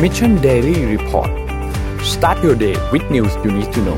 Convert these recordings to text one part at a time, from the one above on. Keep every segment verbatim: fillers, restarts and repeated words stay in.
Mission Daily Report Start your day with news you need to know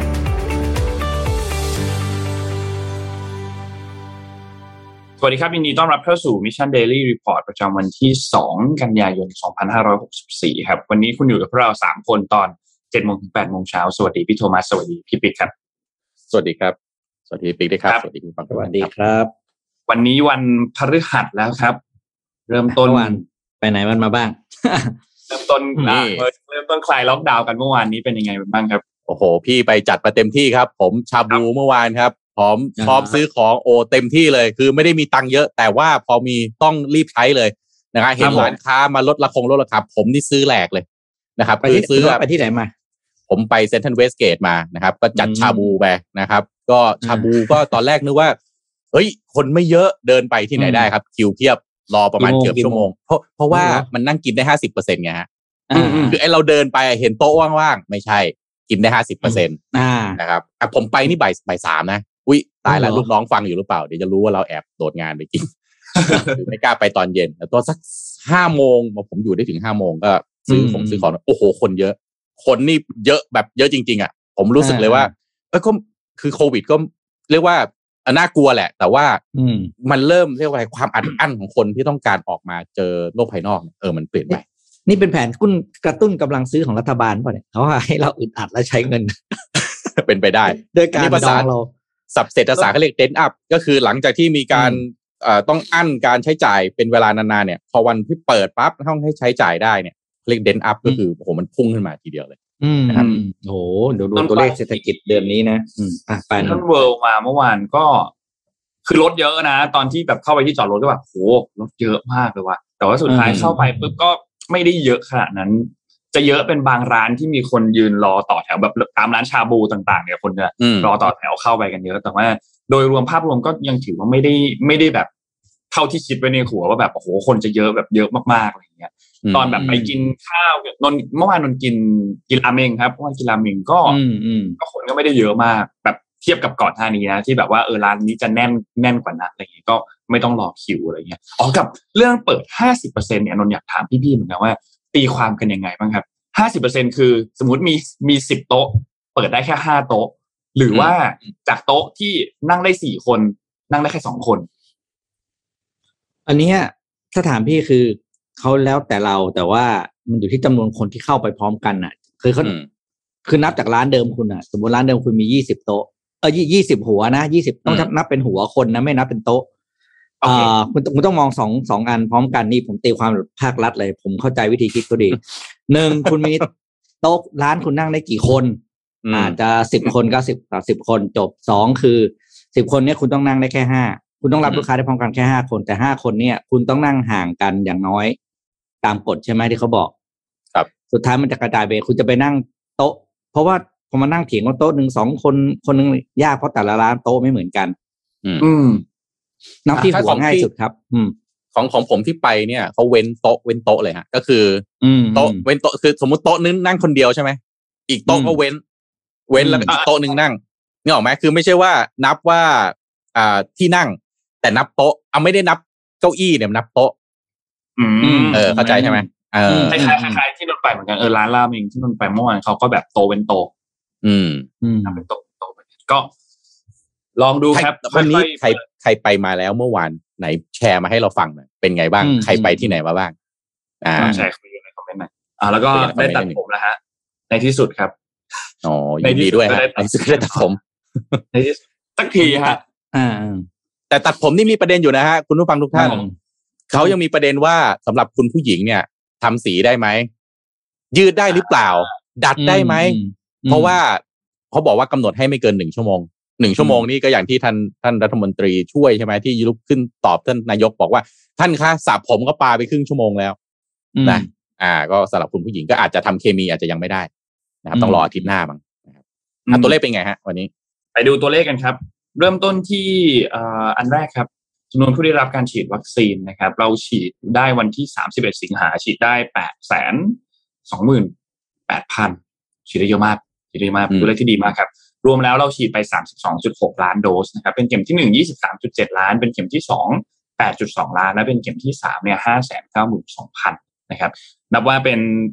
สวัสดีครับยินดีต้อนรับเข้าสู่ Mission Daily Report ประจำวันที่สองกันยายนสองพันห้าร้อยหกสิบสี่ครับวันนี้คุณอยู่กับพวกเราสามคนตอน เจ็ดโมง ถึง แปดโมง เช้าสวัสดีพี่โทมัสสวัสดีพี่ปิ๊กครับสวัสดีครับสวัสดีปิ๊กด้วยครับสวัสดีคุณฟังสวัสดีครับวันนี้วันพฤหัสแล้วครับเริ่มต้นวันไปไหนวันมาบ้างเริ่มต้นเริ่มต้นคลายล็อกดาวน์กันเมื่อวานนี้เป็นยังไงบ้างครับโอ้โหพี่ไปจัดมาเต็มที่ครับผมชาบูเมื่อวานครับพร้อมพร้อมซื้อของโอเต็มที่เลยคือไม่ได้มีตังค์เยอะแต่ว่าพอมีต้องรีบใช้เลยนะครับเห็นร้านค้ามาลดราคงลดราคาผมนี่ซื้อแหลกเลยนะครับคือซื้อไปที่ไหนมาผมไปเซ็นทรัลเวสเกตมานะครับก็จัดชาบูไปนะครับก็ชาบูก็ตอนแรกนึกว่าเฮ้ยคนไม่เยอะเดินไปที่ไหนได้ครับคิวเพียบรอประมาณเกือบชั่วโมงเพราะเพราะว่ามันนั่งกินได้ ห้าสิบเปอร์เซ็นต์ ไงฮะคือไอ้เราเดินไปเห็นโต๊ะว่างๆไม่ใช่กินได้ ห้าสิบเปอร์เซ็นต์อ่านะครับอ่ะผมไปนี่บ่ายบ่ายสามนะอุ๊ยตายแล้วลูกน้องฟังอยู่หรือเปล่าเดี๋ยวจะรู้ว่าเราแอบโดดงานไปกินหรือไม่กล้าไปตอนเย็นแต่ตอนสัก ห้าโมงผมอยู่ได้ถึง ห้าโมงก็ซื้อของซื้อของโอ้โหคนเยอะคนนี่เยอะแบบเยอะจริงๆอ่ะผมรู้สึกเลยว่าเอ้ยก็คือโควิดก็เรียกว่าน่ากลัวแหละแต่ว่ามันเริ่มเรียกว่าอะไรความอัดอั้นของคนที่ต้องการออกมาเจอโลกภายนอกเออมันเปลี่ยนไปนี่เป็นแผนกุ้นกระตุ้นกำลังซื้อของรัฐบาลป่ะเนี่ยเขาให้เราอึดอัดและใช้เงินเป็นไปได้โดยการดองเราศัพท์เศรษฐศาสตร์เขาเรียก dent up ก็คือหลังจากที่มีการเอ่อต้องอั้นการใช้จ่ายเป็นเวลานานๆเนี่ยพอวันที่เปิดปั๊บห้องให้ใช้จ่ายได้เนี่ยเรียก dent up ก็คือโอ้โหมันพุ่งขึ้นมาทีเดียวเลยนะครับโอ้โหเดี๋ยวดูตัวเลขเศรษฐกิจเดือนนี้นะอ่ะไปนั่นเวิลด์มาเมื่อวานก็คือรถเยอะนะตอนที่แบบเข้าไปที่จอดรถก็แบบโหรถเยอะมากเลยว่ะแต่ว่าสุดท้ายเข้าไปปุ๊บก็ไม่ได้เยอะขนาดนั้นจะเยอะเป็นบางร้านที่มีคนยืนรอต่อแถวแบบตามร้านชาบูต่างๆเนี่ยคนจะรอต่อแถวเข้าไปกันเยอะแต่ว่าโดยรวมภาพรวมก็ยังถือว่าไม่ได้ไม่ได้แบบเท่าที่คิดไว้ในหัวว่าแบบโอ้โหคนจะเยอะแบบเยอะมากๆอะไรอย่างเงี้ยตอนแบบไปกินข้าวนนเมื่อวานนนกินกินราเมงครับเมื่อวานกินราเมงก็ก็คนก็ไม่ได้เยอะมากแบบเทียบกับก่อนหน้านี้นะที่แบบว่าเออร้านนี้จะแน่นแน่นกว่านั้นอะไรอย่างเงี้ยก็ไม่ต้องรอคิวอะไรเงี้ยอ๋อกับเรื่องเปิด ห้าสิบเปอร์เซ็นต์ เนี่ยนนอยากถามพี่ๆเหมือนกันว่าตีความกันยังไงบ้างครับ ห้าสิบเปอร์เซ็นต์ คือสมมุติมีมีสิบโต๊ะเปิดได้แค่ห้าโต๊ะหรือว่าจากโต๊ะที่นั่งได้สี่คนนั่งได้แค่สองคนอันนี้ถ้าถามพี่คือเขาแล้วแต่เราแต่ว่ามันอยู่ที่จำนวนคนที่เข้าไปพร้อมกันน่ะคือเขาคือนับจากร้านเดิมคุณน่ะสมมติร้านเดิมคุณมียี่สิบโต๊ะเออยี่สิบหัวนะยี่สิบต้องนับเป็นหัวคนนะไม่นับเป็นโต๊ะอ่าคุณคุณต้องมองสองสองอันพร้อมกันนี่ผมตีความภาครัฐเลยผมเข้าใจวิธีคิดก็ดีหนึ่งคุณมีโต๊ะร้านคุณนั่งได้กี่คนอาจจะสิบคนก็สิบต่อสิบคนจบสองคือสิบคนเนี้ยคุณต้องนั่งได้แค่ห้าคุณต้องรับลูกค้าได้พร้อมกันแค่ห้าคนแต่ห้าคนเนี่ยคุณต้องนั่งห่างกันอย่างน้อยตามกฎใช่ไหมที่เขาบอกครับสุดท้ายมันจะกระจายไปคุณจะไปนั่งโต๊ะเพราะว่าพอมานั่งเถียงว่าโต๊ะหนึ่งสองคนคนนึงยากเพราะแต่ละร้านโต๊ะไม่เหมือนกันอืมนับที่หัวง่ายสุดครับอืมของของผมที่ไปเนี่ยเขาเว้นโต๊ะเว้นโต๊ะเลยฮะก็คือโต๊ะเว้นโต๊ะคือสมมุติโต๊ะนึงนั่งคนเดียวใช่ไหมอีกโต๊ะก็เว้นเว้นแล้วอีกโต๊ะนึงนั่งนี่ออกไหมคือไม่ใช่ว่านับว่าอ่าที่นั่งแต่นับโต๊ะเอาไม่ได้นับเก้าอี้เนี่ยนับโต๊ะเออเข้าใจใช่ไหมเออคล้ายๆคล้ายๆที่นนไปเหมือนกันเออร้านราเมงที่นนไปเมื่อวานเขาก็แบบโต๊ะเว้นโต๊ะอืมนับเป็นโต๊ะโต๊ะก็ลองดูครับวันนี้ใครใครไปมาแล้วเมื่อวานไหนแชร์มาให้เราฟังหน่อยเป็นไงบ้างใครไปที่ไหนมาบ้างอ่าแชร์คุยกันในคอมเมนต์หน่อยอ่าแล้วก็ได้ตัดผมแล้วฮะในที่สุดครับอ๋อยินดีด้วยฮะในที่สุดได้ตัดผมในที่สักทีฮะอ่าแต่ตัดผมนี่มีประเด็นอยู่นะฮะคุณผู้ฟังทุกท่านเขายังมีประเด็นว่าสำหรับคุณผู้หญิงเนี่ยทำสีได้ไหมยืดได้หรือเปล่าดัดได้ไหมเพราะว่าเขาบอกว่ากำหนดให้ไม่เกินหนึ่งชั่วโมงหนึ่งชั่วโมงนี่ก็อย่างที่ท่านท่านรัฐมนตรีช่วยใช่ไหมที่ลุกขึ้นตอบท่านนายกบอกว่าท่านคะสระผมก็ปาไปครึ่งชั่วโมงแล้วนะอ่าก็สำหรับคุณผู้หญิงก็อาจจะทำเคมีอาจจะยังไม่ได้นะครับต้องรออาทิตย์หน้ามั้งนะครับตัวเลขเป็นไงฮะวันนี้ไปดูตัวเลขกันครับเริ่มต้นที่อันแรกครับจำนวนผู้ได้รับการฉีดวัคซีนนะครับเราฉีดได้วันที่สามสิบเอ็ดสิงหาฉีดได้ แปดแสนสองหมื่นแปดพัน ฉีดได้เยอะมากฉีดได้มากตัวเลขที่ดีมากครับรวมแล้วเราฉีดไป สามสิบสองจุดหก ล้านโดสนะครับเป็นเข็มที่หนึ่ง ยี่สิบสามจุดเจ็ด ล้านเป็นเข็มที่สอง แปดจุดสอง ล้านและเป็นเข็มที่สามเนี่ย ห้าแสนเก้าหมื่นสองพัน นะครับนับว่าเป็น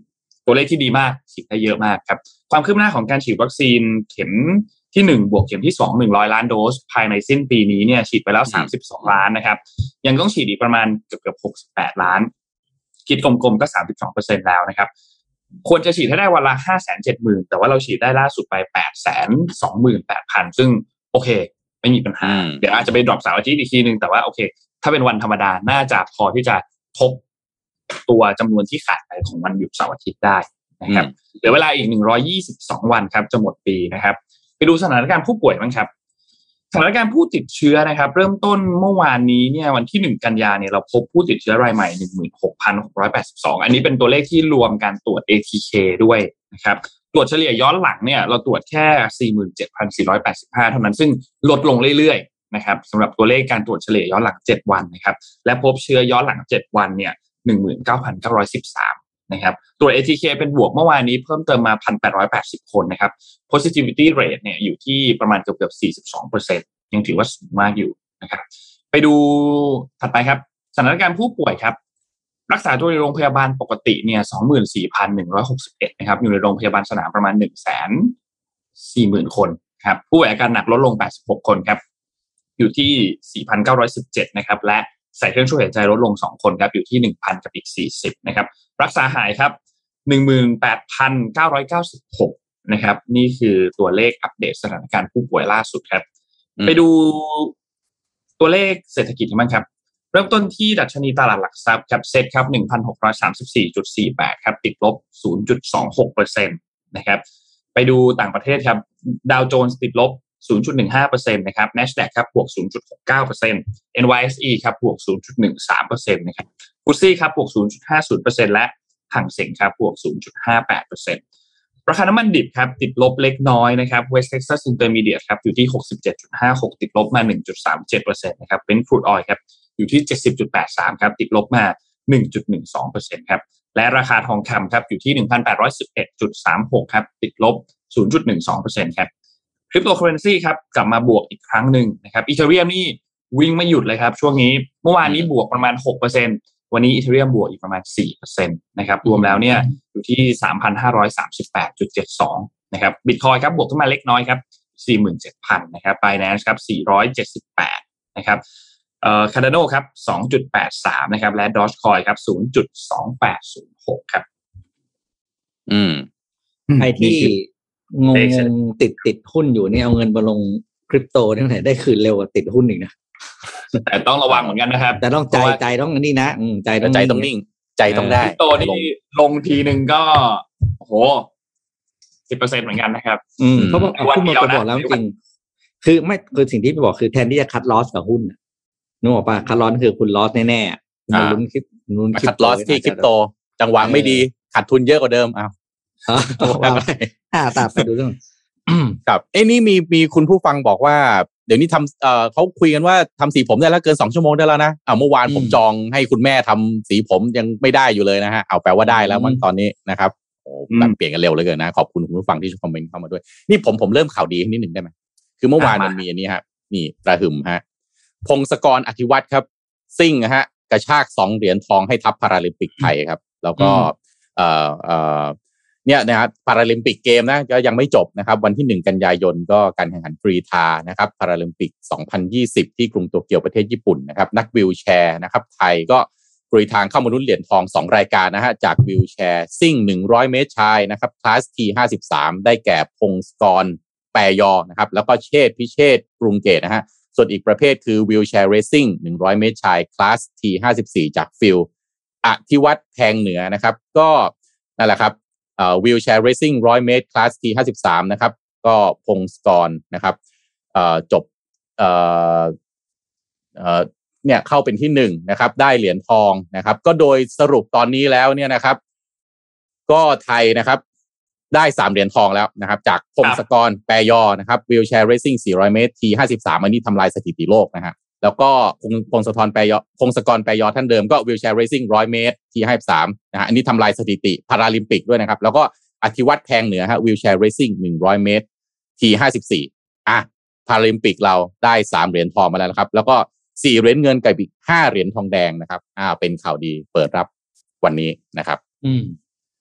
ตัวเลขที่ดีมากฉีดได้เยอะมากครับความคืบหน้าของการฉีดวัคซีนเข็มที่หนึ่งบวกเข็มที่สองหนึ่งร้อยล้านโดสภายในสิ้นปีนี้เนี่ยฉีดไปแล้วสามสิบสองล้านนะครับยังต้องฉีดอีกประมาณเกือบๆหกสิบแปดล้านคิดกลมๆก็ สามสิบสองเปอร์เซ็นต์ แล้วนะครับควรจะฉีดให้ได้วันละ ห้าแสนเจ็ดหมื่น แต่ว่าเราฉีดได้ล่าสุดไป แปดแสนสองหมื่นแปดพัน ซึ่งโอเคไม่มีปัญหาเดี๋ยวอาจจะไปดรอปเสาร์อาทิตย์อีกทีนึงแต่ว่าโอเคถ้าเป็นวันธรรมดาน่าจะพอที่จะทบตัวจำนวนที่ขาดไปของวันหยุดเสาร์อาทิตย์ได้นะครับเหลือเวลาอีกหนึ่งร้อยยี่สิบสองวันครับจะหมดปีนะครับไปดูสถานการณ์ผู้ป่วยบ้างครับสถานการณ์ผู้ติดเชื้อนะครับเริ่มต้นเมื่อวานนี้เนี่ยวันที่หนึ่งกันยายนเนี่ยเราพบผู้ติดเชื้อรายใหม่ หนึ่งหมื่นหกพันหกร้อยแปดสิบสอง อันนี้เป็นตัวเลขที่รวมการตรวจ เอ ที เค ด้วยนะครับตรวจเฉลี่ยย้อนหลังเนี่ยเราตรวจแค่ สี่หมื่นเจ็ดพันสี่ร้อยแปดสิบห้า เท่านั้นซึ่งลดลงเรื่อยๆนะครับสำหรับตัวเลขการตรวจเฉลี่ยย้อนหลังเจ็ดวันนะครับและพบเชื้อย้อนหลังเจ็ดวันเนี่ย หนึ่งหมื่นเก้าพันเก้าร้อยสิบสามนะครับตัว เอ ที เค เป็นบวกเมื่อวานนี้เพิ่มเติมมา หนึ่งพันแปดร้อยแปดสิบ คนนะครับ positivity rate เนี่ยอยู่ที่ประมาณเกือบๆ สี่สิบสองเปอร์เซ็นต์ ยังถือว่าสูงมากอยู่นะครับไปดูถัดไปครับสถานการณ์ผู้ป่วยครับรักษาตัวในโรงพยาบาลปกติเนี่ย สองหมื่นสี่พันหนึ่งร้อยหกสิบเอ็ด นะครับอยู่ในโรงพยาบาลสนามประมาณ หนึ่งแสนสี่หมื่น คนครับผู้ป่วยอาการหนักลดลงแปดสิบหกคนครับอยู่ที่ สี่พันเก้าร้อยสิบเจ็ด นะครับและใส่เครื่องช่วยหายใจลดลงสองคนครับอยู่ที่ หนึ่งพัน กับอีกสี่สิบนะครับรักษาหายครับ หนึ่งหมื่นแปดพันเก้าร้อยเก้าสิบหก นะครับนี่คือตัวเลขอัปเดตสถานการณ์ผู้ป่วยล่าสุดครับไปดูตัวเลขเศรษฐกิจกันบ้างครับเริ่มต้นที่ดัชนีตลาดหลักทรัพย์ครับเซ็ตครับ หนึ่งพันหกร้อยสามสิบสี่จุดสี่แปด ครับติดลบ ศูนย์จุดสองหกเปอร์เซ็นต์ นะครับไปดูต่างประเทศครับดาวโจนส์ติดลบ ศูนย์จุดหนึ่งห้าเปอร์เซ็นต์ นะครับ NASDAQ ครับบวก ศูนย์จุดหกเก้าเปอร์เซ็นต์ เอ็น วาย เอส อี ครับบวก ศูนย์จุดหนึ่งสามเปอร์เซ็นต์ นะครับฟุตซี่ครับบวก ศูนย์จุดห้าศูนย์เปอร์เซ็นต์ และห่างเส็งครับบวก ศูนย์จุดห้าแปดเปอร์เซ็นต์ ราคาน้ำมันดิบครับติดลบเล็กน้อยนะครับ West Texas Intermediate ครับอยู่ที่ หกสิบเจ็ดจุดห้าหก ติดลบมา หนึ่งจุดสามเจ็ดเปอร์เซ็นต์ นะครับ Brent Crude Oil ครับอยู่ที่ เจ็ดสิบจุดแปดสาม ครับติดลบมา หนึ่งจุดหนึ่งสองเปอร์เซ็นต์ ครับและราคาทองคำครับอยู่ที่ หนึ่งพันแปดร้อยสิบเอ็ดจุดสามหก ครับติดลบ ศูนย์จุดหนึ่งสองเปอร์เซ็นต์ ครับคริปโตเคอเรนซีครับกลับมาบวกอีกครั้งหนึ่งนะครับอีเธอเรียมนี่วิ่งไม่หยุดเลยครับช่วงนี้เมื่อวานนี้บวกประมาณ หกเปอร์เซ็นต์ วันนี้อีเธอเรียมบวกอีกประมาณ สี่เปอร์เซ็นต์ นะครับรวมแล้วเนี่ยอยู่ที่ สามพันห้าร้อยสามสิบแปดจุดเจ็ดสอง นะครับ Bitcoin ครับบวกขึ้นมาเล็กน้อยครับ สี่หมื่นเจ็ดพัน นะครับ Binance ครับสี่ร้อยเจ็ดสิบแปดนะครับเอ่อ Cardano ครับ สองจุดแปดสาม นะครับและ Dogecoin ครับ ศูนย์จุดสองแปดศูนย์หก ครับอืมใครที่งงติดติดหุ้นอยู่นี่เอาเงินมาลงคริปโตนี่ไหนได้คืนเร็วกว่าติดหุ้นอีกนะแต่ต้องระวังเหมือนกันนะครับแต่ต้องใจใจต้องนี่นะอืมใจต้องใจต้องนิ่งใจต้องได้คริปโตนี่ลงทีนึงก็โอ้โห สิบเปอร์เซ็นต์ เหมือนกันนะครับอืมเพราะว่าคุณมาบอกแล้วจริงคือไม่คือสิ่งที่ไปบอกคือแทนที่จะคัดลอสกับหุ้นน่ะนึกออกป่ะคัดลอสคือคุณลอสแน่ๆคุณลุ้นคลิปลุ้นคลิปคัดลอสที่คริปโตจังหวะไม่ดีขาดทุนเยอะกว่าเดิมอ้าวอ่าตามไปดูเรื่องครับเอ้นี่มีมีคุณผู้ฟังบอกว่าเดี๋ยวนี้ทำเอ่อเขาคุยกันว่าทำสีผมได้แล้วเกินสองชั่วโมงได้แล้วนะเอาเมื่อวานผมจองให้คุณแม่ทำสีผมยังไม่ได้อยู่เลยนะฮะเอาแปลว่าได้แล้วมันตอนนี้นะครับโอ้แบบเปลี่ยนกันเร็วเหลือเกินนะขอบคุณคุณผู้ฟังที่คอมเมนต์เข้ามาด้วยนี่ผมผมเริ่มข่าวดีนิดหนึ่งได้ไหมคือเมื่อวานมันมีอันนี้ฮะนี่ระหึ่มฮะพงศกรอธิวัฒน์ครับซิ่งฮะกระชากสองเหรียญทองให้ทัพพาราลิมปิกไทยครับแล้วก็เอ่อเอ่อเนี่ยนะครับพาราลิมปิกเกมนะก็ยังไม่จบนะครับวันที่หนึ่งกันยายนก็การแข่งขันกรีฑานะครับพาราลิมปิกสองพันยี่สิบที่กรุงโตเกียวประเทศญี่ปุ่นนะครับนักวีลแชร์นะครับไทยก็กรีฑาเข้ามาลุ้นเหรียญทองสองรายการนะฮะจากวีลแชร์ซิ่งหนึ่งร้อยเมตรชายนะครับคลาส ที ห้าสิบสาม ได้แก่พงศกรแปรยอนะครับแล้วก็เชษฐ์พิเชษฐ์กรุงเกตนะฮะส่วนอีกประเภทคือวีลแชร์เรซซิ่งหนึ่งร้อยเมตรชายคลาส ที ห้าสิบสี่ จากฟิลอธิวัฒน์แพงเหนือนะครับก็นั่นแหละครับเอ่อวีลแชร์เรซซิ่งหนึ่งร้อยเมตรคลาส ที ห้าสิบสาม นะครับก็พงศกรนะครับเอ่อจบเอ่อเอ่อเนี่ยเข้าเป็นที่หนึ่งนะครับได้เหรียญทองนะครับก็โดยสรุปตอนนี้แล้วเนี่ยนะครับก็ไทยนะครับได้สามเหรียญทองแล้วนะครับจากพงศกรแปรยอนะครับวีลแชร์เรซซิ่งสี่ร้อยเมตร ที ห้าสิบสาม อันนี้ทำลายสถิติโลกนะฮะแล้วก็พงศกรแปรยอพงศกรแปรยอท่านเดิมก็วีลแชร์เรซซิ่งหนึ่งร้อยเมตร ที ห้าสิบสามนะฮะอันนี้ทำลายสถิติพาราลิมปิกด้วยนะครับแล้วก็อธิวัฒน์แพงเหนือฮะวีลแชร์เรซซิ่งหนึ่งร้อยเมตร ที ห้าสิบสี่อ่ะพาราลิมปิกเราได้สามเหรียญทองมาแล้วนะครับแล้วก็สี่เหรียญเงินกับอีกห้าเหรียญทองแดงนะครับอ่าเป็นข่าวดีเปิดรับวันนี้นะครับอืม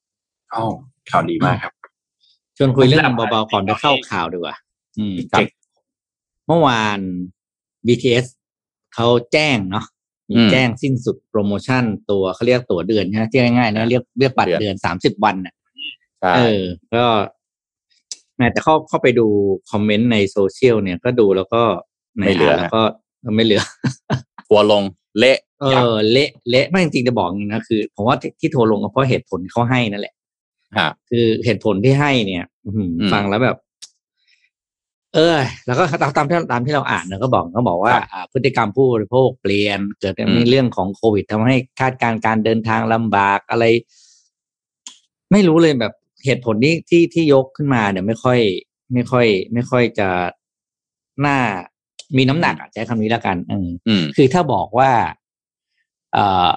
อ๋อข่าวดีมากครับชวนคุยเรื่องเบาๆก่อนไปเข้าข่าวดีกว่าอืมเมื่อวาน บี ที เอส เขาแจ้งเนาะมีแจ้งสิ้นสุดโปรโมชั่นตัวเขาเรียกตั๋วเดือนใช่ไหมที่ง่ายๆนะเรียกเรียกบัตรเดือนสามสิบวันน่ะเออก็แม้แต่เข้าเข้าไปดูคอมเมนต์ในโซเชียลเนี่ยก็ดูแล้วก็ไม่เหลือแล้วก็ไม่เหลือทัวลงเละเออเละเละไม่จริงๆจะบอกอย่างนี้นะคือผมว่าที่ทัวลงก็เพราะเหตุผลเขาให้นั่นแหละคือเหตุผลที่ให้เนี่ยฟังแล้วแบบเออแล้วก็ตามตามที่ตามที่เราอ่านนะก็บอกก็บอกว่าพฤติกรรมผู้บริโภคเปลี่ยนเกิดมีเรื่องของโควิดทำให้คาดการณ์การเดินทางลำบากอะไรไม่รู้เลยแบบเหตุผลที่ที่ที่ยกขึ้นมาเนี่ยไม่ค่อยไม่ค่อยไม่ค่อยจะน่ามีน้ำหนักอ่ะใช้คำนี้แล้วกันเออคือถ้าบอกว่าเอ่อ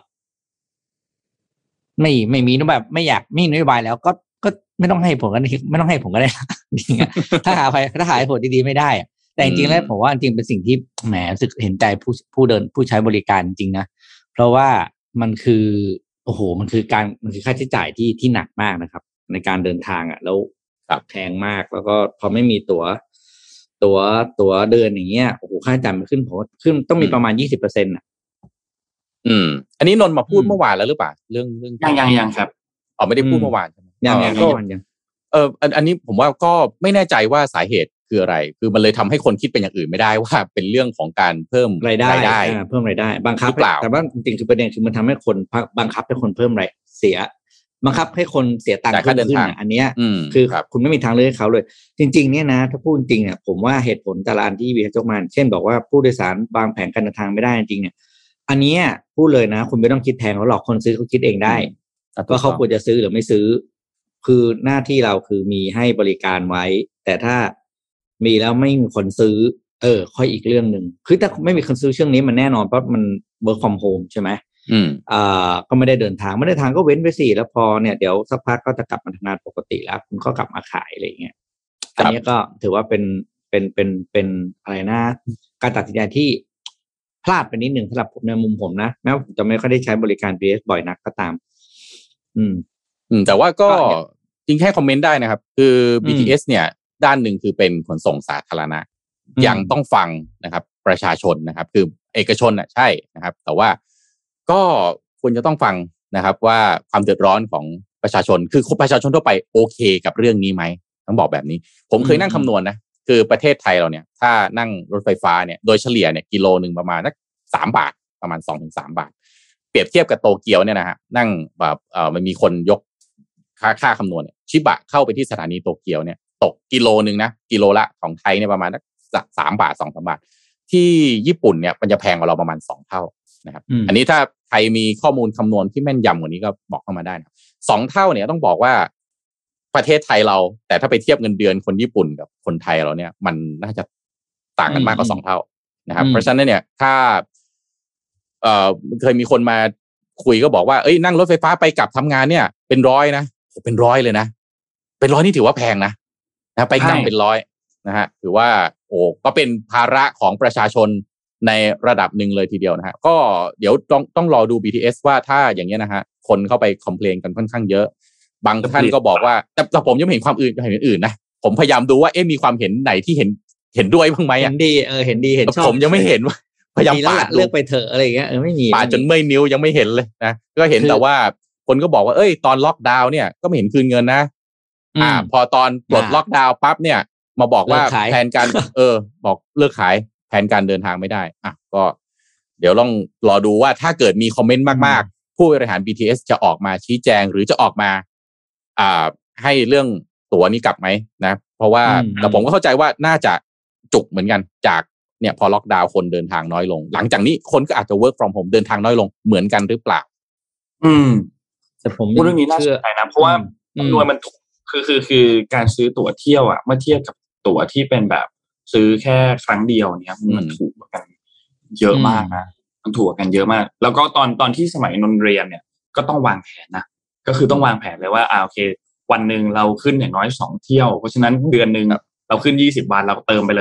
ไม่ไม่มีนแบบไม่อยากไม่นโยบายแล้วก็ก็ไม่ต้องให้ผลกันไม่ต้องให้ผมก็ได้จริงอ่ะถ้าหาไปถ้าหาผลดีๆไม่ได้แต่จริงๆแล้วผมว่าจริงเป็นสิ่งที่แหมรู้สึกเห็นใจผู้ผู้เดินผู้ใช้บริการจริงนะเพราะว่ามันคือโอ้โหมันคือการมันคือค่าใช้จ่ายที่ที่หนักมากนะครับในการเดินทางอ่ะแล้วแพงมากแล้วก็พอไม่มีตั๋วตั๋วตั๋วเดินอย่างเงี้ยโอ้โหค่าใช้จ่ายมันขึ้นผมขึ้นต้องมีประมาณ ยี่สิบเปอร์เซ็นต์ อ่ะอืมอันนี้นนท์มาพูดเมื่อวานแล้วหรือเปล่าเรื่องเรื่องยังยังยังครับอ๋อไม่ได้พูดเมื่อวานใช่ไหมยังยังก็ยังเอออันอันนี้ผมว่าก็ไม่แน่ใจว่าสาเหตุคืออะไรคือมันเลยทำให้คนคิดเป็นอย่างอื่นไม่ได้ว่าเป็นเรื่องของการเพิ่มรายได้รายได้เพิ่มรายได้บังคับแต่ว่าจริงๆคือประเด็นคือมันทำให้คนบังคับให้คนเพิ่มรายเสียบังคับให้คนเสียตังค์เพิ่มขึ้นอันนี้คือคุณไม่มีทางเลือกให้เขาเลยจริงๆเนี่ยนะถ้าพูดจริงเนี่ยผมว่าเหตุผลตารางที่วียกมาเช่นบอกว่าผู้โดยสารวางแผนการเดินทางไม่ได้จริงๆเนี่ยอันนี้พูดเลยนะคุณไม่ต้องคิดแทนเขาหรอกคนซื้อเขาคิดเองได้ก็เขาควรจะซื้อหรือไม่ซื้อคือหน้าที่เราคือมีให้บริการไว้แต่ถ้ามีแล้วไม่มีคนซื้อเออค่อยอีกเรื่องนึงคือถ้าไม่มีคนซื้อช่วงนี้มันแน่นอนเพราะมัน work from home ใช่ไหมอืมอ่าก็ไม่ได้เดินทางไม่ได้ทางก็เว้นไปสี่แล้วพอเนี่ยเดี๋ยวสักพักก็จะกลับมาทำงานปกติแล้วคุณก็กลับมาขายอะไรอย่างเงี้ยอันนี้ก็ถือว่าเป็นเป็นเป็นเป็นอะไรนะการตัดสินใจที่พลาดไปนิดหนึ่งสำหรับในมุมผมนะแม้ว่าจะไม่ค่อยได้ใช้บริการ บี เอส บ่อยนักก็ตามอืมอืมแต่ว่าก็จริงแค่คอมเมนต์ได้นะครับคือ บี ที เอส เนี่ยด้านหนึ่งคือเป็นขนส่งสาธารณะยังต้องฟังนะครับประชาชนนะครับคือเอกชนน่ะใช่นะครับแต่ว่าก็ควรจะต้องฟังนะครับว่าความเดือดร้อนของประชาชนคือประชาชนทั่วไปโอเคกับเรื่องนี้ไหมต้องบอกแบบนี้ผมเคยนั่งคำนวณนะคือประเทศไทยเราเนี่ยถ้านั่งรถไฟฟ้าเนี่ยโดยเฉลี่ยเนี่ยกิโลนึงประมาณสักสามบาทประมาณ สองถึงสาม บาทเปรียบเทียบกับโตเกียวเนี่ยนะฮะนั่งแบบเอ่อมันมีคนยกค่าค่าคำนวณเนี่ยชิบะเข้าไปที่สถานีโตเกียวเนี่ยตกกิโลนึงนะกิโลละของไทยเนี่ยประมาณสักสามบาท สองถึงสาม บาทที่ญี่ปุ่นเนี่ยมันจะแพงกว่าเราประมาณสองเท่านะครับอันนี้ถ้าใครมีข้อมูลคำนวณที่แม่นยำกว่านี้ก็บอกเข้ามาได้นะสองเท่าเนี่ยต้องบอกว่าประเทศไทยเราแต่ถ้าไปเทียบเงินเดือนคนญี่ปุ่นกับคนไทยเราเนี่ยมันน่าจะต่างกันมากกว่าสองเท่านะครับเพราะฉะนั้นเนี่ยถ้าเอ่อเคยมีคนมาคุยก็บอกว่าเอ้ยนั่งรถไฟฟ้าไปกลับทำงานเนี่ยเป็นร้อยนะโอ้เป็นร้อยเลยนะเป็นร้อยนี่ถือว่าแพงนะนะไปกลับเป็นร้อยนะฮะถือว่าโอ้ก็เป็นภาระของประชาชนในระดับหนึ่งเลยทีเดียวนะฮะก็เดี๋ยวต้องต้องรอดู บี ที เอส ว่าถ้าอย่างเงี้ยนะฮะคนเข้าไปคอมเพลนกันค่อนข้างเยอะบางท่านก็บอกว่าแต่แต่ผมยังไม่เห็นความอื่นเห็นอื่นนะผมพยายามดูว่าเอ๊ะมีความเห็นไหนที่เห็นเห็นด้วยบ้างไหมอ่ะเห็นดีเออเห็นดีเห็นชอบผมยังไม่เห็นว่าพยายามปาดเลือกไปเถอะอะไรอย่างเงี้ยเออไม่มีปาดจนเมื่อยนิ้วยังไม่เห็นเลยนะก็เห็นแต่ว่าคนก็บอกว่าเอ้ยตอนล็อกดาวน์เนี่ยก็ไม่เห็นคืนเงินนะอ่าพอตอนปลดล็อกดาวน์ปั๊บเนี่ยมาบอกว่าแผนการเออบอกเลิกขายแผนการเดินทางไม่ได้อ่ะก็เดี๋ยวลองรอดูว่าถ้าเกิดมีคอมเมนต์มากๆผู้บริหาร บี ที เอส จะออกมาชี้แจงหรือจะออกมาอ่าให้เรื่องตั๋วนี้กลับไหมนะเพราะว่าแต่ผมก็เข้าใจว่าน่าจะจุกเหมือนกันจากเนี่ยพอล็อกดาวน์คนเดินทางน้อยลงหลังจากนี้คนก็อาจจะ work from home เดินทางน้อยลงเหมือนกันหรือเปล่าอืมแต่ผมเรื่องนี้น่าสนใจนะเพราะว่าจำนวนมันคือคือคือการซื้อตั๋วเที่ยวอ่ะเมื่อเทียบกับตั๋วที่เป็นแบบซื้อแค่ครั้งเดียวเนี่ยมันถูกกันเยอะมากนะมันถูกกันเยอะมากแล้วก็ตอนตอนที่สมัยนนเรียนเนี่ยก็ต้องวางแผนนะก็คือต้องวางแผนเลยว่าอ่าโอเควันนึงเราขึ้นอย่างน้อยสองเที่ยวเพราะฉะนั้นเดือนนึงเราขึ้นยี่สิบวันเราเติมไปเลย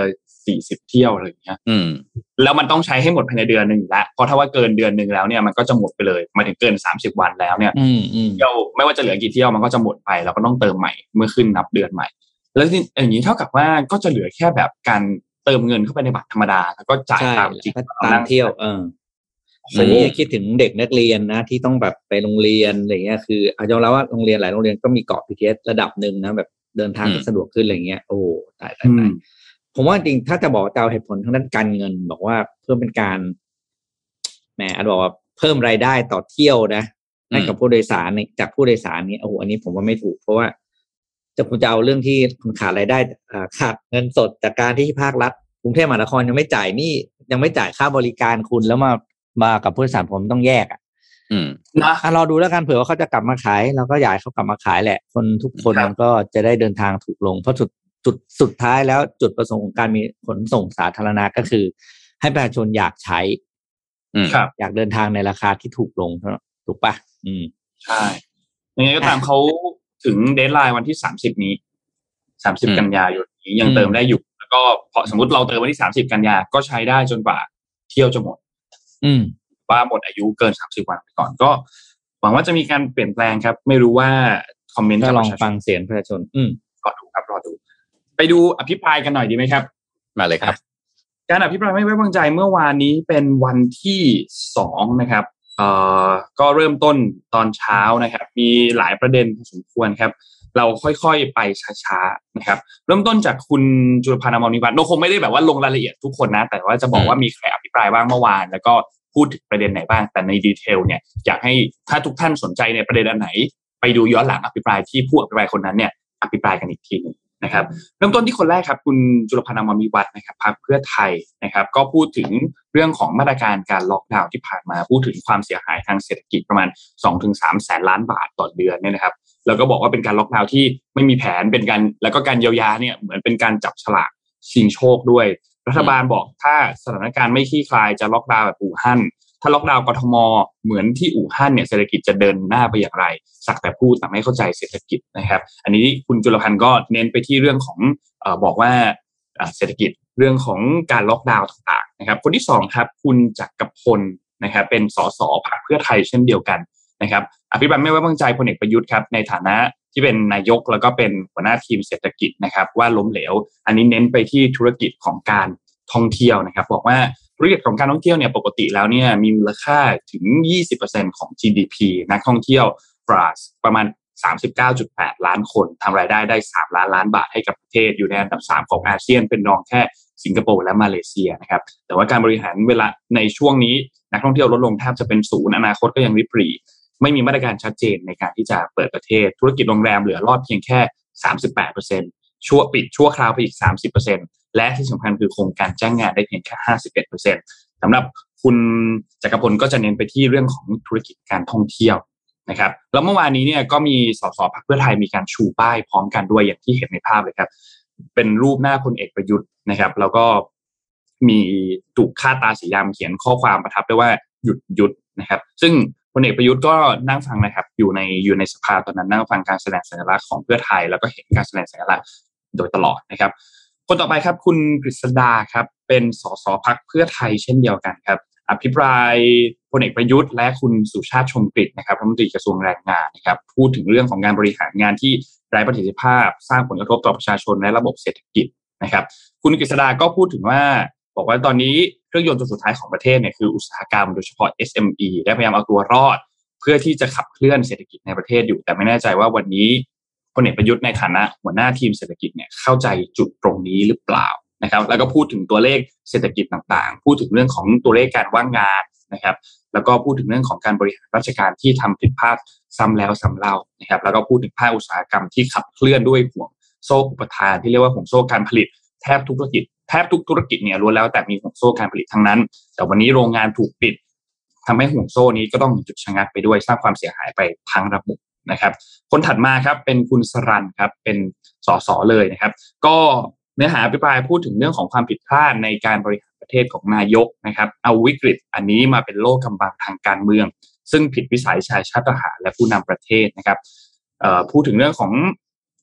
สี่สิบเที่ยวอะไรอย่างเงี้ยอืมแล้วมันต้องใช้ให้หมดภายในเดือนนึงละเพราะถ้าว่าเกินเดือนนึงแล้วเนี่ยมันก็จะหมดไปเลยหมายถึงเกินสามสิบวันแล้วเนี่ยเที่ยวไม่ว่าจะเหลือกี่เที่ยวมันก็จะหมดไปแล้วก็ต้องเติมใหม่เมื่อขึ้นนับเดือนใหม่แล้วอย่างนี้เท่ากับว่าก็จะเหลือแค่แบบการเติมเงินเข้าไปในบัตรธรรมดาแล้วก็จ่ายตามจริงตามเที่ยวเอออันนี้คิดถึงเด็กนักเรียนนะที่ต้องแบบไปโรงเรียนอะไรเงี้ยคือเอายอมรับว่าโรงเรียนหลายโรงเรียนก็มีเกาะ บี ที เอส ระดับนึงนะแบบเดินทางสะดวกขึ้นอะไรเงี้ยโอ้ตายตายตายผมว่าจริงถ้าจะบอกจะเอาเหตุผลทางด้านการเงินบอกว่าเพิ่มเป็นการแหมอาจบอกว่าเพิ่มรายได้ต่อเที่ยวนะให้กับผู้โดยสารจากผู้โดยสารนี่โอ้โหอันนี้ผมว่าไม่ถูกเพราะว่าจะคุณจะเอาเรื่องที่คุณขาดรายได้ขาดเงินสดจากการที่ภาครัฐกรุงเทพมหานครยังไม่จ่ายนี่ยังไม่จ่ายค่าบริการคุณแล้วมามากับผู้โดยสารผมต้องแยกอ่ะอืมนะรอดูแล้วกันเผื่อว่าเขาจะกลับมาขายเราก็อยากเขากลับมาขายแหละคนทุกคนก็จะได้เดินทางถูกลงเพราะจุดจุดสุดท้ายแล้วจุดประสงค์ของการมีขนส่งสาธารณะก็คือให้ประชาชนอยากใช้อยากเดินทางในราคาที่ถูกลงถูกปะอืมใช่ยังไงก็ตามเขาถึงเดดไลน์วันที่สามสิบนี้สามสิบกันยายนนี้ยังเติมได้อยู่แล้วก็พอสมมุติเราเติมวันที่สามสิบกันยาก็ใช้ได้จนกว่าเที่ยวจะหมดอืมว่าหมดอายุเกินสามสิบวันไปก่อนก็หวังว่าจะมีการเปลี่ยนแปลงครับไม่รู้ว่าคอมเมนต์จะลองฟังเสียงประชาชนอืมรอดูครับรอดูไปดูอภิปรายกันหน่อยดีไหมครับมาเลยครับการอภิปรายไม่ไว้วางใจเมื่อวานนี้เป็นวันที่สองนะครับเอ่อก็เริ่มต้นตอนเช้านะครับมีหลายประเด็นพอสมควรครับเราค่อยๆไปช้าๆนะครับเริ่มต้นจากคุณจุลพันธ์อมรวิวัฒน์เราคงไม่ได้แบบว่าลงรายละเอียดทุกคนนะแต่ว่าจะบอกว่ามีใครอภิปรายบ้างเมื่อวานแล้วก็พูดถึงประเด็นไหนบ้างแต่ในดีเทลเนี่ยอยากให้ถ้าทุกท่านสนใจในประเด็นอันไหนไปดูย้อนหลังอภิปรายที่ผู้อภิปรายคนนั้นเนี่ยอภิปรายกันอีกทีนึงนะครับเริ่มต้นที่คนแรกครับคุณจุลพันธ์อมรวิวัฒน์นะครับพรรคเพื่อไทยนะครับก็พูดถึงเรื่องของมาตรการการล็อกดาวน์ที่ผ่านมาพูดถึงความเสียหายทางเศรษฐกิจประมาณ สองถึงสาม แสนล้านบาทต่อเดือนเนี่ยนะครับแล้วก็บอกว่าเป็นการล็อกดาวน์ที่ไม่มีแผนเป็นการแล้วก็การเยียวยาเนี่ยเหมือนเป็นการจับฉลากชิงโชคด้วยรัฐบาลบอกถ้าสถานการณ์ไม่คลี่คลายจะล็อกดาวน์แบบอู่ฮั่นถ้าล็อกดาวน์กทมเหมือนที่อู่ฮั่นเนี่ยเศรษฐกิจจะเดินหน้าไปอย่างไรสักแต่พูดแต่ไม่เข้าใจเศรษฐกิจนะครับอันนี้คุณจุลพันธ์ก็เน้นไปที่เรื่องของเอ่อบอกว่าเศรษฐกิจเรื่องของการล็อกดาวน์ต่างๆนะครับคนที่สองครับคุณจักรพลนะครับเป็นสสพรรคเพื่อไทยเช่นเดียวกันนะครับอภิปรายไม่ไว้วางใจพลเอกประยุทธ์ครับในฐานะที่เป็นนายกแล้วก็เป็นหัวหน้าทีมเศรษฐกิจนะครับว่าล้มเหลวอันนี้เน้นไปที่ธุรกิจของการท่องเที่ยวนะครับบอกว่าธุรกิจของการท่องเที่ยวเนี่ยปกติแล้วเนี่ยมีมูลค่าถึง ยี่สิบเปอร์เซ็นต์ ของ จี ดี พี นักท่องเที่ยวฟรานซ์ประมาณ สามสิบเก้าจุดแปด ล้านคนทำรายได้ได้สามล้านล้านบาทให้กับประเทศอยู่ในอันดับสามของอาเซียนเป็นรองแค่สิงคโปร์และมาเลเซียนะครับแต่ว่าการบริหารเวลาในช่วงนี้นักท่องเที่ยวลดลงแทบจะเป็นศูนย์อนาคตก็ยังริบหรี่ไม่มีมาตรการชัดเจนในการที่จะเปิดประเทศธุรกิจโรงแรมเหลือรอดเพียงแค่ สามสิบแปดเปอร์เซ็นต์ ชั่วปิดชั่วคราวไปอีก สามสิบเปอร์เซ็นต์ และที่สำคัญคือโครงการจ้างงานได้เพียงแค่ ห้าสิบเอ็ดเปอร์เซ็นต์ สำหรับคุณจักรพลก็จะเน้นไปที่เรื่องของธุรกิจการท่องเที่ยวนะครับแล้วเมื่อวานนี้เนี่ยก็มีสสพรรคเพื่อไทยมีการชูป้ายพร้อมกันด้วยอย่างที่เห็นในภาพเลยครับเป็นรูปหน้าพลเอกประยุทธ์นะครับแล้วก็มีถูกคาดตาสีดำเขียนข้อความประทับด้วยว่าหยุดหยุดนะครับซึ่งพลเอกประยุทธ์ก็นั่งฟังนะครับอยู่ในอยู่ในสภาตอนนั้นนั่งฟังการแสดงสัญลักษณ์ของเพื่อไทยแล้วก็เห็นการแสดงสัญลักษณ์โดยตลอดนะครับคนต่อไปครับคุณกฤษดาครับเป็นสสพรรคเพื่อไทยเช่นเดียวกันครับอภิปรายพลเอกประยุทธ์และคุณสุชาติชมกลิ่นนะครับรัฐมนตรีกระทรวงแรงงานนะครับพูดถึงเรื่องของการบริหารงานที่ไร้ประสิทธิภาพสร้างผลกระทบต่อประชาชนและระบบเศรษฐกิจนะครับคุณกฤษดาก็พูดถึงว่าบอกว่าตอนนี้เครื่องยนต์ตัวสุดท้ายของประเทศเนี่ยคืออุตสาหกรรมโดยเฉพาะ เอส เอ็ม อี ได้พยายามเอาตัวรอดเพื่อที่จะขับเคลื่อนเศรษฐกิจในประเทศอยู่แต่ไม่แน่ใจว่าวันนี้พลเอกประยุทธ์ในฐานะหัวหน้าทีมเศรษฐกิจเนี่ยเข้าใจจุดตรงนี้หรือเปล่านะครับแล้วก็พูดถึงตัวเลขเศรษฐกิจต่างๆพูดถึงเรื่องของตัวเลขการว่างงานนะครับแล้วก็พูดถึงเรื่องของการบริหารราชการที่ทำผิดพลาดซ้ำแล้วซ้ำเล่านะครับแล้วก็พูดถึงภาคอุตสาหกรรมที่ขับเคลื่อนด้วยห่วงโซ่อุปทานที่เรียกว่าห่วงโซ่การผลิตแทบทุกธุรกิจแทบทุกธุรกิจเนี่ยล้วนแล้วแต่มีห่วงโซ่การผลิตทั้งนั้นแต่วันนี้โรงงานถูกปิดทำให้ห่วงโซ่นี้ก็ต้องจุดชะงักไปด้วยสร้างความเสียหายไปทั้งระบบนะครับคนถัดมาครับเป็นคุณสรัญครับเป็นสสเลยนะครับก็เนื้อหาอภิปรายพูดถึงเรื่องของความผิดพลาดในการบริหารประเทศของนายกนะครับเอาวิกฤตอันนี้มาเป็นโล่กำบังทางการเมืองซึ่งผิดวิสัยชายชาติทหารและผู้นำประเทศนะครับเอ่อพูดถึงเรื่องของ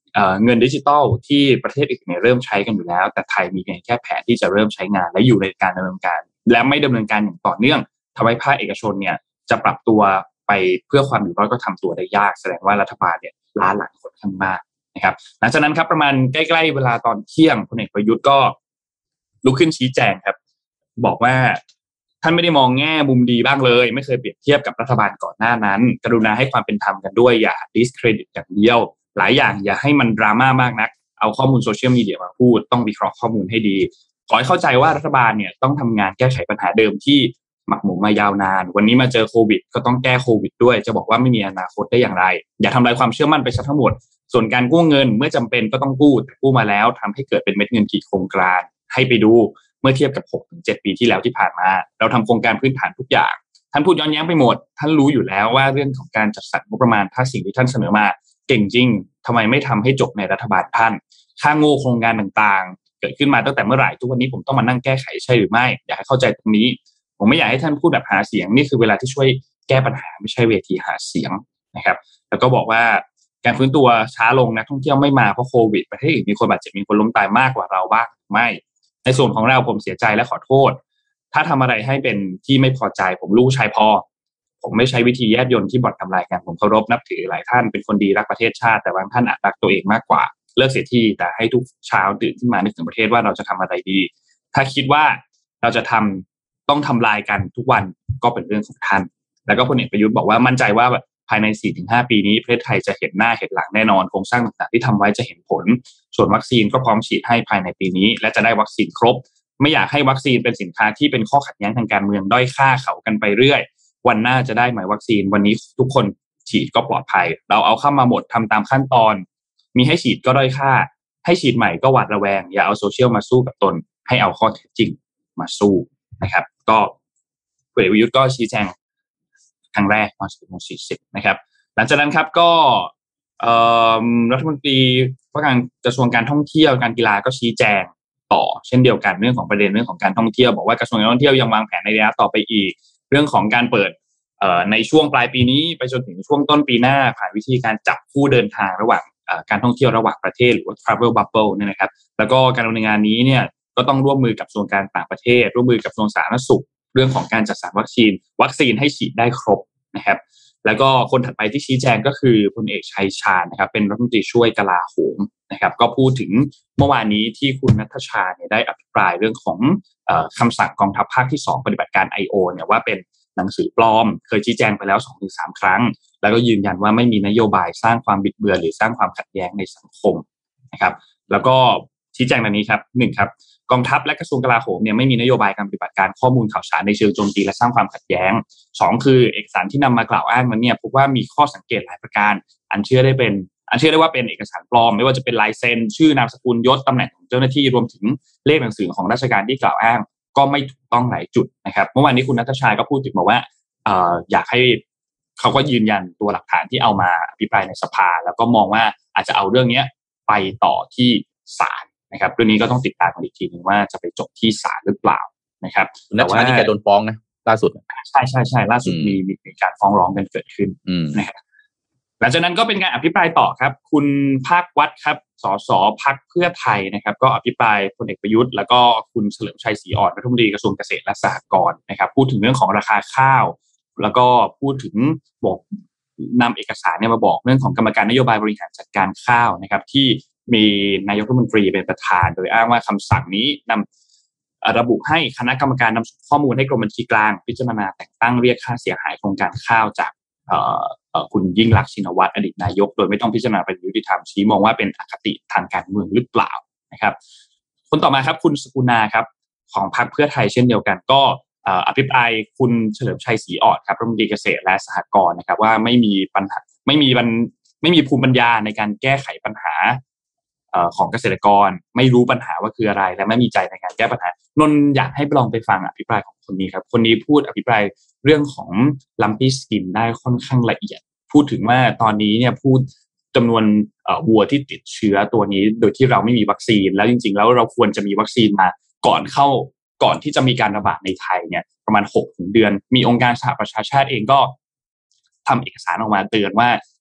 เอ่อเงินดิจิตอลที่ประเทศอื่นเนี่ยเริ่มใช้กันอยู่แล้วแต่ไทยมีเพียงแค่แผนที่จะเริ่มใช้งานและอยู่ในการดำเนินการและไม่ดำเนินการอย่างต่อเนื่องทำให้ภาคเอกชนเนี่ยจะปรับตัวไปเพื่อความอยู่รอดก็ทำตัวได้ยากแสดงว่ารัฐบาลเนี่ยล้าหลังคนข้างมากนะครับหลังจากนั้นครับประมาณใกล้ๆเวลาตอนเที่ยงพลเอกประยุทธ์ก็ลุกขึ้นชี้แจงครับบอกว่าท่านไม่ได้มองแง่มุมดีบ้างเลยไม่เคยเปรียบเทียบกับรัฐบาลก่อนหน้านั้นกรุณาให้ความเป็นธรรมกันด้วยอย่าดิสเครดิตอย่างเดียวหลายอย่างอย่าให้มันดราม่ามากนักเอาข้อมูลโซเชียลมีเดียมาพูดต้องวิเคราะห์ข้อมูลให้ดีขอให้เข้าใจว่ารัฐบาลเนี่ยต้องทำงานแก้ไขปัญหาเดิมที่หมักหมมมายาวนานวันนี้มาเจอโควิดก็ต้องแก้โควิดด้วยจะบอกว่าไม่มีอนาคตได้อย่างไรอย่าทำลายความเชื่อมั่นไปซะทั้งหมดส่วนการกู้เงินเมื่อจำเป็นก็ต้องกู้แต่กู้มาแล้วทำให้เกิดเป็นเม็ดเงินกี่โครงการให้ไปดูเมื่อเทียบกับ หกถึงเจ็ด ปีที่แล้วที่ผ่านมาเราทำโครงการพื้นฐานทุกอย่างท่านพูดย้อนแย้งไปหมดท่านรู้อยู่แล้วว่าเรื่องของการจัดสรรงบประมาณถ้าสิ่งที่ท่านเสนอมาเก่งจริงทำไมไม่ทำให้จบในรัฐบาลท่านค่าโง่โครงการต่างๆเกิดขึ้นมาตั้งแต่เมื่อไหร่ทุกวันนี้ผมต้องมานั่งแก้ไขใช่หรือไม่อยากให้เข้าใจตรงนี้ผมไม่อยากให้ท่านพูดแบบหาเสียงนี่คือเวลาที่ช่วยแก้ปัญหาไม่ใช่เวทีหาเสียงนะครับแล้วก็บอกว่าการฟื้นตัวช้าลงนักท่องเที่ยวไม่มาเพราะโควิดประเทศอื่นมีคนบาดเจ็บมีคนล้มตายมากกว่าเราบ้างไม่ในส่วนของเราผมเสียใจและขอโทษถ้าทำอะไรให้เป็นที่ไม่พอใจผมรู้ชายพอผมไม่ใช้วิธีแยบยลที่บอดทำลายกันผมเคารพนับถือหลายท่านเป็นคนดีรักประเทศชาติแต่บางท่านอาจรักตัวเองมากกว่าเลิกเสียทีแต่ให้ทุกเช้าตื่นขึ้นมานึกถึงประเทศว่าเราจะทำอะไรดีถ้าคิดว่าเราจะทำต้องทำลายกันทุกวันก็เป็นเรื่องของท่านแล้วก็พลเอกประยุทธ์บอกว่ามั่นใจว่าภายใน สี่ถึงห้า ปีนี้ประเทศไทยจะเห็นหน้าเห็นหลังแน่นอนโครงสร้างต่างๆที่ทำไว้จะเห็นผลส่วนวัคซีนก็พร้อมฉีดให้ภายในปีนี้และจะได้วัคซีนครบไม่อยากให้วัคซีนเป็นสินค้าที่เป็นข้อขัดแย้งทางการเมืองด้อยค่าเขากันไปเรื่อยวันหน้าจะได้ไหมวัคซีนวันนี้ทุกคนฉีดก็ปลอดภัยเราเอาเข้ามาหมดทำตามขั้นตอนมีให้ฉีดก็ด้อยค่าให้ฉีดใหม่ก็หวาดระแวงอย่าเอาโซเชียลมาสู้กับตนให้เอาข้อเท็จจริงมาสู้นะครับก็พลเอกประยุทธ์ก็ชี้แจงครั้งแรกตอนสิบโมงสี่สิบนะครับหลังจากนั้นครับก็รัฐมนตรีว่าการกระทรวงการท่องเที่ยวการกีฬาก็ชี้แจงต่อเช่นเดียวกันเรื่องของประเด็นเรื่องของการท่องเที่ยวบอกว่ากระทรวงการท่องเที่ยวยังวางแผนในระยะต่อไปอีกเรื่องของการเปิดในช่วงปลายปีนี้ไปจนถึงช่วงต้นปีหน้าผ่านวิธีการจับผู้เดินทางระหว่างการท่องเที่ยวระหว่างประเทศหรือว่า travel bubble เนี่ยนะครับแล้วก็การดำเนินงานนี้เนี่ยก็ต้องร่วมมือกับกระทรวงการต่างประเทศร่วมมือกับกระทรวงสาธารณสุขเรื่องของการจัดสรรวัคซีนวัคซีนให้ฉีดได้ครบนะครับแล้วก็คนถัดไปที่ชี้แจงก็คือพลเอกชัยชาญนะครับเป็นรัฐมนตรีช่วยกลาโหมนะครับก็พูดถึงเมื่อวานนี้ที่คุณณัฐชาเนี่ยได้อภิปรายเรื่องของเอ่อคำสั่งกองทัพภาคที่สองปฏิบัติการ ไอ โอ เนี่ยว่าเป็นหนังสือปลอมเคยชี้แจงไปแล้ว สองถึงสาม ครั้งแล้วก็ยืนยันว่าไม่มีนโยบายสร้างความบิดเบือนหรือสร้างความขัดแย้งในสังคมนะครับแล้วก็ชี้แจงแบบนี้ครับหนึ่งครับกองทัพและกระทรวงกลาโหมเนี่ยไม่มีนโยบายการปฏิบัติการข้อมูลข่าวสารในเชิงโจมตีและสร้างความขัดแย้งสองคือเอกสารที่นำมากล่าวอ้างนั้นเนี่ยพบว่ามีข้อสังเกตหลายประการอันเชื่อได้เป็นอันเชื่อได้ว่าเป็นเอกสารปลอมไม่ว่าจะเป็นลายเซ็นชื่อนามสกุลยศตำแหน่งของเจ้าหน้าที่รวมถึงเลขหนังสือของราชการที่กล่าวอ้างก็ไม่ถูกต้องหลายจุดนะครับเมื่อวานนี้คุณณัฐชาก็พูดถึงบอกว่าเอ่ออยากให้เขาก็ยืนยันตัวหลักฐานที่เอามาอภิปรายในสภาแล้วก็มองว่าอาจจะเอาเรื่องนี้ไปต่อที่ศาลนะครับเรื่องนี้ก็ต้องติดตามกันอีกทีนึงว่าจะไปจบที่ศาลหรือเปล่านะครับแต่ว่านี่แกโดนฟ้องนะล่าสุดใช่ใช่ใช่ล่าสุดมีมีการฟ้องร้องกันเกิดขึ้นนะครับหลังจากนั้นก็เป็นการอภิปรายต่อครับคุณภาควัฒน์ครับสสพรรคเพื่อไทยนะครับก็อภิปรายพลเอกประยุทธ์แล้วก็คุณเฉลิมชัยศรีอ่อนรัฐมนตรีกระทรวงเกษตรและสหกรณ์นะครับพูดถึงเรื่องของราคาข้าวแล้วก็พูดถึงบอกนำเอกสารเนี่ยมาบอกเรื่องของกรรมการนโยบายบริหารจัดการข้าวนะครับที่มีนายกรัฐมนตรีเป็นประธานโดยอ้างว่าคำสั่งนี้นำระบุให้คณะกรรมการนำข้อมูลให้กรมบัญชีกลางพิจารณาแต่งตั้งเรียกค่าเสียหายโครงการข้าวจากคุณยิ่งลักษณ์ชินวัตรอดีตนายกโดยไม่ต้องพิจารณาเป็นยุติธรรมชี้มองว่าเป็นอคติทางการเมืองหรือเปล่านะครับคนต่อมาครับคุณสกุณาครับของพรรคเพื่อไทยเช่นเดียวกันก็อภิปรายคุณเฉลิมชัยศรีอ่อนครับรัฐมนตรีเกษตรและสหกรณ์นะครับว่าไม่มีปัญหาไม่มีไม่มีภูมิปัญญาในการแก้ไขปัญหาของเกษตรกรไม่รู้ปัญหาว่าคืออะไรและไม่มีใจในการแก้ปัญหานนอยากให้ลองไปฟังอภิปรายของคนนี้ครับคนนี้พูดอภิปรายเรื่องของลัมปี้สกินได้ค่อนข้างละเอียดพูดถึงว่าตอนนี้เนี่ยพูดจำนวนวัวที่ติดเชื้อตัวนี้โดยที่เราไม่มีวัคซีนแล้วจริงๆแล้วเราควรจะมีวัคซีนมาก่อนเข้าก่อนที่จะมีการระบาดในไทยเนี่ยประมาณหกเดือนมีองค์การสหประชาชาติเองก็ทำเอกสารออกมาเตือนว่า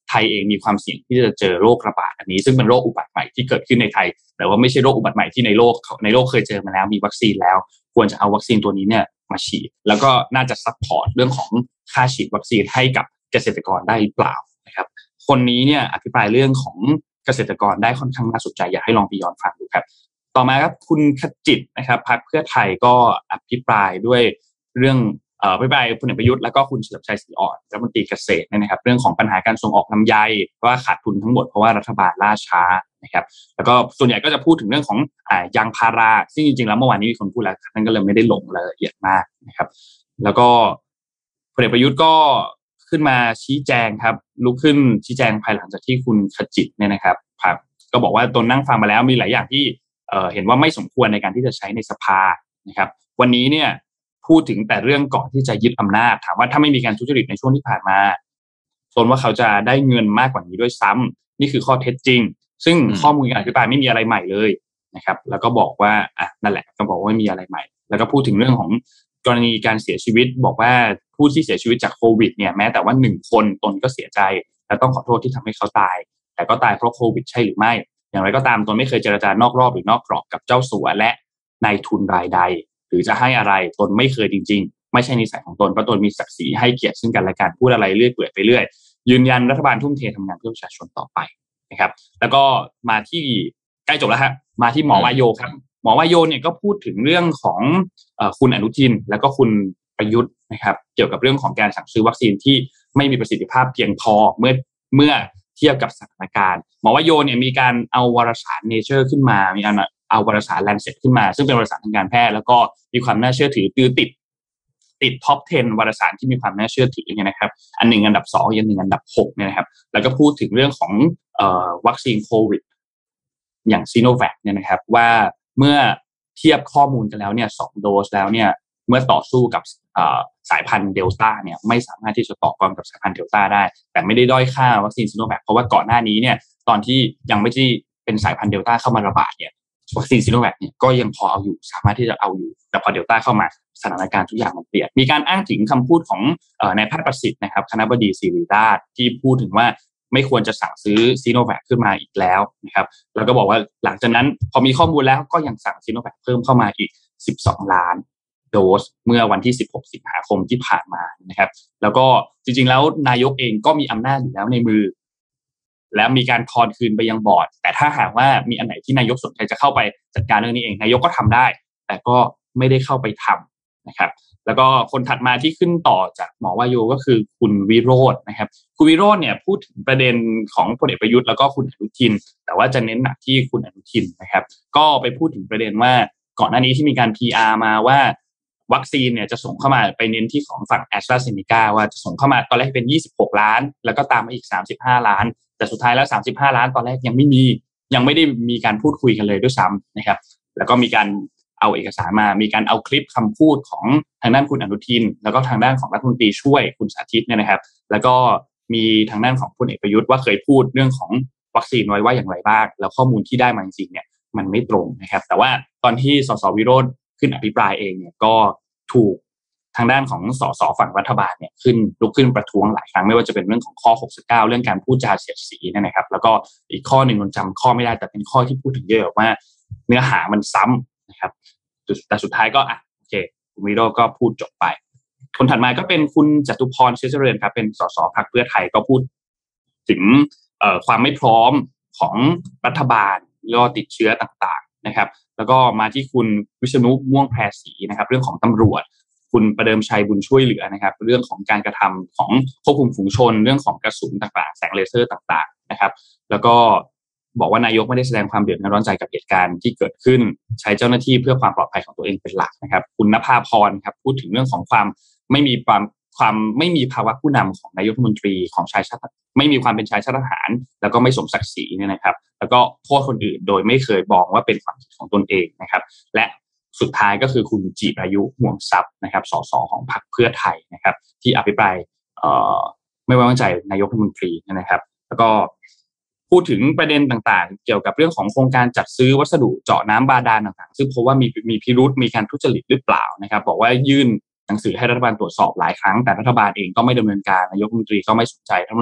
ไทยเองมีความเสี่ยงที่จะเจอโรคระบาดอันนี้ซึ่งเป็นโรคอุบัติใหม่ที่เกิดขึ้นในไทยแต่ว่าไม่ใช่โรคอุบัติใหม่ที่ในโลกในโลกเคยเจอมาแล้วมีวัคซีนแล้วควรจะเอาวัคซีนตัวนี้เนี่ยมาฉีดแล้วก็น่าจะซัพพอร์ตเรื่องของค่าฉีดวัคซีนให้กับเกษตรกรได้หรือเปล่านะครับคนนี้เนี่ยอภิปรายเรื่องของเกษตรกรได้ค่อนข้างน่าสนใจอยากให้ลองไปย้อนฟังดูครับต่อมาครับคุณขจิตนะครับพรรคเพื่อไทยก็อภิปรายด้วยเรื่องเอ่ออภิปรายพลเอกประยุทธ์แล้วก็คุณเฉลิมชัยศรีอ่อนรัฐมนตรีเกษตรนะครับเรื่องของปัญหาการส่งออกลำไยว่าขาดทุนทั้งหมดเพราะว่ารัฐบาลล่าช้านะครับแล้วก็ส่วนใหญ่ก็จะพูดถึงเรื่องของอ่ายางพาราซึ่งจริงๆแล้วเมื่อวานนี้มีคนพูดแล้วท่านก็เลยไม่ได้ลงรายละเอียดมากนะครับแล้วก็พลเอกประยุทธ์ก็ขึ้นมาชี้แจงครับลุกขึ้นชี้แจงภายหลังจากที่คุณขจิตเนี่ยนะครับก็บอกว่าตนนั่งฟังมาแล้วมีหลายอย่างที่เอ่อเห็นว่าไม่สมควรในการที่จะใช้ในสภานะครับวันนี้เนี่ยพูดถึงแต่เรื่องก่อนที่จะยึดอำนาจถามว่าถ้าไม่มีการทุจริตในช่วงที่ผ่านมาตนว่าเขาจะได้เงินมากกว่านี้ด้วยซ้ำนี่คือข้อเท็จจริงซึ่งข้อมูลการอธิบายไม่มีอะไรใหม่เลยนะครับแล้วก็บอกว่าอ่ะนั่นแหละก็บอกว่าไม่มีอะไรใหม่แล้วก็พูดถึงเรื่องของกรณีการเสียชีวิตบอกว่าผู้ที่เสียชีวิตจากโควิดเนี่ยแม้แต่ว่าหนึ่งคนตนก็เสียใจและต้องขอโทษที่ทำให้เขาตายแต่ก็ตายเพราะโควิดใช่หรือไม่อย่างไรก็ตามตนไม่เคยเจรจานอกรอบหรือนอกกรอบกับเจ้าสัวและนายทุนรายใดหรือจะให้อะไรตนไม่เคยจริงๆไม่ใช่นิสัยของตนเพราะตนมีศักดิ์ศรีให้เกียรติซึ่งกันและกันพูดอะไรเรื่อยเปื่อยไปเรื่อยยืนยันรัฐบาลทุ่มเททำงานเพื่อประชาชนต่อไปนะครับแล้วก็มาที่ใกล้จบแล้วฮะมาที่หมอวายโยครับหมอวายโยเนี่ยก็พูดถึงเรื่องของเอ่อคุณอนุทินแล้วก็คุณประยุทธ์นะครับเกี่ยวกับเรื่องของการสั่งซื้อวัคซีนที่ไม่มีประสิทธิภาพเพียงพอเมื่อเมื่อเทียบกับสถานการณ์หมอวายโยเนี่ยมีการเอาวารสาร Nature ขึ้นมามีการเอาวารสาร Lancet ขึ้นมาซึ่งเป็นวารสารทางการแพทย์แล้วก็มีความน่าเชื่อถือตือติดติดท็อปสิบวารสารที่มีความน่าเชื่อถือเนี่ยนะครับอันหนึ่งอันดับสองอันหนึ่งอันดับหกเนี่ยนะครับแล้วก็พูดถึงเรื่องของเอ่อวัคซีนโควิดอย่างซีโนแวคเนี่ยนะครับว่าเมื่อเทียบข้อมูลกันแล้วเนี่ยสองโดสแล้วเนี่ยเมื่อต่อสู้กับเอ่อสายพันธุ์เดลต้าเนี่ยไม่สามารถที่จะต่อกรกับสายพันธุ์เดลต้าได้แต่ไม่ได้ด้อยค่าวัคซีนซีโนแวคเพราะว่าก่อนหน้านี้เนี่ยตอนที่ยังไม่ได้เป็นสายพันธุ์เดลต้าเข้ามาระบาดเนี่ยวัคซีนซีโนแวคเนี่ยก็ยังพอเอาอยู่สามารถที่จะเอาอยู่แต่พอเดลต้าเข้ามาสถานการณ์ทุกอย่างมันเปลี่ยนมีการอ้างถึงคำพูดของเอ่อนายแพทย์ประสิทธิ์นะครับคณบดีศิริราชที่พูดถึงว่าไม่ควรจะสั่งซื้อซีโนแวคขึ้นมาอีกแล้วนะครับแล้วก็บอกว่าหลังจากนั้นพอมีข้อมูลแล้วก็ยังสั่งซีโนแวคเพิ่มเข้ามาอีกสิบสองล้านโดสเมื่อวันที่สิบหกสิงหาคมที่ผ่านมานะครับแล้วก็จริงๆแล้วนายกเองก็มีอำนาจอยู่แล้วในมือและมีการทอนคืนไปยังบอร์ดแต่ถ้าหากว่ามีอันไหนที่นายกสนใจจะเข้าไปจัดการเรื่องนี้เองนายกก็ทำได้แต่ก็ไม่ได้เข้าไปทำนะครับแล้วก็คนถัดมาที่ขึ้นต่อจากหมอวายโยก็คือคุณวิโรจน์นะครับคุณวิโรจน์เนี่ยพูดถึงประเด็นของพลเอกประยุทธ์แล้วก็คุณอนุทินแต่ว่าจะเน้นหนักที่คุณอนุทินนะครับก็ไปพูดถึงประเด็นว่าก่อนหน้านี้ที่มีการ พี อาร์ มาว่าวัคซีนเนี่ยจะส่งเข้ามาไปเน้นที่ของฝั่ง AstraZeneca ว่าจะส่งเข้ามาตอนแรกเป็นยี่สิบหกล้านแล้วก็ตามมาอีกสามสิบห้าล้านแต่สุดท้ายแล้วสามสิบห้าล้านตอนแรกยังไม่มียังไม่ได้มีการพูดคุยกันเลยด้วยซ้ำนะครับแล้วก็มีการเอาเอกสารมามีการเอาคลิปคำพูดของทางด้านคุณอนุทินแล้วก็ทางด้านของรัฐมนตรีช่วยคุณสาธิตเนี่ยนะครับแล้วก็มีทางด้านของพลเอกประยุทธ์ว่าเคยพูดเรื่องของวัคซีนไว้ว่าอย่างไรบ้างแล้วข้อมูลที่ได้มาจริงๆเนี่ยมันไม่ตรงนะครับแต่ว่าตอนที่สสวิโรจน์ขึ้นอภิปรายเองเนี่ยก็ถูกทางด้านของสสฝั่งรัฐบาลเนี่ยขึ้นลุกขึ้นประท้วงหลายครั้งไม่ว่าจะเป็นเรื่องของข้อหกสิบเก้าเรื่องการพูดจาเสียดสีนะครับแล้วก็อีกข้อหนึ่งมันจำข้อไม่ได้แต่เป็นข้อที่พูดถึงเยอะว่าเนื้อหามันซ้ำนะครับแต่สุดท้ายก็อ่ะโอเคคุณวิโรจน์ก็พูดจบไปคนถัดมาก็เป็นคุณจตุพรเชื้อเจริญครับเป็นสสพรรคเพื่อไทยก็พูดถึงเอ่อความไม่พร้อมของรัฐบาลยอดติดเชื้อต่างๆนะครับแล้วก็มาที่คุณวิษณุม่วงแพรศรีนะครับเรื่องของตำรวจคุณประเดิมชัยบุญช่วยเหลือนะครับเรื่องของการกระทำของควบคุมฝูงชนเรื่องของกระสุนต่างๆแสงเลเซอร์ต่างๆนะครับแล้วก็บอกว่านายกไม่ได้แสดงความเดือดร้อนใจกับเหตุการณ์ที่เกิดขึ้นใช้เจ้าหน้าที่เพื่อความปลอดภัยของตัวเองเป็นหลักนะครับคุณณภาพรครับพูดถึงเรื่องของความไม่มีความความไม่มีภาวะผู้นำของนายกรัฐมนตรีของชายชาติไม่มีความเป็นชายชาติทหารแล้วก็ไม่สมศักดิ์ศรีเนี่ยนะครับแล้วก็โทษคนอื่นโดยไม่เคยบอกว่าเป็นความผิดของตนเองนะครับและสุดท้ายก็คือคุณจิรายุห่วงทรัพย์นะครับสสของพรรคเพื่อไทยนะครับที่อภิปรายเอ่อไม่ไว้วางใจนายกรัฐมนตรีนะครับแล้วก็พูดถึงประเด็นต่างๆเกี่ยวกับเรื่องของโครงการจัดซื้อวัสดุเจาะน้ำบาดาลต่างๆซึ่งพบว่ามีมีพิรุธมีการทุจริตหรือเปล่านะครับบอกว่ายื่นหนังสือให้รัฐบาลตรวจสอบหลายครั้งแต่รัฐบาลเองก็ไม่ดำเนินการนายกรัฐมนตรีก็ไม่สนใจ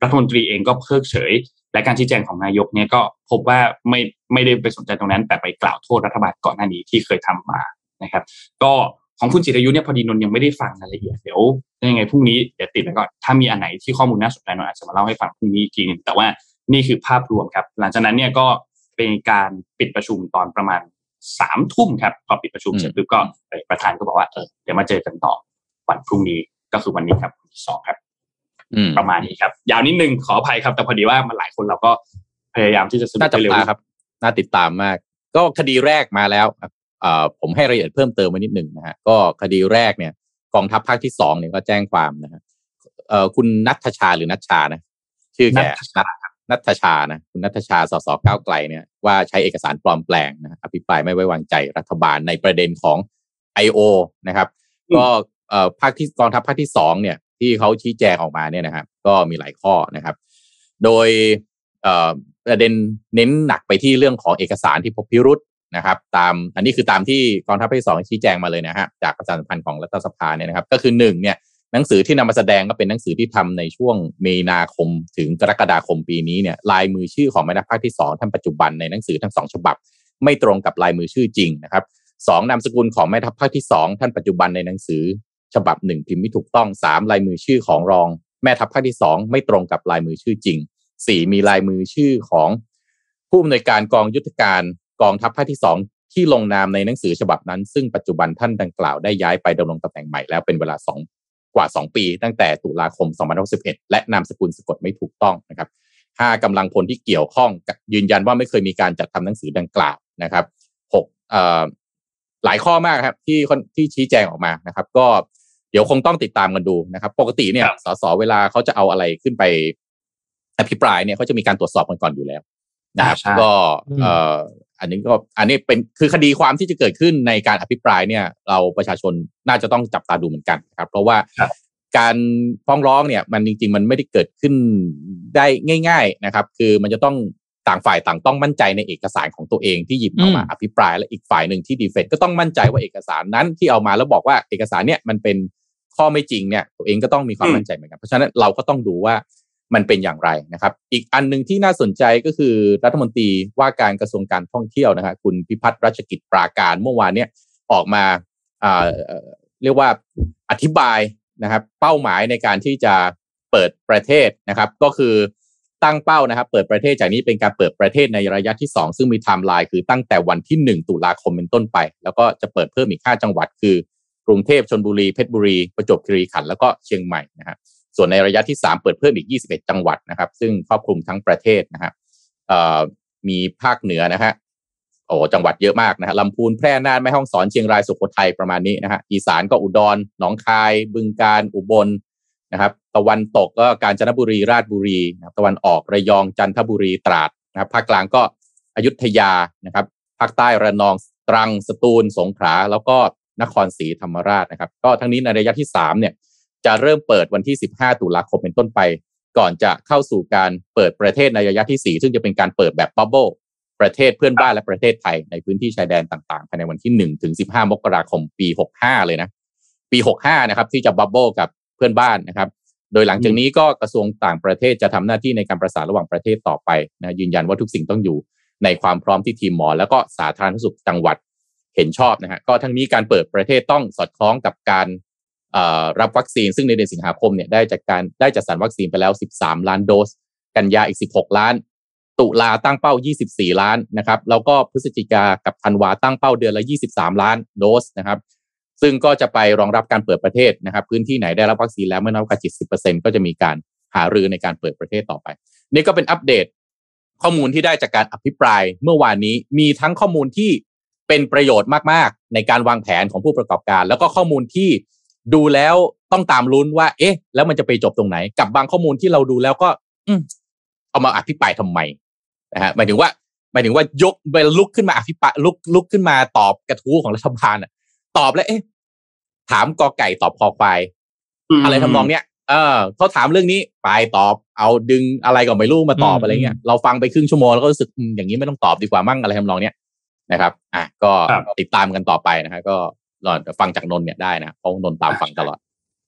รัฐมนตรีเองก็เพิกเฉยและการชี้แจงของนายกเนี่ยก็พบว่าไม่ไม่ได้ไปสนใจตรงนั้นแต่ไปกล่าวโทษรัฐบาลก่อนหน้านี้ที่เคยทำมานะครับก็ของคุณจิรายุเนี่ยพอดีนนท์ยังไม่ได้ฟังรายละเอียดเดี๋ยวยังไงพรุ่งนี้เดี๋ยวติดไว้ก่อนถ้ามีอันไหนที่ข้อมูลน่าสนใจนนท์อาจจะมาเล่าให้ฟังพรุ่งนี้อีกทีนึงแต่ว่านี่คือภาพรวมครับหลังจากนั้นเนี่ยก็เป็นการปิดประชุมตอนประมาณสามทุ่มครับพอปิดประชุมเสร็จปุ๊บก็ประธานก็บอกว่าเออเดี๋ยวมาเจอกันต่อวันพรุ่งนี้ก็คือวันนี้ครับวันที่สองครับประมาณนี้ครับยาวนิดนึงขออภัยครับแต่พอดีว่ามันหลายคนเราก็พยายามที่จะสรุปให้เร็วครับน่าติดตามมากก็คดีแรกมาแล้วเอ่อผมให้รายละเอียดเพิ่มเติมมานิดนึงนะฮะก็คดีแรกเนี่ยกองทัพภาคที่สองเนี่ยก็แจ้งความนะฮะเอ่อคุณณัฐชาหรือณัฐชานะชื่อแกณัฐชานะคุณณัฐชาสสก้าวไกลเนี่ยว่าใช้เอกสารปลอมแปลงนะอภิปรายไม่ไว้วางใจรัฐบาลในประเด็นของ ไอ โอ นะครับก็เอ่อภาคที่กองทัพภาคที่สองเนี่ยที่เขาชี้แจงออกมาเนี่ยนะครับก็มีหลายข้อนะครับโดยเอ่อประเด็นเน้นหนักไปที่เรื่องของเอกสารที่พบพิรุธนะครับตามอันนี้คือตามที่กองทัพภาคที่สองชี้แจงมาเลยนะฮะจากประชาสัมพันธ์ของรัฐสภาเนี่ยนะครับก็คือหนึ่งเนี่ยหนังสือที่นำมาแสดงก็เป็นหนังสือที่ทำในช่วงมีนาคมถึงกรกฎาคมปีนี้เนี่ยลายมือชื่อของแม่ทัพภาคที่สองท่านปัจจุบันในหนังสือทั้งสองฉบับไม่ตรงกับลายมือชื่อจริงนะครับสองนามสกุลของแม่ทัพภาคที่สองท่านปัจจุบันในหนังสือฉบับหนึ่งพิมพ์ไม่ถูกต้องสามลายมือชื่อของรองแม่ทัพภาคที่สองไม่ตรงกับลายมือชื่อจริงสี่มีลายมือชื่อของผู้อำนวยการกองยุทธการกองทัพภาคที่สองที่ลงนามในหนังสือฉบับนั้นซึ่งปัจจุบันท่านดังกล่าวได้ย้ายไปดำรงตำแหน่งใหม่แล้วเป็นเวลาสองกว่าสองปีตั้งแต่ตุลาคมสองพันห้าร้อยสิบเอ็ดและนามสกุลสะกดไม่ถูกต้องนะครับห้ากำลังพลที่เกี่ยวข้องยืนยันว่าไม่เคยมีการจัดทำหนังสือดังกล่าวนะครับหกเอ่อหลายข้อมากครับที่ที่ชี้แจงออกมานะครับก็เดี๋ยวคงต้องติดตามกันดูนะครับปกติเนี่ยสสเวลาเขาจะเอาอะไรขึ้นไปอภิปรายเนี่ยเขาจะมีการตรวจสอบกันก่อนอยู่แล้วนะครับก็เอ่ออันนี้ก็อันนี้เป็นคือคดีความที่จะเกิดขึ้นในการอภิปรายเนี่ยเราประชาชนน่าจะต้องจับตาดูเหมือนกันครับเพราะว่าการฟ้องร้องเนี่ยมันจริงๆมันไม่ได้เกิดขึ้นได้ง่ายๆนะครับคือมันจะต้องต่างฝ่ายต่างต้องมั่นใจในเอกสารของตัวเองที่หยิบเอามาอภิปรายและอีกฝ่ายหนึ่งที่ดีเฟนส์ก็ต้องมั่นใจว่าเอกสารนั้นที่เอามาแล้วบอกว่าเอกสารเนี่ยมันเป็นข้อไม่จริงเนี่ยตัวเองก็ต้องมีความมั่นใจเหมือนกันเพราะฉะนั้นเราก็ต้องดูว่ามันเป็นอย่างไรนะครับอีกอันนึงที่น่าสนใจก็คือรัฐมนตรีว่าการกระทรวงการท่องเที่ยวนะครับคุณพิพัฒน์รัชกิจปราการเมื่อวานเนี่ยออกมาอ่าเรียกว่าอธิบายนะครับเป้าหมายในการที่จะเปิดประเทศนะครับก็คือตั้งเป้านะครับเปิดประเทศจากนี้เป็นการเปิดประเทศในระยะที่สองซึ่งมีไทม์ไลน์คือตั้งแต่วันที่หนึ่งตุลาคมเป็นต้นไปแล้วก็จะเปิดเพิ่มอีกห้าจังหวัดคือกรุงเทพชลบุรีเพชรบุรีประจวบคีรีขันธ์แล้วก็เชียงใหม่นะครับส่วนในระยะที่สามเปิดเพิ่มอีกยี่สิบเอ็ดจังหวัดนะครับซึ่งครอบคลุมทั้งประเทศนะครับเอ่อมีภาคเหนือนะฮะโอ้จังหวัดเยอะมากนะฮะลำพูนแพร่น่านแม่ฮ่องสอนเชียงรายสุโขทัยประมาณนี้นะฮะอีสานก็อุดรหนองคายบึงกาฬอุบลนะครับตะวันตกก็กาญจนบุรีราชบุรีนะครับตะวันออกระยองจันทบุรีตราดนะครับภาคกลางก็อยุธยานะครับภาคใต้ระนองตรังสตูลสงขลาแล้วก็นครศรีธรรมราชนะครับก็ทั้งนี้ในระยะที่สามเนี่ยจะเริ่มเปิดวันที่สิบห้าตุลาคมเป็นต้นไปก่อนจะเข้าสู่การเปิดประเทศในระยะที่สี่ซึ่งจะเป็นการเปิดแบบบับเบิ้ลประเทศเพื่อนบ้านและประเทศไทยในพื้นที่ชายแดนต่างๆภายในวันที่หนึ่งถึงสิบห้ามกราคมปีหกสิบห้าเลยนะปีหกสิบห้านะครับที่จะบับเบิ้ลกับเพื่อนบ้านนะครับโดยหลังจากนี้ก็กระทรวงต่างประเทศจะทำหน้าที่ในการประสานระหว่างประเทศต่อไปนะยืนยันว่าทุกสิ่งต้องอยู่ในความพร้อมที่ทีมหมอแล้วก็สาธารณสุขจังหวัดเห็นชอบนะฮะก็ทั้งนี้การเปิดประเทศต้องสอดคล้องกับการรับวัคซีนซึ่งในเดือนสิงหาคมเนี่ยได้จากการได้จัดสรรวัคซีนไปแล้วสิบสามล้านโดสกันยาอีกสิบหกล้านตุลาตั้งเป้ายี่สิบสี่ล้านนะครับแล้วก็พฤศจิกากับธันวาตั้งเป้าเดือนละยี่สิบสามล้านโดสนะครับซึ่งก็จะไปรองรับการเปิดประเทศนะครับพื้นที่ไหนได้รับวัคซีนแล้วไม่น้อยกว่า เจ็ดสิบเปอร์เซ็นต์ ก็จะมีการหารือในการเปิดประเทศต่อไปนี่ก็เป็นอัปเดตข้อมูลที่ได้จากการอภิปรายเมื่อวานนี้มีทั้งข้อมูลที่เป็นประโยชน์มากๆในการวางแผนของผู้ประกอบการแล้วก็ข้อมูลที่ดูแล้วต้องตามลุ้นว่าเอ๊ะแล้วมันจะไปจบตรงไหนกับบางข้อมูลที่เราดูแล้วก็อืมเอามาอภิปรายทำไมนะฮะหมายถึงว่าหมายถึงว่ายกไปลุกขึ้นมาอภิปรายลุกลุกขึ้นมาตอบกระทู้ของรัฐบาลอ่ะตอบแล้วเอ๊ะถามกอไก่ตอบคอควายอะไรทำนองเนี้ยเออเขาถามเรื่องนี้ไปตอบเอาดึงอะไรก็ไม่รู้มาตอบอะไรเงี้ยเราฟังไปครึ่งชั่วโมงแล้วก็รู้สึกอย่างนี้ไม่ต้องตอบดีกว่ามั่งอะไรทำนองเนี้ยนะครับอ่ะก็ติดตามกันต่อไปนะฮะก็รอฟังจากนนท์เนี่ยได้นะเพราะนนท์ตามฟังตลอด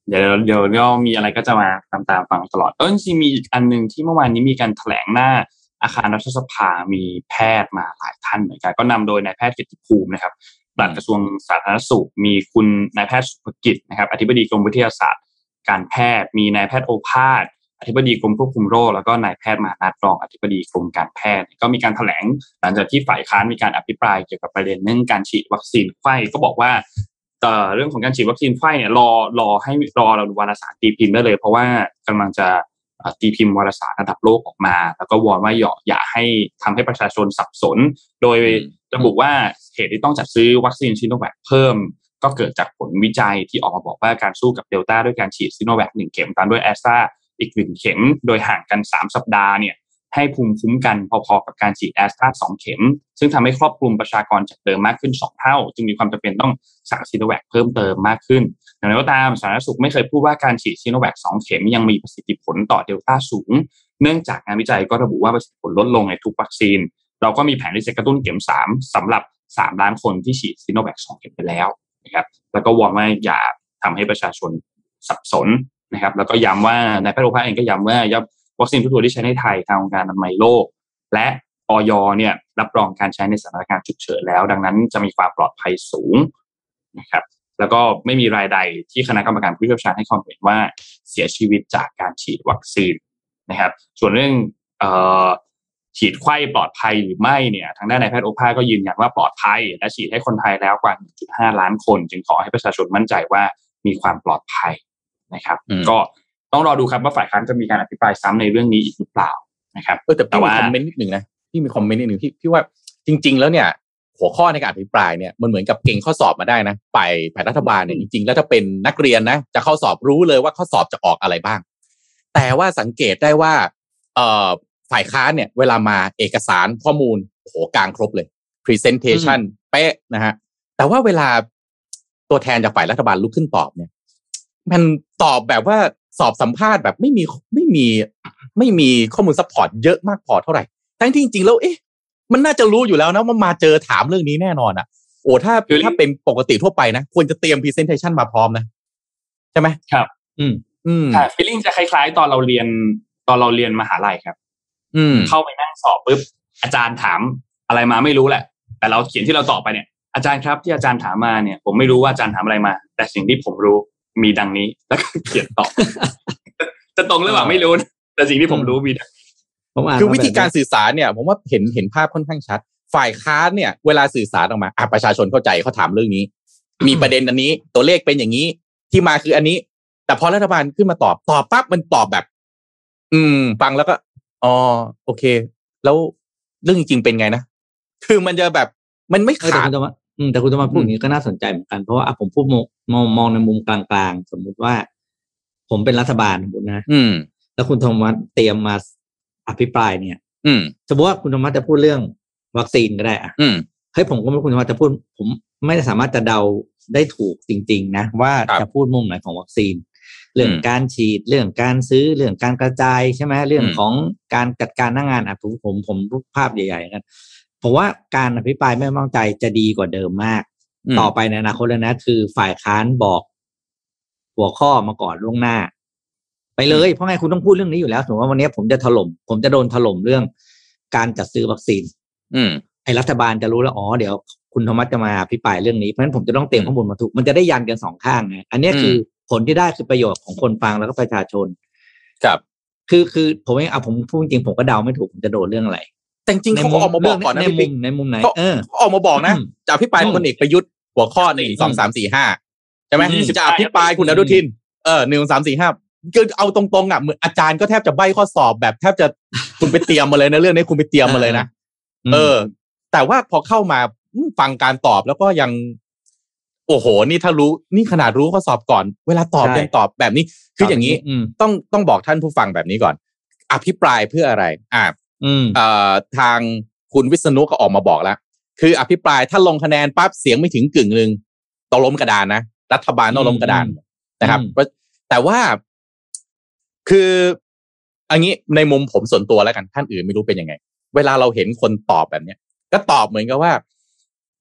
เดี๋ยวเดี๋ยวก็มีอะไรก็จะมาตามตามฟังตลอดเออจริงมีอีกอันนึงที่เมื่อวานนี้มีการแถลงหน้าอาคารรัฐสภามีแพทย์มาหลายท่านเหมือนกันก็นำโดยนายแพทย์เกียรติภูมินะครับปลัดกระทรวงสาธารณสุขมีคุณนายแพทย์สุภกิจนะครับอธิบดีกรมวิทยาศาสตร์การแพทย์มีนายแพทย์โอภาสอธิบดีกรมควบคุมโรคแล้วก็นายแพทย์มหานัทรองอธิบดีกรมการแพทย์ก็มีการแถลงหลังจากที่ฝ่ายค้านมีการอภิปรายเกี่ยวกับประเด็นเรื่องการฉีดวัคซีนไข้ก็บอกว่าเรื่องของการฉีดวัคซีนไข้เนี่ยรอรอให้รอเราวารสารตีพิมพ์ได้เลยเพราะว่ากำลังจะตีพิมพ์วารสารระดับโลกออกมาแล้วก็วอนว่าอย่าอย่าให้ทำให้ประชาชนสับสนโดยระบุว่าเหตุที่ต้องจัดซื้อวัคซีนซิโนแวคเพิ่มก็เกิดจากผลวิจัยที่ออกมาบอกว่าการสู้กับเดลต้าด้วยการฉีดซิโนแวคหนึ่งเข็มตามด้วยแอสตราอีกหนึ่งเข็มโดยห่างกันสามสัปดาห์เนี่ยให้ภูมิคุ้มกันพอๆกับการฉีดแอสตราสองเข็มซึ่งทำให้ครอบคลุมประชากรจากเดิมมากขึ้นสองเท่าจึงมีความจำเป็นต้องสั่งซิโนแวคเพิ่มเติมมากขึ้นอย่างไรก็ตามสาธารณสุขไม่เคยพูดว่าการฉีดซิโนแวคสองเข็มยังมีประสิทธิผลต่อเดลต้าสูงเนื่องจากงานวิจัยก็ระบุว่าประสิทธิผลลดลงในทุกวัคซีนเราก็มีแผนที่จะกระตุ้นเข็มสามสำหรับสามล้านคนที่ฉีดซิโนแวคสองเข็มไปแล้วนะครับแล้วก็หวังว่าอย่าทำให้ประชาชนสับสนนะครับแล้วก็ย้ำว่านายแพทย์โอภาสเองก็ย้ำว่าวัคซีนทุกตัวที่ใช้ในไทยทางองค์การอนามัยโลกและอย.เนี่ยรับรองการใช้ในสถานการณ์ฉุกเฉินแล้วดังนั้นจะมีความปลอดภัยสูงนะครับแล้วก็ไม่มีรายใดที่คณะกรรมการผู้เชี่ยวชาญให้ความเห็นว่าเสียชีวิตจากการฉีดวัคซีนนะครับส่วนเรื่องเอ่อฉีดไข้ปลอดภัยหรือไม่เนี่ยทางด้านนายแพทย์โอภาสก็ยืนยันว่าปลอดภัยและฉีดให้คนไทยแล้วกว่า หนึ่งจุดห้า ล้านคนจึงขอให้ประชาชนมั่นใจว่ามีความปลอดภัยนะครับก็ต้องรอดูครับว่าฝ่ายค้านจะมีการอภิปรายซ้ำในเรื่องนี้อีกหรือเปล่านะครับเออแต่พี่มีคอมเมนต์นิดนึงนะพี่มีคอมเมนต์นิดนึงที่พี่ว่าจริงๆแล้วเนี่ยหัวข้อในการอภิปรายเนี่ยมันเหมือนกับเก่งข้อสอบมาได้นะฝ่ายฝ่ายรัฐบาลเนี่ยจริงๆแล้วถ้าเป็นนักเรียนนะจะเข้าสอบรู้เลยว่าข้อสอบจะออกอะไรบ้างแต่ว่าสังเกตได้ว่าเอ่อฝ่ายค้านเนี่ยเวลามาเอกสารข้อมูลโหกลางครบเลย presentation เป๊ะนะฮะแต่ว่าเวลาตัวแทนจากฝ่ายรัฐบาลลุกขึ้นตอบเนี่ยมันตอบแบบว่าสอบสัมภาษณ์แบบไม่มีไม่มีไม่มีข้อมูลซัพพอร์ตเยอะมากพอเท่าไหร่ทั้งที่จริงๆแล้วเอ๊ะมันน่าจะรู้อยู่แล้วนะว่ามาเจอถามเรื่องนี้แน่นอนอ่ะโอ้ถ้าถ้าเป็นปกติทั่วไปนะควรจะเตรียม presentation มาพร้อมนะใช่ไหมครับอืมอืมค่ะ feeling จะคล้ายๆตอนเราเรียนตอนเราเรียนมหาลัยครับอืมเข้าไปนั่งสอบปุ๊บอาจารย์ถามอะไรมาไม่รู้แหละแต่เราเขียนที่เราตอบไปเนี่ยอาจารย์ครับที่อาจารย์ถามมาเนี่ยผมไม่รู้ว่าอาจารย์ถามอะไรมาแต่สิ่งที่ผมรู้มีดังนี้แล้วก็เขียนตอบ จะตรงหรือเปล่าไม่รู้แต่สิ่งที่ผมรู้มีดังคือวิธีการสื่อสารเนี่ยผมว่าเห็นเห็นภาพค่อนข้างชัดฝ่ายค้านเนี่ยเวลาสื่อสารออกมาอ่ะประชาชนเข้าใจเขาถามเรื่องนี้ มีประเด็นอันนี้ตัวเลขเป็นอย่างนี้ที่มาคืออันนี้แต่พอรัฐบาลขึ้นมาตอบตอบปั๊บมันตอบแบบอืมฟังแล้วก็อ๋อโอเคแล้วเรื่องจริงๆเป็นไงนะคือมันจะแบบมันไม่ขาดอืมแต่คุณจะมาพูดอย่างนี้ก็น่าสนใจเหมือนกันเพราะว่าอ่ะผมพูดมองมองในมุมกลางๆสมมุติว่าผมเป็นรัฐบาลสมมุตินะอืมแล้วคุณธรรมวัฒน์เตรียมมาอภิปรายเนี่ยอืมสมมติว่าคุณธรรมวัฒน์จะพูดเรื่องวัคซีนก็ได้อ่ะอืมเฮ้ยผมก็ไม่คุณธรรมวัฒน์จะพูดผมไม่สามารถจะเดาได้ถูกจริงๆนะว่าจะพูดมุมไหนของวัคซีนเรื่องการฉีดเรื่องการซื้อเรื่องการกระจายใช่ไหมเรื่องของการจัดการหน้างานอ่ะผมผมผมรูปภาพใหญ่ๆกันผมว่าการอภิปรายไม่มั่นใจจะดีกว่าเดิมมากต่อไปในอนาคตแล้วนะคือฝ่ายค้านบอกหัวข้อมาก่อนล่วงหน้าไปเลยเพราะไงคุณต้องพูดเรื่องนี้อยู่แล้วสมมติว่าวันนี้ผมจะถล่มผมจะโดนถล่มเรื่องการจัดซื้อวัคซีนอืมไอ้รัฐบาลจะรู้แล้วอ๋อเดี๋ยวคุณธรรมะจะมาอภิปรายเรื่องนี้เพราะฉะนั้นผมจะต้องเตรียมข้อมูลมาถูกมันจะได้ยันกันสองข้างไงอันนี้คือผลที่ได้คือประโยชน์ของคนฟังแล้วก็ประชาชนครับคือคือผมเองเอาผมพูดจริงผมก็เดาไม่ถูกผมจะโดนเรื่องอะไรแต่จริงเขาออกมาบอกก่อนนะในมุมในมุมไหนเออเขาออกมาบอกนะจะอภิปรายพลเอกประยุทธ์หัวข้อหนึ่งสองสามสี่ห้าใช่ไหมจะอภิปรายคุณอนุทินเออหนึ่งสามสี่ห้าคือเอาตรงๆอ่ะเหมือนอาจารย์ก็แทบจะใบ้ข้อสอบแบบแทบจะคุณไปเตรียมมาเลยนะเรื่องนี้คุณไปเตรียมมาเลยนะเออแต่ว่าพอเข้ามาฟังการตอบแล้วก็ยังโอ้โหนี่ถ้ารู้นี่ขนาดรู้ข้อสอบก่อนเวลาตอบยังตอบแบบนี้คืออย่างนี้ต้องต้องบอกท่านผู้ฟังแบบนี้ก่อนอภิปรายเพื่ออะไรอ่าเอ่อทางคุณวิษณุก็ออกมาบอกแล้วคืออภิปรายถ้าลงคะแนนปั๊บเสียงไม่ถึงกึ่งนึงต้องล้มกระดานนะรัฐบาลต้องล้มกระดานนะครับแต่ว่าคืออันนี้ในมุมผมส่วนตัวแล้วกันท่านอื่นไม่รู้เป็นยังไงเวลาเราเห็นคนตอบแบบเนี้ยก็ตอบเหมือนกับว่า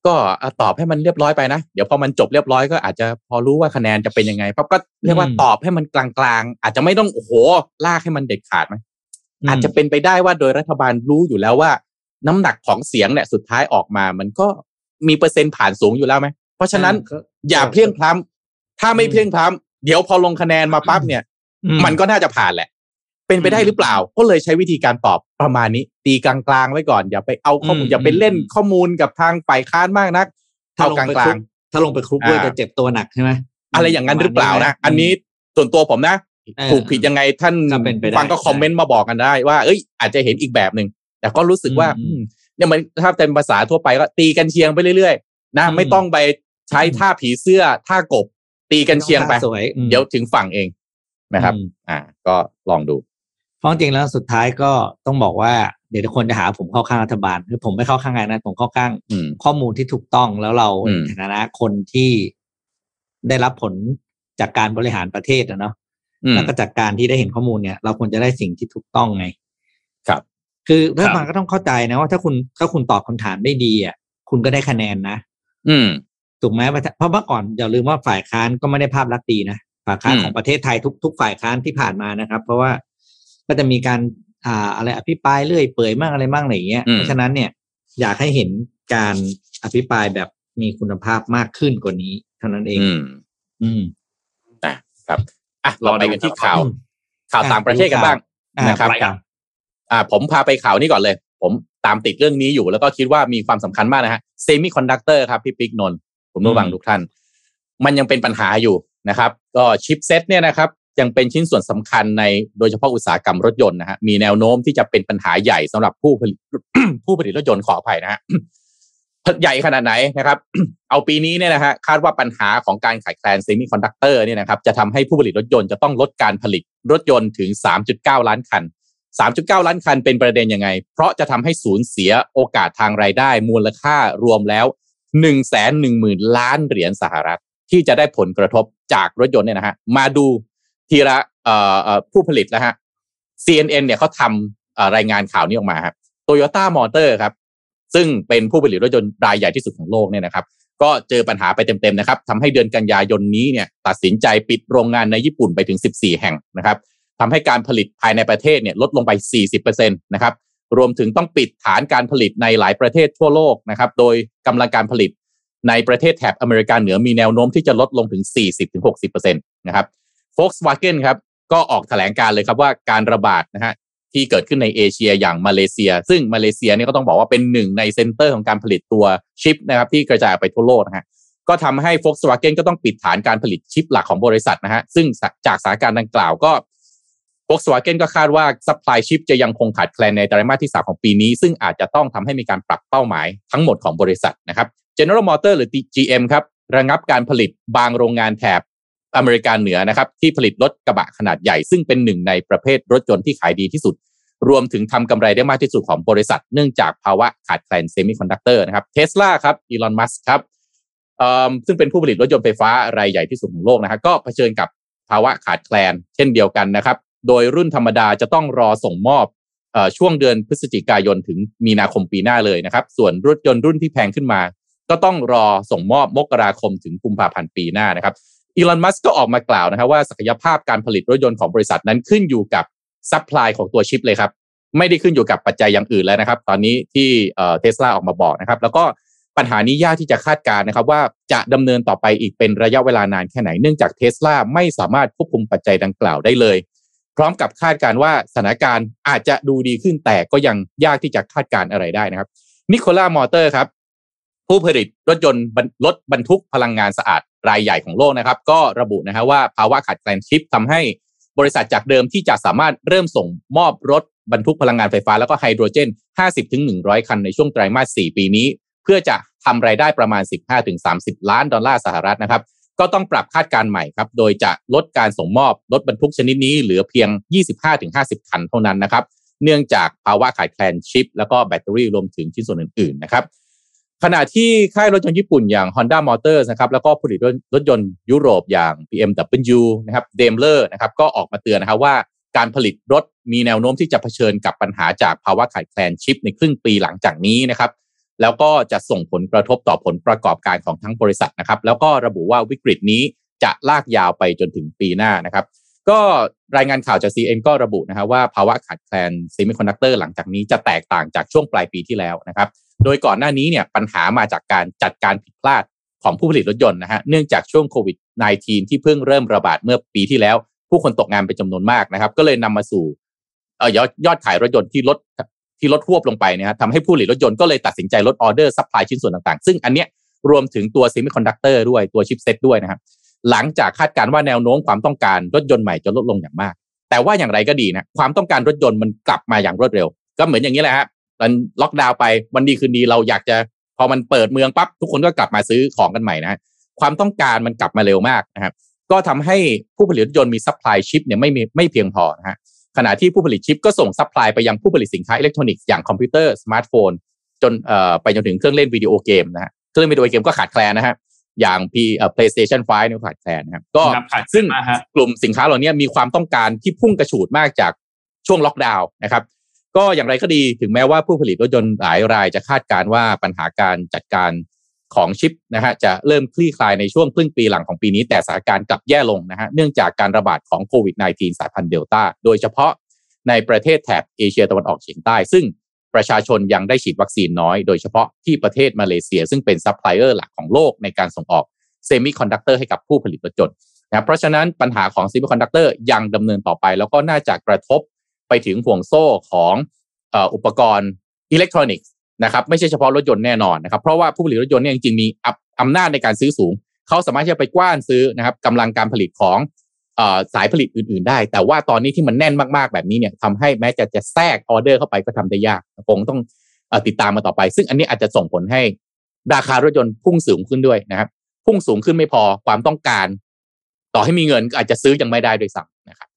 ก็ตอบให้มันเรียบร้อยไปนะเดี๋ยวพอมันจบเรียบร้อยก็อาจจะพอรู้ว่าคะแนนจะเป็นยังไงเพราะก็เรียกว่าตอบให้มันกลางๆอาจจะไม่ต้องโอ้โหลากให้มันเด็ดขาดมั้ยอาจจะเป็นไปได้ว่าโดยรัฐบาลรู้อยู่แล้วว่าน้ำหนักของเสียงเนี่ยสุดท้ายออกมามันก็มีเปอร์เซ็นต์ผ่านสูงอยู่แล้วมั้ยเพราะฉะนั้นอย่าเพลี่ยงพล้ำถ้าไม่เพลี่ยงพล้ำเดี๋ยวพอลงคะแนนมาปั๊บเนี่ยมันก็น่าจะผ่านแหละเป็นไปได้หรือเปล่าก็เลยใช้วิธีการตอบประมาณนี้ตีกลางๆไว้ก่อนอย่าไปเอาข้อมูลอย่าไปเล่นข้อมูลกับทางฝ่ายค้านมากนักเอากลางๆถ้าลงไปคลุกด้วยจะเจ็บตัวหนักใช่ไหมอะไรอย่างนั้นหรือเปล่านะอันนี้ส่วนตัวผมนะถูกผิดยังไงท่านฟังก็คอมเมนต์มาบอกกันได้ว่าเอ้ยอาจจะเห็นอีกแบบนึงแต่ก็รู้สึกว่าเนี่ยมันถ้าเป็นภาษาทั่วไปก็ตีกันเชียงไปเรื่อยๆนะไม่ต้องไปใช้ท่าผีเสื้อท่ากบตีกันเชียงไปเดี๋ยวถึงฝั่งเองนะครับอ่าก็ลองดูเพราะจริงแล้วสุดท้ายก็ต้องบอกว่าเดี๋ยวทุกคนจะหาผมเข้าข้างรัฐบาลคือผมไม่เข้าข้างใครนะผมเข้าข้างข้อมูลที่ถูกต้องแล้วเราในฐานะคนที่ได้รับผลจากการบริหารประเทศนะเนาะแล้วก็จากการที่ได้เห็นข้อมูลเนี่ยเราควรจะได้สิ่งที่ถูกต้องไงครับคือรัฐบาลก็ต้องเข้าใจนะว่าถ้าคุณถ้าคุณตอบคำถามได้ดีอ่ะคุณก็ได้คะแนนนะอืมถูกไหมเพราะเมื่อก่อนอย่าลืมว่าฝ่ายค้านก็ไม่ได้ภาพลักษณ์ดีนะฝ่ายค้านของประเทศไทยทุกทุกฝ่ายค้านที่ผ่านมานะครับเพราะว่าก็จะมีการอ่าอะไรอภิปรายเรื่อยเปื่อยมากอะไรบ้างอะไรอย่างเงี้ยเพราะฉะนั้นเนี่ยอยากให้เห็นการอภิปรายแบบมีคุณภาพมากขึ้นกว่านี้เท่านั้นเองอืมอืมนะครับอ่ะเราไปกันที่ข่าวข่าวต่างประเทศกันบ้างนะครับอ่าผมพาไปข่าวนี้ก่อนเลยผมตามติดเรื่องนี้อยู่แล้วก็คิดว่ามีความสำคัญมากนะฮะเซมิคอนดักเตอร์ครับพี่ปิ๊กนนท์ผมรู้บังทุกท่านมันยังเป็นปัญหาอยู่นะครับก็ชิปเซ็ตเนี่ยนะครับยังเป็นชิ้นส่วนสำคัญในโดยเฉพาะอุตสาหกรรมรถยนต์นะฮะมีแนวโน้มที่จะเป็นปัญหาใหญ่สำหรับผู้ผลิต ผู้ผลิตรถยนต์ขออภัยนะฮะ ใหญ่ขนาดไหนนะครับ เอาปีนี้เนี่ยนะฮะคาดว่าปัญหาของการขาดแคลนเซมิคอนดักเตอร์เนี่ยนะครับจะทำให้ผู้ผลิตรถยนต์จะต้องลดการผลิตรถยนต์ถึง สามจุดเก้า ล้านคัน สามจุดเก้า ล้านคันเป็นประเด็นยังไงเพราะจะทำให้สูญเสียโอกาสทางรายได้มูลค่ารวมแล้ว หนึ่งแสนหนึ่งหมื่น ล้านเหรียญสหรัฐที่จะได้ผลกระทบจากรถยนต์เนี่ยนะฮะมาดูทีละเอ่อเอ่อผู้ผลิตแล้วฮะ ซี เอ็น เอ็น เนี่ยเขาทำเอ่อรายงานข่าวนี้ออกมาครับ Toyota Motor ครับซึ่งเป็นผู้ผลิตรถยนต์รายใหญ่ที่สุดของโลกเนี่ยนะครับก็เจอปัญหาไปเต็มๆนะครับทำให้เดือนกันยายนนี้เนี่ยตัดสินใจปิดโรงงานในญี่ปุ่นไปถึงสิบสี่แห่งนะครับทำให้การผลิตภายในประเทศเนี่ยลดลงไป สี่สิบเปอร์เซ็นต์ นะครับรวมถึงต้องปิดฐานการผลิตในหลายประเทศทั่วโลกนะครับโดยกำลังการผลิตในประเทศแถบอเมริกาเหนือมีแนวโน้มที่จะลดลงถึง สี่สิบถึงหกสิบเปอร์เซ็นต์ นะครับ Volkswagen ครับก็ออกแถลงการเลยครับว่าการระบาดนะฮะที่เกิดขึ้นในเอเชียอย่างมาเลเซียซึ่งมาเลเซียเนี่ยก็ต้องบอกว่าเป็นหนึ่งในเซ็นเตอร์ของการผลิตตัวชิปนะครับที่กระจายไปทั่วโลกนะฮะก็ทำให้ Volkswagen ก็ต้องปิดฐานการผลิตชิปหลักของบริษัทนะฮะซึ่งจากสถานการณ์ดังกล่าวก็ Volkswagen ก็คาดว่าซัพพลายชิปจะยังคงขาดแคลนในไตรมาสที่สามของปีนี้ซึ่งอาจจะต้องทำให้มีการปรับเป้าหมายทั้งหมดของบริษัทนะครับ General Motors หรือ จี เอ็ม ครับระงับการผลิตบางโรงงานแถบอเมริกาเหนือนะครับที่ผลิตรถกระบะขนาดใหญ่ซึ่งเป็นหนึ่งในประเภทรถยนต์ที่ขายดีที่สุดรวมถึงทำกำไรได้มากที่สุดของบริษัทเนื่องจากภาวะขาดแคลนเซมิคอนดักเตอร์นะครับ Tesla ครับอีลอนมัสก์ครับเอ่อซึ่งเป็นผู้ผลิตรถยนต์ไฟฟ้ารายใหญ่ที่สุดของโลกนะครับก็เผชิญกับภาวะขาดแคลนเช่นเดียวกันนะครับโดยรุ่นธรรมดาจะต้องรอส่งมอบเอ่อช่วงเดือนพฤศจิกายนถึงมีนาคมปีหน้าเลยนะครับส่วนรถยนต์รุ่นที่แพงขึ้นมาก็ต้องรอส่งมอบมกราคมถึงกุมภาพันธ์ปีหน้านะครับอีลอนมัสก์ก็ออกมากล่าวนะครับว่าศักยภาพการผลิตรถยนต์ของบริษัทนั้นขึ้นอยู่กับซัพพลายของตัวชิปเลยครับไม่ได้ขึ้นอยู่กับปัจจัยอย่างอื่นแล้วนะครับตอนนี้ที่เอ่อ Tesla ออกมาบอกนะครับแล้วก็ปัญหานี้ยากที่จะคาดการณ์นะครับว่าจะดำเนินต่อไปอีกเป็นระยะเวลานานแค่ไหนเนื่องจาก Tesla ไม่สามารถควบคุมปัจจัยดังกล่าวได้เลยพร้อมกับคาดการณ์ว่าสถานการณ์อาจจะดูดีขึ้นแต่ก็ยังยากที่จะคาดการณ์อะไรได้นะครับนิโคล่ามอเตอร์ครับผู้ผลิตรถยนต์รถบรรทุกพลังงานสะอาดรายใหญ่ของโลกนะครับก็ระบุนะฮะว่าภาวะขาดแคลนชิปทำให้บริษัทจากเดิมที่จะสามารถเริ่มส่งมอบรถบรรทุกพลังงานไฟฟ้าแล้วก็ไฮโดรเจน ห้าสิบถึงหนึ่งร้อย คันในช่วงไตรมาสสี่ปีนี้เพื่อจะทำรายได้ประมาณ สิบห้าถึงสามสิบ ล้านดอลลาร์สหรัฐนะครับก็ต้องปรับคาดการณ์ใหม่ครับโดยจะลดการส่งมอบรถบรรทุกชนิดนี้เหลือเพียง ยี่สิบห้าถึงห้าสิบ คันเท่านั้นนะครับเนื่องจากภาวะขาดแคลนชิปแล้วก็แบตเตอรี่รวมถึงชิ้นส่วนอื่นๆนะครับขณะที่ค่ายรถยนต์ญี่ปุ่นอย่าง Honda Motors นะครับแล้วก็ผลิตรถยนต์ยุโรปอย่าง บี เอ็ม ดับเบิลยู นะครับ Daimler นะครับก็ออกมาเตือนนะครับว่าการผลิตรถมีแนวโน้มที่จะเผชิญกับปัญหาจากภาวะขาดแคลนชิปในครึ่งปีหลังจากนี้นะครับแล้วก็จะส่งผลกระทบต่อผลประกอบการของทั้งบริษัทนะครับแล้วก็ระบุว่าวิกฤตนี้จะลากยาวไปจนถึงปีหน้านะครับก็รายงานข่าวจาก ซี เอ็น ก็ระบุนะครับว่าภาวะขาดแคลนเซมิคอนดักเตอร์หลังจากนี้จะแตกต่างจากช่วงปลายปีที่แล้วนะครับโดยก่อนหน้านี้เนี่ยปัญหามาจากการจัดการผิดพลาดของผู้ผลิตรถยนต์นะฮะเนื่องจากช่วงโควิด สิบเก้า ที่เพิ่งเริ่มระบาดเมื่อปีที่แล้วผู้คนตกงานเป็นจำนวนมากนะครับก็เลยนำมาสู่เอ่อยอดยอดขายรถยนต์ที่ลดที่ลดหวบลงไปนะฮะทำให้ผู้ผลิตรถยนต์ก็เลยตัดสินใจลดออเดอร์ซัพพลายชิ้นส่วนต่างๆซึ่งอันเนี้ยรวมถึงตัวเซมิคอนดักเตอร์ด้วยตัวชิปเซ็ตด้วยนะครับหลังจากคาดการณ์ว่าแนวโน้มความต้องการรถยนต์ใหม่จะลดลงอย่างมากแต่ว่าอย่างไรก็ดีนะความต้องการรถยนต์มันกลับมาอย่างรวดเร็วก็เหมือนอย่างนี้แหละฮะมันล็อกดาวน์ไปวันดีคืนดีเราอยากจะพอมันเปิดเมืองปั๊บทุกคนก็กลับมาซื้อของกันใหม่นะฮะความต้องการมันกลับมาเร็วมากนะครับก็ทำให้ผู้ผลิตรถยนต์มีซัพพลายชิปเนี่ยไม่มีไม่เพียงพอนะฮะขณะที่ผู้ผลิตชิปก็ส่งซัพพลายไปยังผู้ผลิตสินค้าอิเล็กทรอนิกส์อย่างคอมพิวเตอร์สมาร์ทโฟนจนเอ่อไปจนถึงเครื่องเล่นวิดีโอเกมนะฮะเครื่องวิดีโอเกมก็ขาดแคลนนะฮะอย่าง P เอ่อ PlayStation ไฟว์เนี่ยขาดแคลนนะครับก็ซึ่งกลุ่มสินค้าเหล่านี้มีความต้องการที่พุ่งกระฉูดมากจากช่วงล็อกดาวน์นะครับก็อย่างไรก็ดีถึงแม้ว่าผู้ผลิตรถยนต์หลายรายจะคาดการณ์ว่าปัญหาการจัดการของชิปนะฮะจะเริ่มคลี่คลายในช่วงครึ่งปีหลังของปีนี้แต่สถานการณ์กลับแย่ลงนะฮะเนื่องจากการระบาดของโควิด สิบเก้า สายพันธุ์เดลต้าโดยเฉพาะในประเทศแถบเอเชียตะวันออกเฉียงใต้ซึ่งประชาชนยังได้ฉีดวัคซีนน้อยโดยเฉพาะที่ประเทศมาเลเซียซึ่งเป็นซัพพลายเออร์หลักของโลกในการส่งออกเซมิคอนดักเตอร์ให้กับผู้ผลิตรถยนต์นะเพราะฉะนั้นปัญหาของเซมิคอนดักเตอร์ยังดำเนินต่อไปแล้วก็น่าจะกระทบไปถึงห่วงโซ่ของเอ่ออุปกรณ์อิเล็กทรอนิกส์นะครับไม่ใช่เฉพาะรถยนต์แน่นอนนะครับเพราะว่าผู้ผลิตรถยนต์เนี่ยจริงๆมีอำนาจในการซื้อสูงเขาสามารถที่จะไปกว้านซื้อนะครับกำลังการผลิตของเอ่อสายผลิตอื่นๆได้แต่ว่าตอนนี้ที่มันแน่นมากๆแบบนี้เนี่ยทำให้แม้จะจะแทรกออเดอร์เข้าไปก็ทำได้ยากคงต้องเอ่อติดตามมาต่อไปซึ่งอันนี้อาจจะส่งผลให้ราคารถยนต์พุ่งสูงขึ้นด้วยนะครับพุ่งสูงขึ้นไม่พอความต้องการต่อให้มีเงินก็อาจจะซื้อยังไม่ได้ด้วยซ้ำนะครับ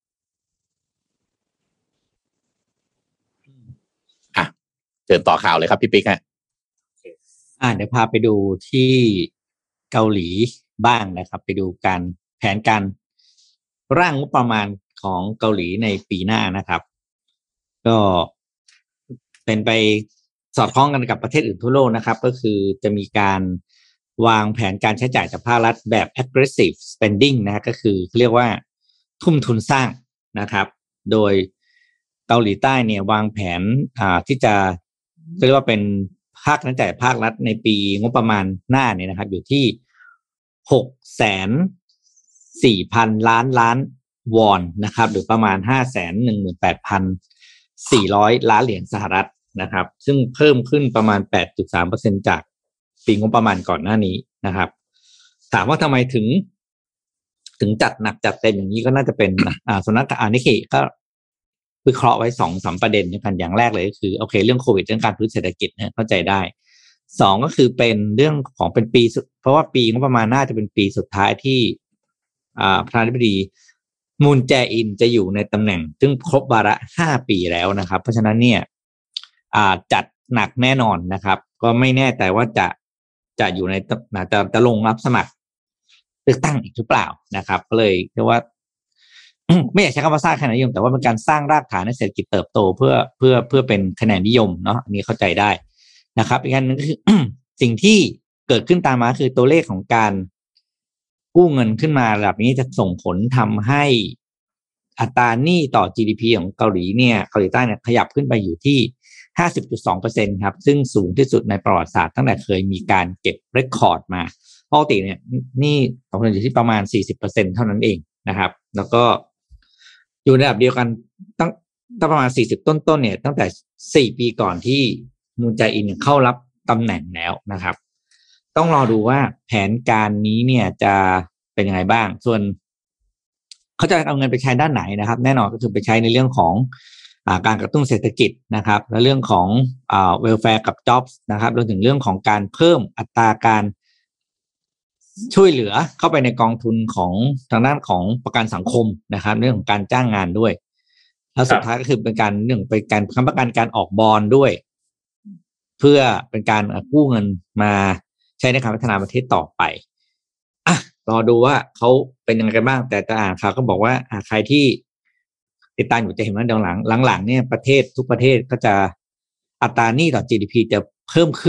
อ่ะเชิญต่อข่าวเลยครับพี่ปิ๊กฮะอ่าเดี๋ยวพาไปดูที่เกาหลีบ้างนะครับไปดูการแผนการร่างงบประมาณของเกาหลีในปีหน้านะครับก็เป็นไปสอดคล้องกันกับประเทศอื่นทั่วโลกนะครับก็คือจะมีการวางแผนการใช้จ่ายจากภาครัฐแบบ aggressive spending นะฮะก็คือเรียกว่าทุ่มทุนสร้างนะครับโดยเกาหลีใต้เนี่ยวางแผนอ่าที่จะเรียกว่าเป็นภาคการจ่ายภาครัฐในปีงบประมาณหน้าเนี่ยนะครับอยู่ที่ หกแสนสี่พัน ล้านล้านวอนนะครับหรือประมาณ ห้าแสนหนึ่งหมื่นแปดพันสี่ร้อย ล้านเหรียญสหรัฐนะครับซึ่งเพิ่มขึ้นประมาณ แปดจุดสามเปอร์เซ็นต์ จากปีงบประมาณก่อนหน้านี้นะครับถามว่าทำไมถึงถึงจัดหนักจัดเต็มอย่างนี้ก็น่าจะเป็นอ่าสำนักอ่านิเคก็วิเคราะห์ไว้ สองถึงสาม ประเด็นด้วยกันอย่างแรกเลยก็คือโอเคเรื่องโควิดเรื่องการพื้นเศรษฐกิจเนี่ยเข้าใจได้สองก็คือเป็นเรื่องของเป็นปีเพราะว่าปีงบประมาณน่าจะเป็นปีสุดท้ายที่อ่าประธานาธิบดีมูนแจอินจะอยู่ในตำแหน่งซึ่งครบวาระห้าปีแล้วนะครับเพราะฉะนั้นเนี่ยอ่าจัดหนักแน่นอนนะครับก็ไม่แน่ใจว่าจะจะอยู่ในจะจะลงรับสมัครเลือกตั้งอีกหรือเปล่านะครับก็เลยเรียกว่า ไม่อยากใช้คำว่าสร้างคะแนนนิยมแต่ว่าเป็นการสร้างรากฐานให้เศรษฐกิจเติบโตเพื่อเพื่อเพื่อเป็นคะแนนนิยมเนาะอันนี้เข้าใจได้นะครับอีกอันนึงก็คือ สิ่งที่เกิดขึ้นตามมาคือตัวเลขของการกู้เงินขึ้นมาระดับนี้จะส่งผลทำให้อัตราหนี้ต่อ จี ดี พี ของเกาหลีเนี่ยเกาหลีใต้เนี่ยขยับขึ้นไปอยู่ที่ ห้าสิบจุดสองเปอร์เซ็นต์ ครับซึ่งสูงที่สุดในประวัติศาสตร์ตั้งแต่เคยมีการเก็บเรคคอร์ดมาปกติเนี่ยนี่ของคนอยู่ที่ประมาณ สี่สิบเปอร์เซ็นต์ เท่านั้นเองนะครับแล้วก็อยู่ในระดับเดียวกันตั้งตั้งประมาณสี่สิบต้นๆเนี่ยตั้งแต่สี่ปีก่อนที่มูนแจอินเข้ารับตำแหน่งแล้วนะครับต้องรอดูว่าแผนการนี้เนี่ยจะเป็นยังไงบ้างส่วนเขาจะเอาเงินไปใช้ด้านไหนนะครับแน่นอนก็คือไปใช้ในเรื่องของอ่าการกระตุ้นเศรษฐกิจนะครับและเรื่องของอ่า welfare กับ jobs นะครับรวมถึงเรื่องของการเพิ่มอัตราการช่วยเหลือเข้าไปในกองทุนของทางด้านของประกันสังคมนะครับเรื่องของการจ้างงานด้วยแล้วสุดท้ายก็คือเป็นการเรื่องเป็นการค้ำประกันการออกบอนด์ด้วยเพื่อเป็นการกู้เงินมาใช้ในการพัฒนาประเทศต่อไปอ่ะรอดูว่าเขาเป็นยังไงกันบ้างแต่จะอ่านข่าวก็บอกว่าอ่าใครที่ติดตามอยู่จะเห็นว่าเดี๋ยวหลังหลังๆเนี่ยประเทศทุกประเทศก็จะอัตราหนี้ต่อ จี ดี พี จะเพิ่มขึ้น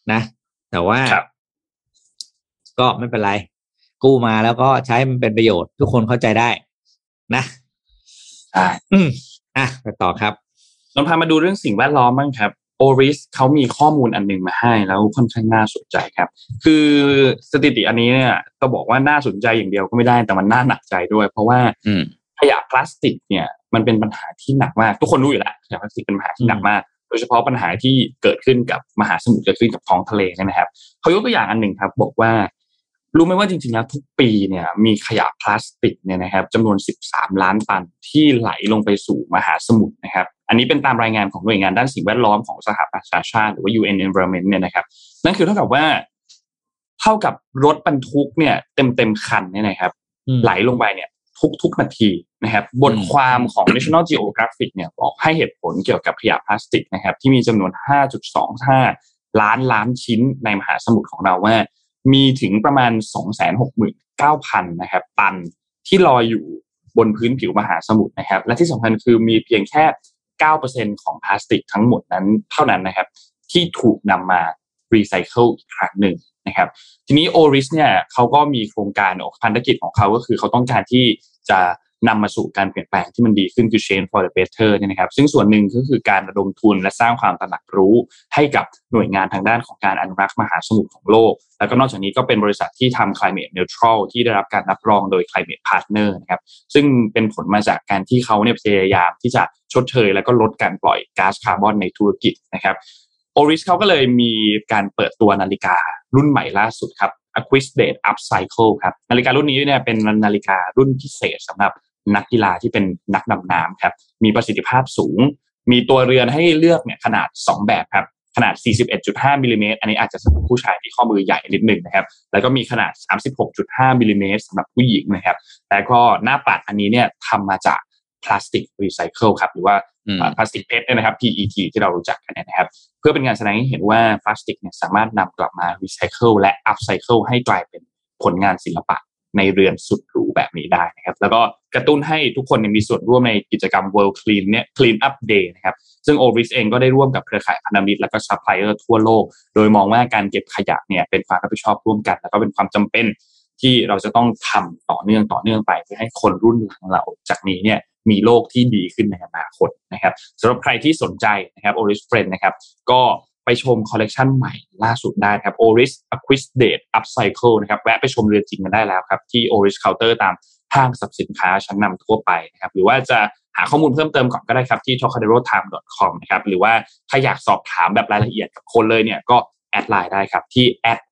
นะแต่ว่าก็ไม่เป็นไรกู้มาแล้วก็ใช้มันเป็นประโยชน์ทุกคนเข้าใจได้นะใช่อืมอ่ะไปต่อครับเราพามาดูเรื่องสิ่งแวดล้อมบ้างครับ Oris เขามีข้อมูลอันนึงมาให้แล้วค่อนข้างน่าสนใจครับคือสถิติอันนี้เนี่ยก็บอกว่าน่าสนใจอย่างเดียวก็ไม่ได้แต่มันน่าหนักใจด้วยเพราะว่าขยะพลาสติกเนี่ยมันเป็นปัญหาที่หนักมากทุกคนรู้อยู่แล้วขยะพลาสติกเป็นปัญหาที่หนักมากโดยเฉพาะปัญหาที่เกิดขึ้นกับมหาสมุทรเกิดขึ้นกับท้องทะเลนะครับเขายกตัวอย่างอันหนึ่งครับบอกว่ารู้ไหมว่าจริงๆแล้วทุกปีเนี่ยมีขยะพลาสติกเนี่ยนะครับจำนวนสิบสามล้านตันที่ไหลลงไปสู่มหาสมุทรนะครับอันนี้เป็นตามรายงานของหน่วยงานด้านสิ่งแวดล้อมของสหประชาชาติหรือว่า ยู เอ็น Environment เนี่ยนะครับนั่นคือเท่ากับว่าเท่ากับรถบรรทุกเนี่ยเต็มๆคันเนี่ยนะครับไหลลงไปเนี่ยทุกๆนาทีนะครับบทความของ National Geographic เนี่ยบอกให้เหตุผลเกี่ยวกับขยะพลาสติกนะครับที่มีจำนวน ห้าจุดสองห้า ล้านล้านชิ้นในมหาสมุทรของเราว่ามีถึงประมาณ สองแสนหกหมื่นเก้าพัน นะครับตันที่ลอยอยู่บนพื้นผิวมหาสมุทรนะครับและที่สำคัญคือมีเพียงแค่ เก้าเปอร์เซ็นต์ ของพลาสติกทั้งหมดนั้นเท่านั้นนะครับที่ถูกนำมารีไซเคิลอีกครั้งหนึ่งนะครับทีนี้ Oris เนี่ยเขาก็มีโครงการพันธกิจของเขาก็คือเขาต้องการที่จะนำมาสู่การเปลี่ยนแปลงที่มันดีขึ้นคือ Change for the Better เนี่ยนะครับซึ่งส่วนหนึ่งก็คือการระดมทุนและสร้างความตระหนักรู้ให้กับหน่วยงานทางด้านของการอนุรักษ์มหาสมุทรของโลกแล้วก็นอกจากนี้ก็เป็นบริษัทที่ทำ Climate Neutral ที่ได้รับการรับรองโดย Climate Partner นะครับซึ่งเป็นผลมาจากการที่เขาเนี่ยพยายามที่จะชดเชยและก็ลดการปล่อยก๊าซคาร์บอนในธุรกิจนะครับ Oris เขาก็เลยมีการเปิดตัวนาฬิการุ่นใหม่ล่าสุดครับ Aquisdate Upcycle ครับนาฬิการุ่นนี้เนี่ยเป็นนาฬิการุ่นพิเศษสำหรับนักกีฬาที่เป็นนักดำน้ำครับมีประสิทธิภาพสูงมีตัวเรือนให้เลือกเนี่ยขนาดสองแบบครับขนาด สี่สิบเอ็ดจุดห้า มิลลิเมตรอันนี้อาจจะสำหรับผู้ชายที่ข้อมือใหญ่นิดนึงนะครับแล้วก็มีขนาด สามสิบหกจุดห้า มิลลิเมตรสำหรับผู้หญิงนะครับแล้วก็หน้าปัดอันนี้เนี่ยทำมาจากพลาสติกรีไซเคิลครับหรือว่าพลาสติกเพชรนะครับ พี อี ที ที่เรารู้จักกันนะครับเพื่อเป็นการแสดงให้เห็นว่าพลาสติกเนี่ยสามารถนำกลับมารีไซเคิลและอัพไซเคิลให้กลายเป็นผลงานศิลปะในเรือนสุดหรูแบบนี้ได้นะครับแล้วก็กระตุ้นให้ทุกคนมีส่วนร่วมในกิจกรรม World Clean เนี่ย Clean Up Day นะครับซึ่ง Oris เองก็ได้ร่วมกับเครือข่ายพันธมิตรและก็ซัพพลายเออร์ทั่วโลกโดยมองว่าการเก็บขยะเนี่ยเป็นความรับผิดชอบร่วมกันแล้วก็เป็นความจำเป็นที่เราจะต้องทำต่อเนื่องต่อเนื่องไปเพื่อให้คนรุ่นหลังเราจากนี้เนี่ยมีโลกที่ดีขึ้นในอนาคตนะครับสำหรับใครที่สนใจนะครับ Oris Friend นะครับก็ไปชมคอลเลกชันใหม่ล่าสุดได้ครับ Oris Aquisdate Upcycle นะครับแวะไปชมเรือนจริงกันได้แล้วครับที่ Oris Counter ตามห้างสรรพสินค้าชั้นนำทั่วไปนะครับหรือว่าจะหาข้อมูลเพิ่มเติมก่อนก็ได้ครับที่ trocadero time dot com นะครับหรือว่าถ้าอยากสอบถามแบบรายละเอียดกับคนเลยเนี่ยก็แอดไลน์ได้ครับที่ แอท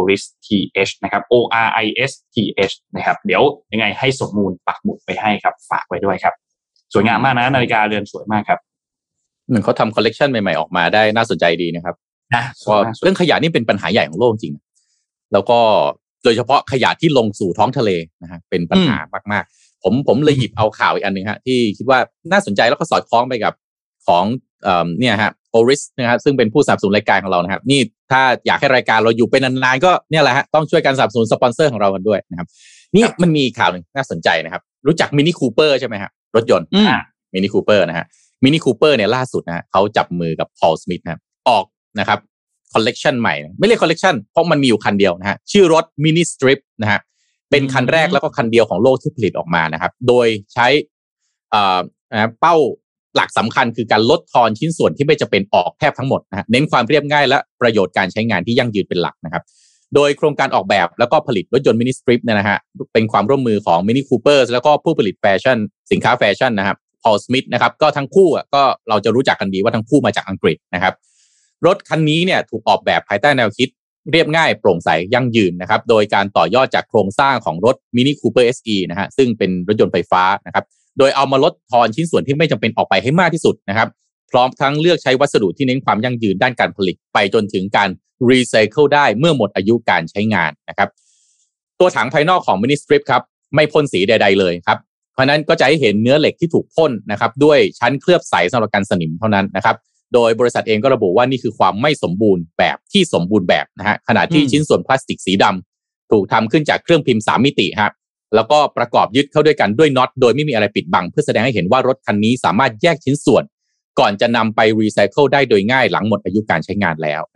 oristh นะครับ O R I S T H นะครับเดี๋ยวยังไงให้สมมูลปักหมุดไปให้ครับฝากไว้ด้วยครับสวยงามมากนะนาฬิกาเรือนสวยมากครับเหมือนเขาทำคอลเลกชันใหม่ๆออกมาได้น่าสนใจดีนะครับนะก็เรื่องขยะนี่เป็นปัญหาใหญ่ของโลกจริงแล้วก็โดยเฉพาะขยะที่ลงสู่ท้องทะเลนะฮะเป็นปัญหามากๆผมผมเลยหยิบเอาข่าวอีกอันนึงฮะที่คิดว่าน่าสนใจแล้วก็สอดคล้องไปกับของเอ่อเนี่ยฮะ Oris นะครับซึ่งเป็นผู้สนับสนุนรายการของเรานะครับนี่ถ้าอยากให้รายการเราอยู่เป็นนานๆก็เนี่ยแหละฮะต้องช่วยกันสนับสนุนสปอนเซอร์ของเรากันด้วยนะครับนี่มันมีข่าวนึงน่าสนใจนะครับรู้จักมินิคูเปอร์ใช่ไหมฮะรถยนต์มินิคูเปอร์นะฮะมินิคูเปอร์เนี่ยล่าสุดนะฮะเขาจับมือกับพอลสมิธนะครับออกนะครับคอลเลกชันใหม่ไม่เรียกคอลเลกชันเพราะมันมีอยู่คันเดียวนะฮะชื่อรถมินิสตริปนะฮะเป็นคันแรกแล้วก็คันเดียวของโลกที่ผลิตออกมานะครับโดยใช้เอ่อนะเป้าหลักสำคัญคือการลดทอนชิ้นส่วนที่ไม่จะเป็นออกแทบทั้งหมดนะฮะเน้นความเรียบง่ายและประโยชน์การใช้งานที่ยั่งยืนเป็นหลักนะครับโดยโครงการออกแบบแล้วก็ผลิตรถยนต์มินิสตริปเนี่ยนะฮะเป็นความร่วมมือของมินิคูเปอร์แล้วก็ผู้ผลิตแฟชั่นสินค้าแฟชั่นนะครับพอลสมิธนะครับก็ทั้งคู่อ่ะก็เราจะรู้จักกันดีว่าทั้งคู่มาจากอังกฤษนะครับรถคันนี้เนี่ยถูกออกแบบภายใต้แนวคิดเรียบง่ายโปร่งใสยั่งยืนนะครับโดยการต่อยอดจากโครงสร้างของรถ Mini Cooper เอส อี นะฮะซึ่งเป็นรถยนต์ไฟฟ้านะครับโดยเอามาลดทอนชิ้นส่วนที่ไม่จำเป็นออกไปให้มากที่สุดนะครับพร้อมทั้งเลือกใช้วัสดุที่เน้นความยั่งยืนด้านการผลิตไปจนถึงการรีไซเคิลได้เมื่อหมดอายุการใช้งานนะครับตัวถังภายนอกของ Mini Strip ครับไม่พ่นสีใดๆเลยครับเพราะนั้นก็จะให้เห็นเนื้อเหล็กที่ถูกพ่นนะครับด้วยชั้นเคลือบใสสำหรับกันสนิมเท่านั้นนะครับโดยบริษัทเองก็ระบุว่านี่คือความไม่สมบูรณ์แบบที่สมบูรณ์แบบนะฮะขณะที่ชิ้นส่วนพลาสติกสีดำถูกทำขึ้นจากเครื่องพิมพ์สามมิติฮะแล้วก็ประกอบยึดเข้าด้วยกันด้วยน็อตโดยไม่มีอะไรปิดบังเพื่อแสดงให้เห็นว่ารถคันนี้สามารถแยกชิ้นส่วนก่อนจะนำไปรีไซเคิลได้โดยง่ายหลังหมดอายุการใช้งานแล้วนะครับ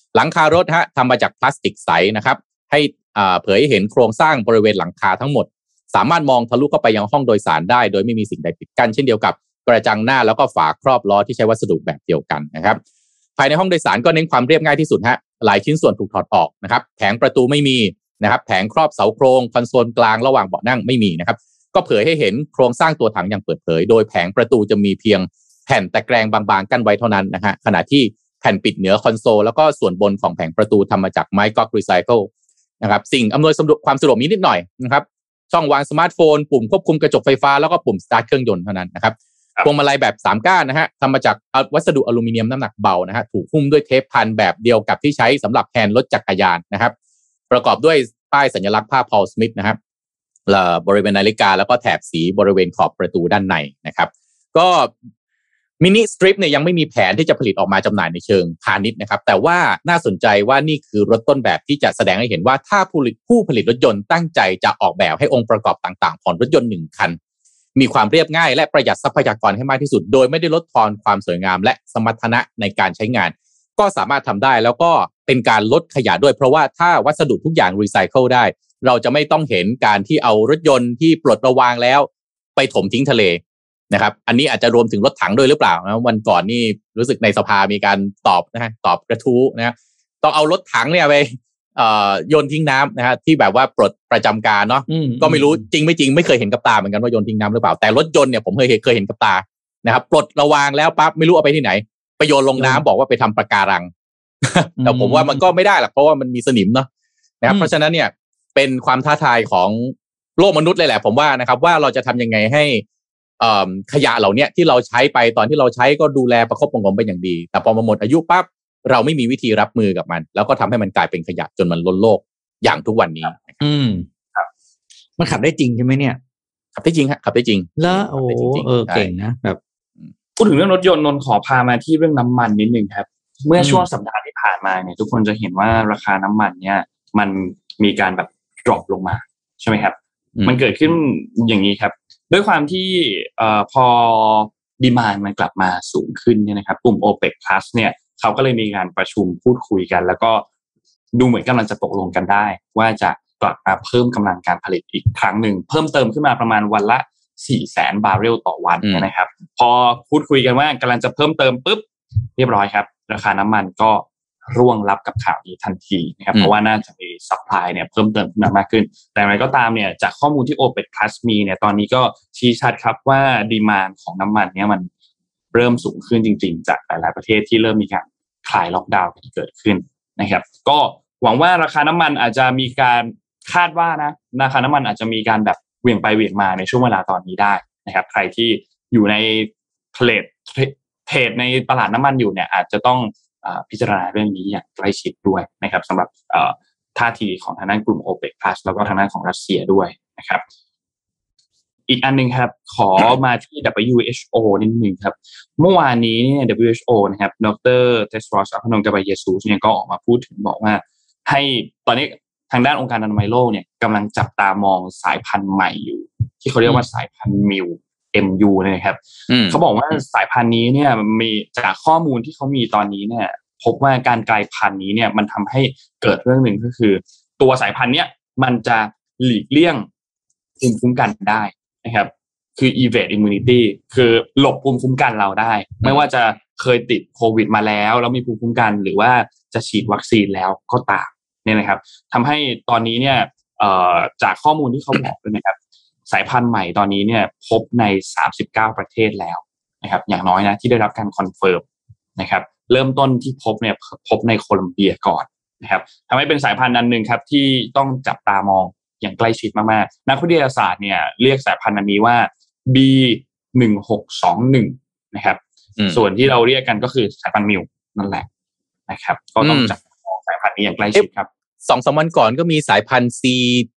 หลังคารถฮะทำมาจากพลาสติกใสนะครับให้อ่าเผยให้เห็นโครงสร้างบริเวณหลังคาทั้งหมดสามารถมองทะลุเข้าไปยังห้องโดยสารได้โดยไม่มีสิ่งใดปิดกั้นเช่นเดียวกับกระจังหน้าแล้วก็ฝาครอบล้อที่ใช้วัสดุแบบเดียวกันนะครับภายในห้องโดยสารก็เน้นความเรียบง่ายที่สุดฮะหลายชิ้นส่วนถูกถอดออกนะครับแผงประตูไม่มีนะครับแผงครอบเสาโครงคอนโซลกลางระหว่างเบาะนั่งไม่มีนะครับก็เผยให้เห็นโครงสร้างตัวถังอย่างเปิดเผยโดยแผงประตูจะมีเพียงแผ่นตะแกรงบางๆกั้นไว้เท่านั้นนะฮะขณะที่แผ่นปิดเหนือคอนโซลแล้วก็ส่วนบนของแผงประตูทำมาจากไม้ก๊อกรีไซเคิลนะครับสิ่งอำนวยความสะดวกนิดหน่อยนะครับช่องวางสมาร์ทโฟนปุ่มควบคุมกระจกไฟฟ้าแล้วก็ปุ่มสตาร์ทเครื่องยนต์เท่านั้นนะครับพวงมาลัยแบบสามก้านนะฮะทำมาจากวัสดุอลูมิเนียมน้ำหนักเบานะฮะถูกหุ้มด้วยเทปพันแบบเดียวกับที่ใช้สำหรับแฮนด์รถจักรยานนะครับประกอบด้วยป้ายสัญลักษณ์ผ้าพอลสมิธนะครับบริเวณนาฬิกาแล้วก็แถบสีบริเวณขอบประตูด้านในนะครับก็มินิสตริปเนี่ยยังไม่มีแผนที่จะผลิตออกมาจำหน่ายในเชิงพาณิชย์นะครับแต่ว่าน่าสนใจว่านี่คือรถต้นแบบที่จะแสดงให้เห็นว่าถ้าผู้ผลิตผู้ผลิตรถยนต์ตั้งใจจะออกแบบให้องค์ประกอบต่างๆของรถยนต์หนึ่งคันมีความเรียบง่ายและประหยัดทรัพยากรให้มากที่สุดโดยไม่ได้ลดทอนความสวยงามและสมรรถนะในการใช้งานก็สามารถทำได้แล้วก็เป็นการลดขยะด้วยเพราะว่าถ้าวัสดุทุกอย่างรีไซเคิลได้เราจะไม่ต้องเห็นการที่เอารถยนต์ที่ปลดระวางแล้วไปถมทิ้งทะเลนะครับอันนี้อาจจะรวมถึงรถถังด้วยหรือเปล่านะวันก่อนนี่รู้สึกในสภามีการตอบนะฮะตอบกระทู้นะต้องเอารถถังเนี่ยไปเอ่อโยนทิ้งน้ำนะฮะที่แบบว่าปลดประจำการเนาะก็ไม่รู้จริงไม่จริงไม่เคยเห็นกับตาเหมือนกันว่าโยนทิ้งน้ำหรือเปล่าแต่รถยนต์เนี่ยผมเคยเห็นเคยเห็นกับตานะครับปลดระวางแล้วปั๊บไม่รู้เอาไปที่ไหนไปโยนลงน้ำบอกว่าไปทำปะการังแต่ผมว่ามันก็ไม่ได้หรอกเพราะว่ามันมีสนิมเนาะนะครับเพราะฉะนั้นเนี่ยเป็นความท้าทายของโลกมนุษย์เลยแหละผมว่านะครับว่าเราจะทำยังไงให้ขยะเหล่านี้ที่เราใช้ไปตอนที่เราใช้ก็ดูแลประคบประงมเป็นอย่างดีแต่พอมาหมดอายุปั๊บเราไม่มีวิธีรับมือกับมันแล้วก็ทำให้มันกลายเป็นขยะจนมันล้นโลกอย่างทุกวันนี้อืมครับมันขับได้จริงใช่ไหมเนี่ยขับได้จริงฮะขับได้จริงแล้วโอ้เออเก่งนะแบบพูดถึงเรื่องรถยนต์นนขอพามาที่เรื่องน้ำมันนิดนึงครับเมื่อช่วงสัปดาห์ที่ผ่านมาเนี่ยทุกคนจะเห็นว่าราคาน้ำมันเนี่ยมันมีการแบบดรอปลงมาใช่ไหมครับมันเกิดขึ้นอย่างนี้ครับด้วยความที่เอ่อพอดีมานด์มันกลับมาสูงขึ้นเนี่ยนะครับกลุ่ม โอเปก Plus เนี่ยเขาก็เลยมีการประชุมพูดคุยกันแล้วก็ดูเหมือนกำลังจะตกลงกันได้ว่าจะกลับมาเพิ่มกำลังการผลิตอีกครั้งหนึ่งเพิ่มเติมขึ้นมาประมาณวันละ สี่แสน บาร์เรลต่อวันนะครับพอพูดคุยกันว่ากำลังจะเพิ่มเติมปุ๊บเรียบร้อยครับราคาน้ำมันก็ร่วงรับกับข่าวนี้ทันทีนะครับเพราะว่าน่าจะมีซัพพลายเนี่ยเพิ่มเติมขึ้นมากขึ้นแต่อะไรก็ตามเนี่ยจากข้อมูลที่ โอเปก Plus มีเนี่ยตอนนี้ก็ชี้ชัดครับว่าดีมานด์ของน้ำมันเนี่ยมันเริ่มสูงขึ้นจริงๆจากหลายๆประเทศที่เริ่มมีการคลายล็อกดาวน์ที่เกิดขึ้นนะครับก็หวังว่าราคาน้ำมันอาจจะมีการคาดว่านะราคาน้ำมันอาจจะมีการแบบเหวี่ยงไปเหวี่ยงมาในช่วงเวลาตอนนี้ได้นะครับใครที่อยู่ในเทรดเทรดในตลาดน้ำมันอยู่เนี่ยอาจจะต้องพิจารณาเรื่องนี้อย่างใกล้ชิดด้วยนะครับสำหรับท่าทีของทางด้านกลุ่ม โอเปก Plus แล้วก็ทางด้านของรัสเซียด้วยนะครับอีกอันนึงครับขอมาที่ ดับเบิลยู เอช โอ นิดนึงครับเมื่อวานนี้เนี่ย ดับเบิลยู เอช โอ นะครับดร. เทสโตรส อัพพนง กาบาเยซูสเนี่ยก็ออกมาพูดถึงบอกว่าให้ตอนนี้ทางด้านองค์การอนามัยโลกเนี่ยกำลังจับตามองสายพันธุ์ใหม่อยู่ที่เขาเรียกว่าสายพันธุ์มิว เอ็ม ยู เนี่ยนะครับเขาบอกว่าสายพันธุ์นี้เนี่ยมีจากข้อมูลที่เขามีตอนนี้เนี่ยพบว่าการกลายพันธุ์นี้เนี่ยมันทำให้เกิดเรื่องหนึ่งก็คือตัวสายพันธุ์เนี้ยมันจะหลีกเลี่ยงภูมิคุ้มกันได้นะครับคือ evade immunity คือหลบภูมิคุ้มกันเราได้ไม่ว่าจะเคยติดโควิดมาแล้วแล้วมีภูมิคุ้มกันหรือว่าจะฉีดวัคซีนแล้วก็ตามเนี่ยนะครับทำให้ตอนนี้เนี่ยจากข้อมูลที่เขาบอกด้วยนะครับสายพันธุ์ใหม่ตอนนี้เนี่ยพบในสามสิบเก้าประเทศแล้วนะครับอย่างน้อยนะที่ได้รับการคอนเฟิร์มนะครับเริ่มต้นที่พบเนี่ยพบในโคลอมเบียก่อนนะครับทำให้เป็นสายพันธุ์อันหนึ่งครับที่ต้องจับตามองอย่างใกล้ชิดมากๆนักวิทยาศาสตร์เนี่ยเรียกสายพันธุ์อันนี้ว่า บี หนึ่งหกสองหนึ่ง นะครับส่วนที่เราเรียกกันก็คือสายพันธุ์มิวนั่นแหละนะครับก็ต้องจับมองสายพันธุ์นี้อย่างใกล้ชิดครับสองสามวันก่อนก็มีสายพันธุ์ C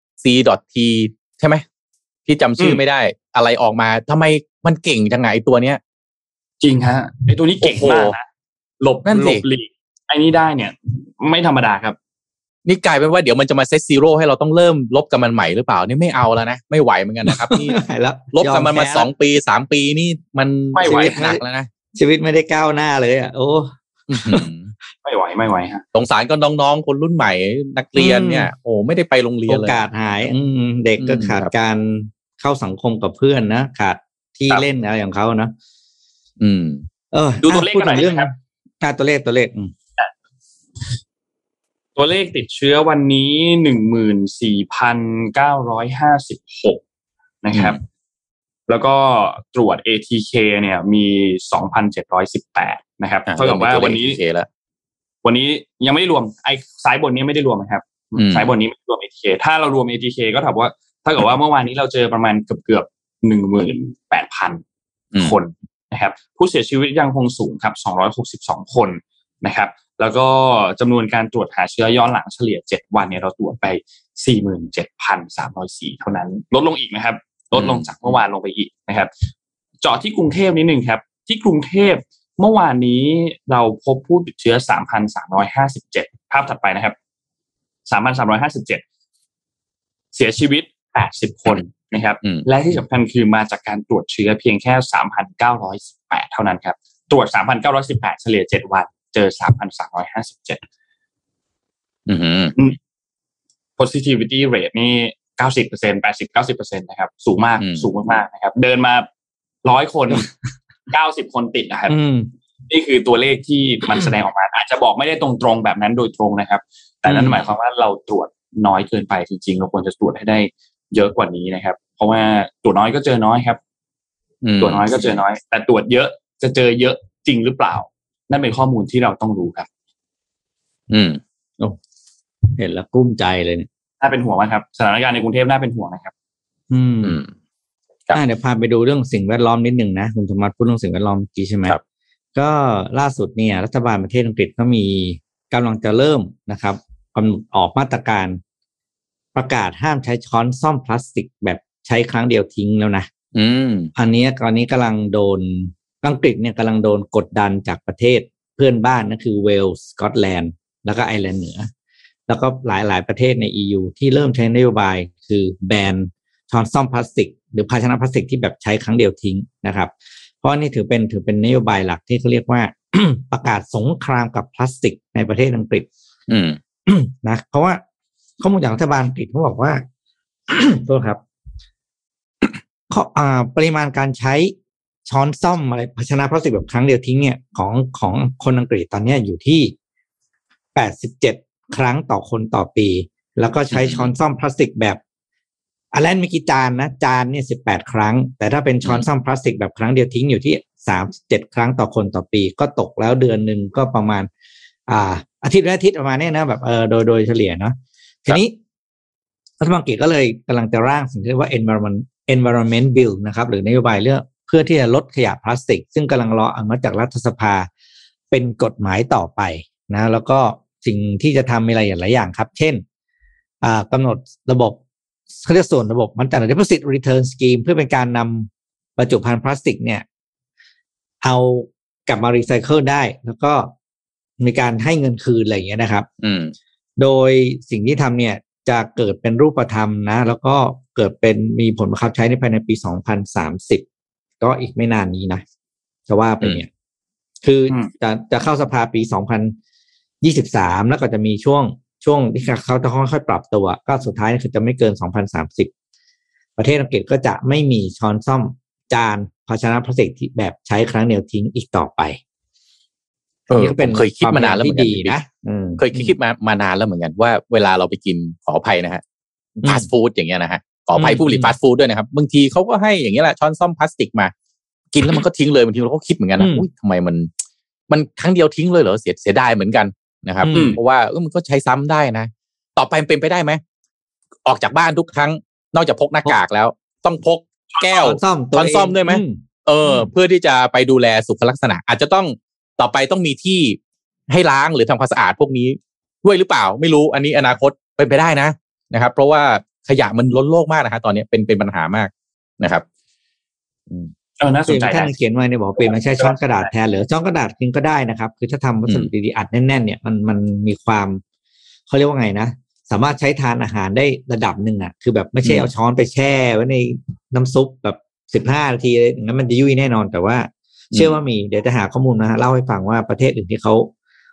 C.T ใช่ไหมที่จำชื่อไม่ได้อะไรออกมาทำไมมันเก่งจังไงไอ้ตัวเนี้ยจริงฮะไอ้ตัวนี้เก่งมากนะหลบหลบหลีกไอ้นี่ได้เนี่ยไม่ธรรมดาครับนี่กลายเป็นว่าเดี๋ยวมันจะมาเซตซีโร่ให้เราต้องเริ่มลบกับมันใหม่หรือเปล่านี่ไม่เอาแล้วนะไม่ไหวเหมือนกันนะครับนี่ลบกับมันมาสองปีสามปีนี่มันไม่ไหวหนักแล้วนะชีวิตไม่ได้ก้าวหน้าเลยอ่ะโอ้ไม่ไหวไม่ไหวฮะสงสารก็น้องๆคนรุ่นใหม่นักเรียนเนี่ยโอ้ไม่ได้ไปโรงเรียนเลยโอกาสหายเด็กก็ขาดการเข้าสังคมกับเพื่อนนะขาดที่เล่นอะไรของเขานะอืมเออดูตัวเลขกันหน่อยครับตัวเลขตัวเลขตัวเลขติดเชื้อวันนี้ หนึ่งหมื่นสี่พันเก้าร้อยห้าสิบหก นะครับแล้วก็ตรวจ เอ ที เค เนี่ยมี สองพันเจ็ดร้อยสิบแปด นะครับเท่ากับว่าวันนี้วันนี้ยังไม่รวมไอ้สายบนนี้ไม่ได้รวมนะครับสายบนนี้ไม่รวม เอ ที เค ถ้าเรารวม เอ ที เค ก็เท่ากับว่าเท่ากับว่าเมื่อวานนี้เราเจอประมาณเกือบๆ หนึ่งหมื่นแปดพัน คนนะครับผู้เสียชีวิตยังคงสูงครับสองร้อยหกสิบสองคนนะครับแล้วก็จำนวนการตรวจหาเชื้อย้อนหลังเฉลี่ยเจ็ดวันเนี่ยเราตรวจไป สี่หมื่นเจ็ดพันสามร้อยสี่ เท่านั้นลดลงอีกนะครับลดลงจากเมื่อวานลงไปอีกนะครับเจาะที่กรุงเทพนิดนึงครับที่กรุงเทพเมื่อวานนี้เราพบผู้ติดเชื้อ สามพันสามร้อยห้าสิบเจ็ด ภาพถัดไปนะครับ สามพันสามร้อยห้าสิบเจ็ด เสียชีวิตแปดสิบคนนะครับและที่สำคัญคือมาจากการตรวจเชื้อเพียงแค่ สามพันเก้าร้อยสิบแปด เท่านั้นครับตรวจ สามพันเก้าร้อยสิบแปด เฉลี่ยเจ็ดวันเจอ สามพันสามร้อยห้าสิบเจ็ดอือฮึ positivity rate นี่ เก้าสิบเปอร์เซ็นต์ แปดสิบ เก้าสิบเปอร์เซ็นต์ นะครับสูงมากสูงมากๆนะครับเดินมาหนึ่งร้อยคน เก้าสิบคนติดนะครับนี่คือตัวเลขที่มันแสดงออกมาอาจจะบอกไม่ได้ตรงๆแบบนั้นโดยตรงนะครับแต่นั่นหมายความว่าเราตรวจน้อยเกินไปจริงๆเราควรจะตรวจให้ได้เยอะกว่านี้นะครับเพราะว่าตรวจน้อยก็เจอน้อยครับตรวจน้อยก็เจอน้อยแต่ตรวจเยอะจะเจอเยอะจริงหรือเปล่านั่นเป็นข้อมูลที่เราต้องรู้ครับอืมโอ้เห็นแล้วกลุ้มใจเลยเนี่ยน่าเป็นห่วงมากครับสถานการณ์ในกรุงเทพน่าเป็นห่วงนะครับอืมอ่าเดี๋ยวพาไปดูเรื่องสิ่งแวดล้อมนิดนึงนะคุณธรรมะพูดเรื่องสิ่งแวดล้อมเมื่อกี้ใช่ไหมครับก็ล่าสุดเนี่ยรัฐบาลประเทศอังกฤษก็มีกำลังจะเริ่มนะครับกำหนดออกมาตรการประกาศห้ามใช้ช้อนซ่อมพลาสติกแบบใช้ครั้งเดียวทิ้งแล้วนะอืมอันนี้ตอนนี้กำลังโดนอังกฤษเนี่ยกำลังโดนกดดันจากประเทศเพื่อนบ้านนั่นคือเวลส์สกอตแลนด์แล้วก็ไอร์แลนด์เหนือแล้วก็หลายๆประเทศใน อี ยู ที่เริ่มใช้นโยบายคือแบนช้อนซ่อมพลาสติกหรือภาชนะพลาสติกที่แบบใช้ครั้งเดียวทิ้งนะครับเพราะนี่ถือเป็นถือเป็นนโยบายหลักที่เขาเรียกว่า ประกาศสงครามกับพลาสติกในประเทศอังกฤษอืมนะเพราะว่าข้อมูลจากรัฐบาลอังกฤษเขาบอกว่า โทษครับปริมาณการใช้ช้อนซ่อมอะไรภาชนะพลาสติกแบบครั้งเดียวทิ้งเนี่ยของของคนอังกฤษตอนนี้อยู่ที่แปดสิบเจ็ดครั้งต่อคนต่อปีแล้วก็ใช้ช้อนซ่อมพลาสติกแบบอันแรกมีกี่จานนะจานเนี่ยสิบแปดครั้งแต่ถ้าเป็นช้อนซ่อมพลาสติกแบบครั้งเดียวทิ้งอยู่ที่สามสิบเจ็ดครั้งต่อคนต่อปีก็ตกแล้วเดือนนึงก็ประมาณอ่าอาทิตย์ละอาทิตย์ประมาณนี้นะแบบเออโดยโดยเฉลี่ยเนาะทีนี้รัฐบาลอังกฤษก็เลยกำลังจะร่างสิ่งที่เรียกว่า environment environment bill นะครับหรือนโยบายเรื่องเพื่อที่จะลดขยะพลาสติกซึ่งกำลังรออนุมัติจากรัฐสภาเป็นกฎหมายต่อไปนะแล้วก็สิ่งที่จะทำมีอะไรหลายอย่างครับเช่นอ่ากำหนดระบบเขาเรียกส่วนระบบมันจัด deposit return scheme เพื่อเป็นการนำบรรจุภัณฑ์พลาสติกเนี่ยเอากลับมารีไซเคิลได้แล้วก็มีการให้เงินคืนอะไรอย่างเงี้ยนะครับอืมโดยสิ่งที่ทำเนี่ยจะเกิดเป็นรูปธรรมนะแล้วก็เกิดเป็นมีผลบังคับใช้ในภายในปีสองพันสามสิบก็อีกไม่นานนี้นะจะว่าไปเนี่ยคือจะจะเข้าสภาปีสองพันยี่สิบสามแล้วก็จะมีช่วงช่วงที่เขาจะค่อยๆปรับตัวก็สุดท้ายคือจะไม่เกินสองพันสามสิบประเทศอังกฤษก็จะไม่มีช้อนซ่อมจานภาชนะพลาสติกที่แบบใช้ครั้งเดียวทิ้งอีกต่อไปเออเป็นเคยคิดมานานแล้วเหมือนกันนะเคยคิดมามานานแล้วเหมือนกันว่าเวลาเราไปกินขออภัยนะฮะฟาสต์ฟู้ดอย่างเงี้ยนะฮะขออภัยผู้ผลิตฟาสต์ฟู้ดด้วยนะครับบางทีเขาก็ให้อย่างเงี้ยแหละช้อนซ่อมพลาสติกมากินแล้วมันก็ทิ้งเลยบางทีเราก็คิดเหมือนกันนะอุ้ยทำไมมันมันครั้งเดียวทิ้งเลยเหรอเสียเสียดายเหมือนกันนะครับเพราะว่าเออมันก็ใช้ซ้ำได้นะต่อไปเป็นไปได้ไหมออกจากบ้านทุกครั้งนอกจากพกหน้ากากแล้วต้องพกแก้วช้อนซ่อมด้วยไหมเออเพื่อที่จะไปดูแลสุขลักษณะอาจจะต้องต่อไปต้องมีที่ให้ล้างหรือทำความสะอาดพวกนี้ด้วยหรือเปล่าไม่รู้อันนี้อนาคตเป็นไปได้นะนะครับเพราะว่าขยะมันล้นโลกมากนะฮะตอนนี้เป็นเป็นปัญหามากนะครับเออน่าสนใจท่านเขียนไว้เนี่ยบอกเป็นไม่ใช่ช้อนกระดาษแทนหรือช้อนกระดาษกินก็ได้นะครับคือถ้าทำวัสดุดีๆอัดแน่นๆเนี่ยมันมันมีความเขาเรียกว่าไงนะสามารถใช้ทานอาหารได้ระดับหนึ่งอ่ะคือแบบไม่ใช่เอาช้อนไปแช่ไว้ในน้ำซุปแบบสิบห้านาทีงั้นมันจะยุ่ยแน่นอนแต่ว่าเชื่อว่ามีเดี๋ยวจะหาข้อมูลนะฮะเล่าให้ฟังว่าประเทศอื่นที่เขา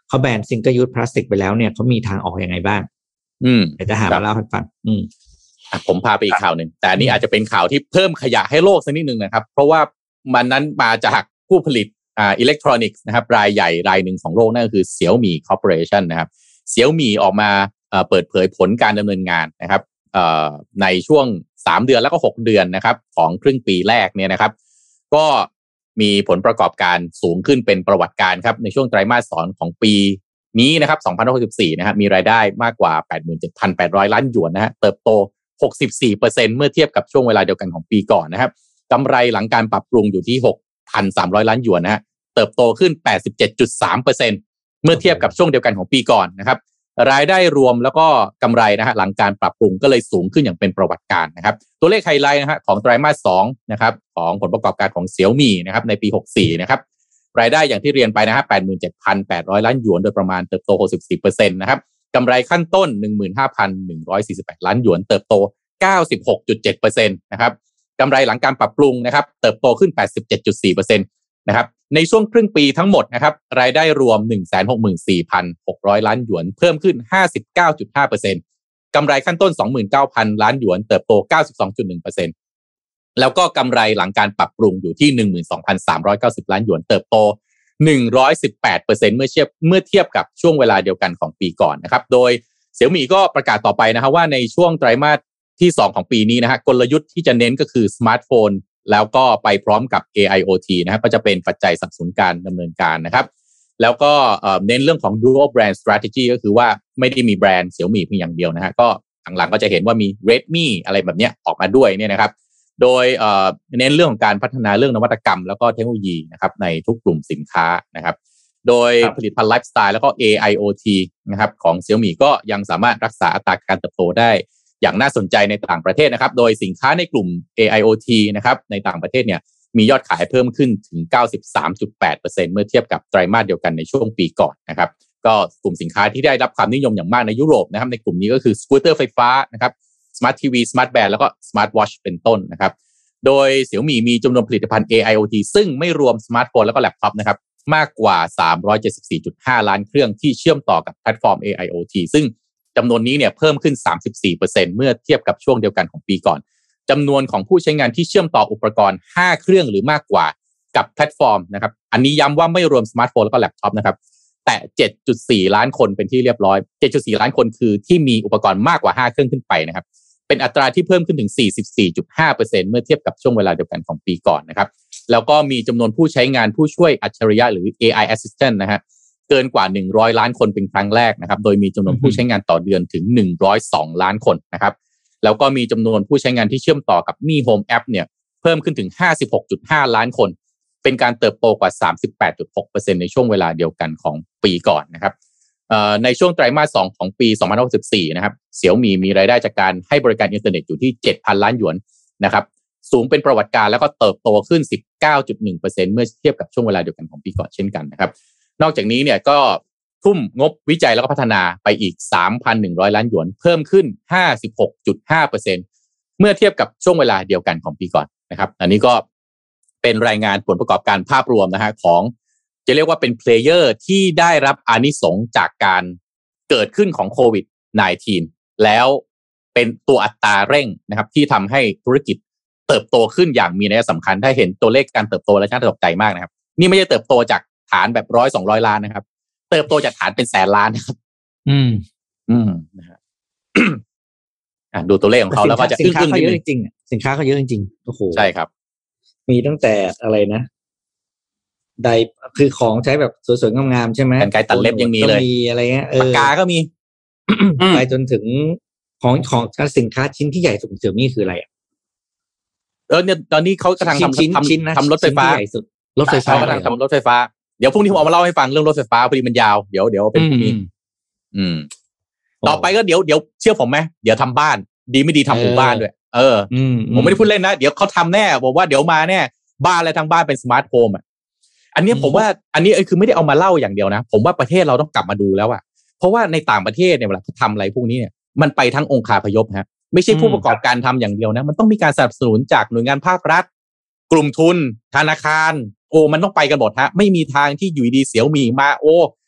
เขาแบนซิงเกิลยูสพลาสติกไปแล้วเนี่ยเขามีทางออกยังไงบ้างอืมเดี๋ยวจะหามาเล่าให้ฟังอืมผมพาไปอีกข่าวหนึ่งแต่อันนี้อาจจะเป็นข่าวที่เพิ่มขยะให้โลกสักนิดนึงนะครับเพราะว่ามันนั้นมาจากผู้ผลิตอ่าอิเล็กทรอนิกส์นะครับรายใหญ่รายหนึ่งของโลกนั่นก็คือ Xiaomi Corporation นะครับ Xiaomi ออกมาเอ่อเปิดเผยผลการดำเนินงานนะครับเอ่อในช่วงสามเดือนแล้วก็หกเดือนนะครับของครึ่งปีแรกเนี่ยนะครับก็มีผลประกอบการสูงขึ้นเป็นประวัติการครับในช่วงไตรมาสสองของปีนี้นะครับสองพันหกสิบสี่นะครับมีรายได้มากกว่า แปดหมื่นเจ็ดพันแปดร้อย ล้านหยวนนะฮะเติบโต หกสิบสี่เปอร์เซ็นต์ เมื่อเทียบกับช่วงเวลาเดียวกันของปีก่อนนะครับกำไรหลังการปรับปรุงอยู่ที่ หกพันสามร้อย ล้านหยวนนะฮะเติบโตขึ้น แปดสิบเจ็ดจุดสามเปอร์เซ็นต์ เมื่อเทียบกับช่วงเดียวกันของปีก่อนนะครับรายได้รวมแล้วก็กำไรนะฮะหลังการปรับปรุงก็เลยสูงขึ้นอย่างเป็นประวัติการนะครับตัวเลขไฮไลท์นะฮะของไตรมาสสองนะครับของผลประกอบการของ Xiaomi นะครับในปีหกสิบสี่นะครับรายได้อย่างที่เรียนไปนะฮะ แปดหมื่นเจ็ดพันแปดร้อย ล้านหยวนโดยประมาณเติบโต หกสิบสี่เปอร์เซ็นต์ นะครับกำไรขั้นต้น หนึ่งหมื่นห้าพันหนึ่งร้อยสี่สิบแปด ล้านหยวนเติบโต เก้าสิบหกจุดเจ็ดเปอร์เซ็นต์ นะครับกำไรหลังการปรับปรุงนะครับเติบโตขึ้น แปดสิบเจ็ดจุดสี่เปอร์เซ็นต์ นะครับในช่วงครึ่งปีทั้งหมดนะครับรายได้รวม หนึ่งแสนหกหมื่นสี่พันหกร้อย ล้านหยวนเพิ่มขึ้น ห้าสิบเก้าจุดห้าเปอร์เซ็นต์ กำไรขั้นต้น สองหมื่นเก้าพัน ล้านหยวนเติบโต เก้าสิบสองจุดหนึ่งเปอร์เซ็นต์ แล้วก็กำไรหลังการปรับปรุงอยู่ที่ หนึ่งหมื่นสองพันสามร้อยเก้าสิบ ล้านหยวนเติบโต หนึ่งร้อยสิบแปดเปอร์เซ็นต์ เมื่อเทียบเมื่อเทียบกับช่วงเวลาเดียวกันของปีก่อนนะครับโดย Xiaomi ก็ประกาศต่อไปนะครับว่าในช่วงไตรมาสที่สองของปีนี้นะฮะกลยุทธ์ที่จะเน้นก็คือสมาร์ทโฟนแล้วก็ไปพร้อมกับ เอ ไอ โอ ที นะครับก็จะเป็นปัจจัยสนับสนุนการดำเนินการนะครับแล้วก็เน้นเรื่องของ dual brand strategy ก็คือว่าไม่ได้มีแบรนด์ Xiaomi เพียงอย่างเดียวนะฮะก็หลังๆก็จะเห็นว่ามี Redmi อะไรแบบนี้ออกมาด้วยเนี่ยนะครับโดยเน้นเรื่องของการพัฒนาเรื่องนวัตกรรมแล้วก็เทคโนโลยีนะครับในทุกกลุ่มสินค้านะครับโดยผลิตภัณฑ์ไลฟ์สไตล์แล้วก็ เอ ไอ โอ ที นะครับของ Xiaomi ก็ยังสามารถรักษาอัตราการเติบโตได้อย่างน่าสนใจในต่างประเทศนะครับโดยสินค้าในกลุ่ม เอ ไอ โอ ที นะครับในต่างประเทศเนี่ยมียอดขายเพิ่มขึ้นถึง เก้าสิบสามจุดแปดเปอร์เซ็นต์ เมื่อเทียบกับไตรมาสเดียวกันในช่วงปีก่อนนะครับก็กลุ่มสินค้าที่ได้รับความนิยมอย่างมากในยุโรปนะครับในกลุ่มนี้ก็คือสกูตเตอร์ไฟฟ้านะครับ Smart ที วี Smart Band แล้วก็ Smart Watch เป็นต้นนะครับโดย Xiaomi มีจำนวนผลิตภัณฑ์ เอ ไอ โอ ที ซึ่งไม่รวมสมาร์ทโฟนแล้วก็แล็ปท็อปนะครับมากกว่า สามร้อยเจ็ดสิบสี่จุดห้า ล้านเครื่องที่เชื่อมต่อกับแพลตฟอร์ม เอ ไอ โอ ที ซึ่งจำนวนนี้เนี่ยเพิ่มขึ้น สามสิบสี่เปอร์เซ็นต์ เมื่อเทียบกับช่วงเดียวกันของปีก่อนจำนวนของผู้ใช้งานที่เชื่อมต่ออุปกรณ์ห้าเครื่องหรือมากกว่ากับแพลตฟอร์มนะครับอันนี้ย้ำว่าไม่รวมสมาร์ทโฟนแล้วก็แล็ปท็อปนะครับแต่ เจ็ดจุดสี่ ล้านคนเป็นที่เรียบร้อย เจ็ดจุดสี่ ล้านคนคือที่มีอุปกรณ์มากกว่าห้าเครื่องขึ้นไปนะครับเป็นอัตราที่เพิ่มขึ้นถึง สี่สิบสี่จุดห้าเปอร์เซ็นต์ เมื่อเทียบกับช่วงเวลาเดียวกันของปีก่อนนะครับแล้วก็มีจำนวนผู้ใช้งานผู้ช่วยอัจฉริยะหรือ เอ ไอ Assistant นะฮะเกินกว่าหนึ่งร้อยล้านคนเป็นครั้งแรกนะครับโดยมีจำนวนผู้ใช้งานต่อเดือนถึงหนึ่งร้อยสองล้านคนนะครับแล้วก็มีจำนวนผู้ใช้งานที่เชื่อมต่อกับ Mi Home App เนี่ยเพิ่มขึ้นถึง ห้าสิบหกจุดห้า ล้านคนเป็นการเติบโตกว่า สามสิบแปดจุดหกเปอร์เซ็นต์ ในช่วงเวลาเดียวกันของปีก่อนนะครับในช่วงไตรมาสสองของปีสองพันหกสิบสี่นะครับ Xiaomi มีรายได้จากการให้บริการอินเทอร์เน็ตอยู่ที่ เจ็ดพัน ล้านหยวนนะครับสูงเป็นประวัติการแล้วก็เติบโตขึ้น สิบเก้าจุดหนึ่งเปอร์เซ็นต์ เมื่อเทียบกับช่วงเวลาเดียวกันของปีก่อนเช่นกันนะครับนอกจากนี้เนี่ยก็ทุ่มงบวิจัยแล้วก็พัฒนาไปอีก สามพันหนึ่งร้อย ล้านหยวนเพิ่มขึ้น ห้าสิบหกจุดห้าเปอร์เซ็นต์ เมื่อเทียบกับช่วงเวลาเดียวกันของปีก่อนนะครับอันนี้ก็เป็นรายงานผลประกอบการภาพรวมนะฮะของจะเรียกว่าเป็นเพลเยอร์ที่ได้รับอานิสงส์จากการเกิดขึ้นของโควิด สิบเก้า แล้วเป็นตัวอัตราเร่งนะครับที่ทำให้ธุรกิจเติบโตขึ้นอย่างมีนัยสำคัญถ้าเห็นตัวเลขการเติบโตแล้วน่าตกใจมากนะครับนี่ไม่ใช่เติบโตจากฐานแบบร้อยสองร้อยล้านนะครับเติบโตจากฐานเป็นแสนล้านนะครับอืมอืมนะฮะ อ่ะดูตัวเลขของเขาแล้วก็จะสินค้าเขาเยอะจริงๆสินค้าเขาเยอะจริงๆโอ้โหใช่ครับมีตั้งแต่อะไรนะไดคือของใช้แบบสวยๆงามๆใช่ไหมกรรไกรตัดเล็บยังมีเลยมีอะไรเงี้ยปากกาก็มีไปจนถึงของของสินค้าชิ้นที่ใหญ่สุดของ Xiaomi คืออะไรอ่ะเออเนี่ยตอนนี้เขากำลังทำทำทำรถไฟฟ้าใหญ่สุดรถไฟฟ้ากำลังทำรถไฟฟ้าเดี๋ยวพรุ่งนี้ผมเอามาเล่าให้ฟังเรื่องรถไฟฟ้าพอดีมันยาวเดี๋ยวเดี๋ยวเป็นพรุ่งนี้อืมต่อไปก็เดี๋ยวเดี๋ยวเชื่อผมไหมเดี๋ยวทำบ้านดีไม่ดีทำหมู่บ้านด้วยเออผมไม่ได้พูดเล่นนะเดี๋ยวเขาทำแน่บอกว่าเดี๋ยวมาแน่บ้านอะไรทั้งบ้านเป็นสมาร์ทโฮมอ่ะอันนี้ผมว่าอันนี้คือไม่ได้เอามาเล่าอย่างเดียวนะผมว่าประเทศเราต้องกลับมาดูแล้วอ่ะเพราะว่าในต่างประเทศเนี่ยเวลาเขาทำอะไรพวกนี้เนี่ยมันไปทั้งองค์คาพยพฮะไม่ใช่ผู้ประกอบการทำอย่างเดียวนะมันต้องมีการสนับสนุนจากหน่วยงานภาครัฐกลุ่มทุนธนาคารโอ้มันต้องไปกันหมดฮะไม่มีทางที่อยู่ดีเสี่ยวหมี่มาโอ้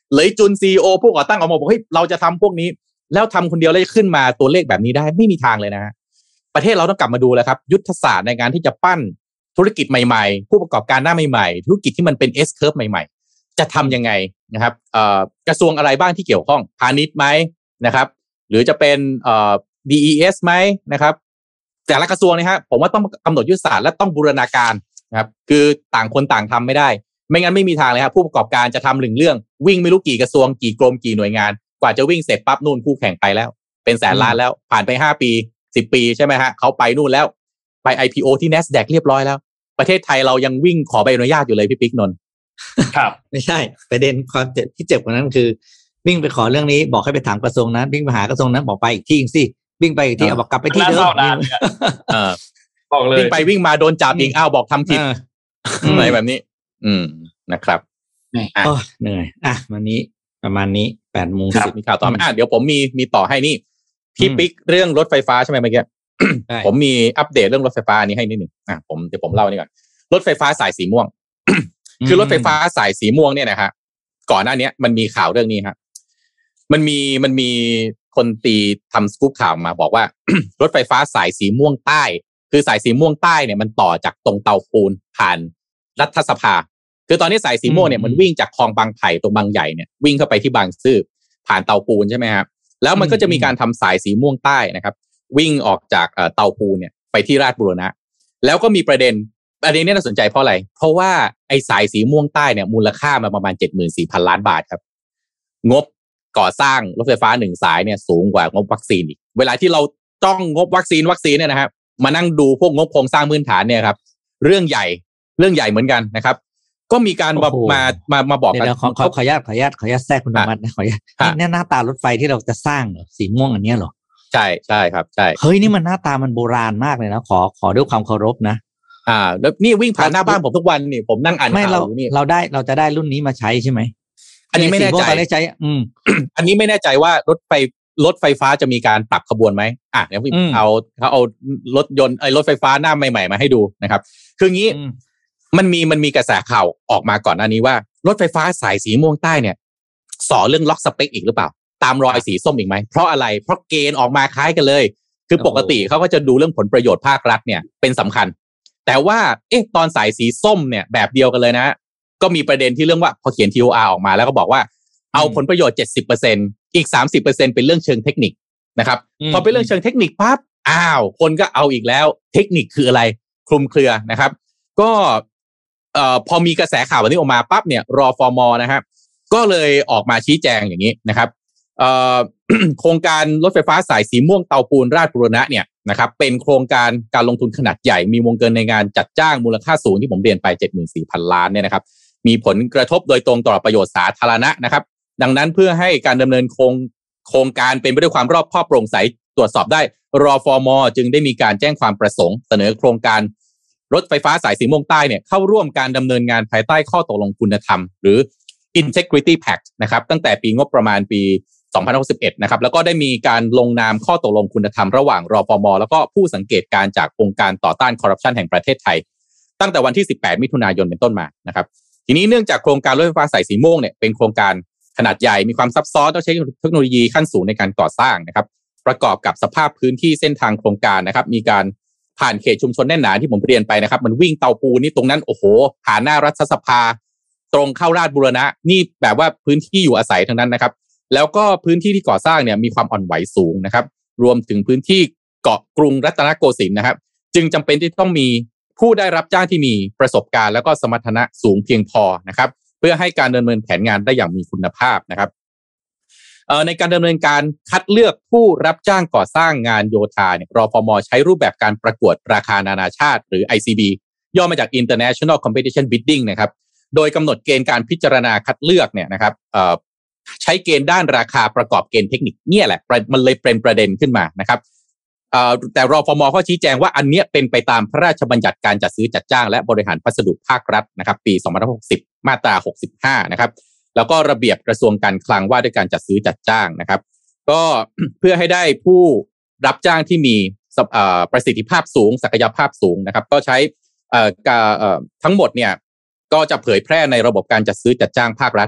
เลยจุน ซี อี โอ ผู้ก่อตั้งออกมาบอกเฮ้ยเราจะทำพวกนี้แล้วทำคนเดียวแล้วจะขึ้นมาตัวเลขแบบนี้ได้ไม่มีทางเลยนะฮะประเทศเราต้องกลับมาดูแล้วครับยุทธศาสตร์ในการที่จะปั้นธุรกิจใหม่ๆผู้ประกอบการหน้าใหม่ๆธุรกิจที่มันเป็น S curve ใหม่ๆจะทำยังไงนะครับเอ่อกระทรวงอะไรบ้างที่เกี่ยวข้องพาณิชย์ไหมนะครับหรือจะเป็นเอ่อ ดี อี เอส ไหมนะครับแต่ละกระทรวงนะฮะผมว่าต้องกำหนดยุทธศาสตร์และต้องบูรณาการนะครับคือต่างคนต่างทำไม่ได้ไม่งั้นไม่มีทางเลยครับผู้ประกอบการจะทำหนึ่งเรื่องวิ่งไม่รู้กี่กระทรวงกี่กรมกี่หน่วยงานกว่าจะวิ่งเสร็จปั๊บนู่นคู่แข่งไปแล้วเป็นแสนล้านแล้วผ่านไปห้าปีสิบปีใช่ไหมฮะเขาไปนู่นแล้วไป ไอ พี โอ ที่ NASDAQ เรียบร้อยแล้วประเทศไทยเรายังวิ่งขอใบอนุญาตอยู่เลยพี่ปิ๊กนนท์ครับไม่ใช่ประเด็นความเจ็บที่เจ็บกว่านั้นคือวิ่งไปขอเรื่องนี้บอกให้ไปถามกระทรวงนั้นวิ่งไปหากระทรวงนั้นบอกไปอีกที่นึงสิวิ่งไปอีกที่เอาบอกกลับไปที่เดิมเออบอกเลยวิ่งไปวิ่งมาโดนจับอีกอ้าวบอกทำผิดอะไรแบบนี้อืมนะครับอ่ะเหนื่อยอ่ะวันนี้ประมาณนี้แปดโมงสิบมีข่าวต่อไหมอ่ะเดี๋ยวผมมีมีต่อให้นี่พี่ปิ๊กเรื่องรถไฟฟ้าใช่ไหมเมื่อกี้ผมมีอัปเดตเรื่องรถไฟฟ้านี้ให้นิดหนึ่งอ่ะผมเดี๋ยวผมเล่านี่ก่อนรถไฟฟ้าสายสีม่วง คือรถไฟฟ้าสายสีม่วงเนี่ยนะฮะก่อนหน้านี้มันมีข่าวเรื่องนี้ฮะมันมีมันมีคนตีทำสกู๊ปข่าวมาบอกว่า รถไฟฟ้าสายสีม่วงใต้คือสายสีม่วงใต้เนี่ยมันต่อจากตรงเตาปูนผ่านรัฐสภาคือตอนนี้สายสีม่วงเนี่ยมันวิ่งจากคลองบางไผ่ตรงบางใหญ่เนี่ยวิ่งเข้าไปที่บางซื่อผ่านเตาปูนใช่ไหมครับแล้วมันก็จะมีการทำสายสีม่วงใต้นะครับวิ่งออกจากเตาปูนเนี่ยไปที่ราชบุรณะแล้วก็มีประเด็นประเด็นนี้น่าสนใจเพราะอะไรเพราะว่าไอ้สายสีม่วงใต้เนี่ยมูลค่ามาประมาณ เจ็ดหมื่นสี่พัน ล้านบาทครับงบก่อสร้างรถไฟฟ้าหนึ่งสายเนี่ยสูงกว่างบวัคซีนอีกเวลาที่เราจ้องงบวัคซีนวัคซีนเนี่ยนะครับมานั่งดูพวกงบโครงสร้างพื้นฐานเนี่ยครับเรื่องใหญ่เรื่องใหญ่เหมือนกันนะครับก็มีการมามามามาบอกกันขอขอขออนุญาตขออนุญาตขออนุญาตแทรกคุณธรรมะนะขออนุญาตนี่หน้าตารถไฟที่เราจะสร้างเหรอสีม่วงอันนี้เหรอใช่ใช่ครับใช่เฮ้ยนี่มันหน้าตามันโบราณมากเลยนะขอขอด้วยความเคารพนะอ่าแล้วนี่วิ่งผ่านหน้าบ้านผมทุกวันนี่ผมนั่งอ่านข่าวนี่เราได้เราจะได้รุ่นนี้มาใช้ใช่ไหไหมอันนี้ไม่แน่ใจได้ใช้อืมอันนี้ไม่แน่ใจว่ารถไฟรถไฟฟ้าจะมีการปรับขบวนไหมอ่ะเดี๋ยวเอาเขาเอารถยนต์ไอ้รถไฟฟ้าหน้าใหม่ๆมาให้ดูนะครับคืองี้มันมีมันมีกระแสข่าวออกมาก่อนหน้านี้ว่ารถไฟฟ้าสายสีม่วงใต้เนี่ยสอเรื่องล็อกสเปคอีกหรือเปล่าตามรอยสีส้มอีกไหมเพราะอะไรเพราะเกณฑ์ออกมาคล้ายกันเลยคือปกติเขาก็จะดูเรื่องผลประโยชน์ภาครัฐเนี่ยเป็นสำคัญแต่ว่าเอ๊ะตอนสายสีส้มเนี่ยแบบเดียวกันเลยนะก็มีประเด็นที่เรื่องว่าพอเขียน ที โอ อาร์ ออกมาแล้วก็บอกว่าเอาผลประโยชน์ เจ็ดสิบเปอร์เซ็นต์ อีก สามสิบเปอร์เซ็นต์ เป็นเรื่องเชิงเทคนิคนะครับพอเป็นเรื่องเชิงเทคนิคปั๊บอ้าวคนก็เอาอีกแล้วเทคนิคคืออะไรคลุมเครือนะครับก็เอ่อพอมีกระแสข่าวแบบนี้ออกมาปั๊บเนี่ยรฟม.นะครับก็เลยออกมาชี้แจงอย่างนี้นะครับเอ่อ โครงการรถไฟฟ้าสายสีม่วงเตาปูนราชบุรณะเนี่ยนะครับเป็นโครงการการลงทุนขนาดใหญ่มีวงเงินในงานจัดจ้างมูลค่าสูงที่ผมเรียนไป เจ็ดหมื่นสี่พัน ล้านเนี่ยนะครับมีผลกระทบโดยตรงต่อประโยชน์สาธารณะนะครับดังนั้นเพื่อให้การดำเนินโครงโครงการเป็นไปด้วยความรอบคอบโปร่งใสตรวจสอบได้รฟม.จึงได้มีการแจ้งความประสงค์เสนอโครงการรถไฟฟ้าสายสีม่วงใต้เนี่ยเข้าร่วมการดำเนินงานภายใต้ข้อตกลงคุณธรรมหรือ Integrity Pact นะครับตั้งแต่ปีงบประมาณปีสองพันหกสิบเอ็ดนะครับแล้วก็ได้มีการลงนามข้อตกลงคุณธรรมระหว่างรฟม.แล้วก็ผู้สังเกตการจากองค์การต่อต้านคอร์รัปชันแห่งประเทศไทยตั้งแต่วันที่สิบแปดมิถุนายนเป็นต้นมานะครับทีนี้เนื่องจากโครงการรถไฟฟ้าสายสีม่วงเนี่ยเป็นโครงการขนาดใหญ่มีความซับซ้อนต้องใช้เทคโนโลยีขั้นสูงในการก่อสร้างนะครับประกอบกับสภาพพื้นที่เส้นทางโครงการนะครับมีการผ่านเขตชุมชนแน่นหนาที่ผมเรียนไปนะครับมันวิ่งเตาปูนนี่ตรงนั้นโอ้โหผ่านหน้ารัฐสภาตรงเข้าราชบุรณะนี่แบบว่าพื้นที่อยู่อาศัยทั้งนั้นนะครับแล้วก็พื้นที่ที่ก่อสร้างเนี่ยมีความอ่อนไหวสูงนะครับรวมถึงพื้นที่เกาะกรุงรัตนโกสินทร์นะครับจึงจำเป็นที่ต้องมีผู้ได้รับจ้างที่มีประสบการณ์แล้วก็สมรรถนะสูงเพียงพอนะครับเพื่อให้การดำเนินแผนงานได้อย่างมีคุณภาพนะครับเอ่อในการดำเนินการคัดเลือกผู้รับจ้างก่อสร้างงานโยธาเนี่ยรฟม.ใช้รูปแบบการประกวดราคานานาชาติหรือ ไอ ซี บี ย่อมาจาก International Competition Bidding นะครับโดยกำหนดเกณฑ์การพิจารณาคัดเลือกเนี่ยนะครับเอ่อใช้เกณฑ์ด้านราคาประกอบเกณฑ์เทคนิคเนี่ยแหละมันเลยเป็นประเด็นขึ้นมานะครับเอ่อแต่รฟม.ก็ชี้แจงว่าอันเนี้ยเป็นไปตามพระราชบัญญัติการจัดซื้อจัดจ้างและบริหารพัสดุภาครัฐนะครับปีสองพันหกสิบมาตราหกสิบห้านะครับแล้วก็ระเบียบกระทรวงการคลังว่าด้วยการจัดซื้อจัดจ้างนะครับก็ เพื่อให้ได้ผู้รับจ้างที่มีประสิทธิภาพสูงศักยภาพสูงนะครับก็ใช้ทั้งหมดเนี่ยก็จะเผยแพร่ในระบบการจัดซื้อจัดจ้างภาครัฐ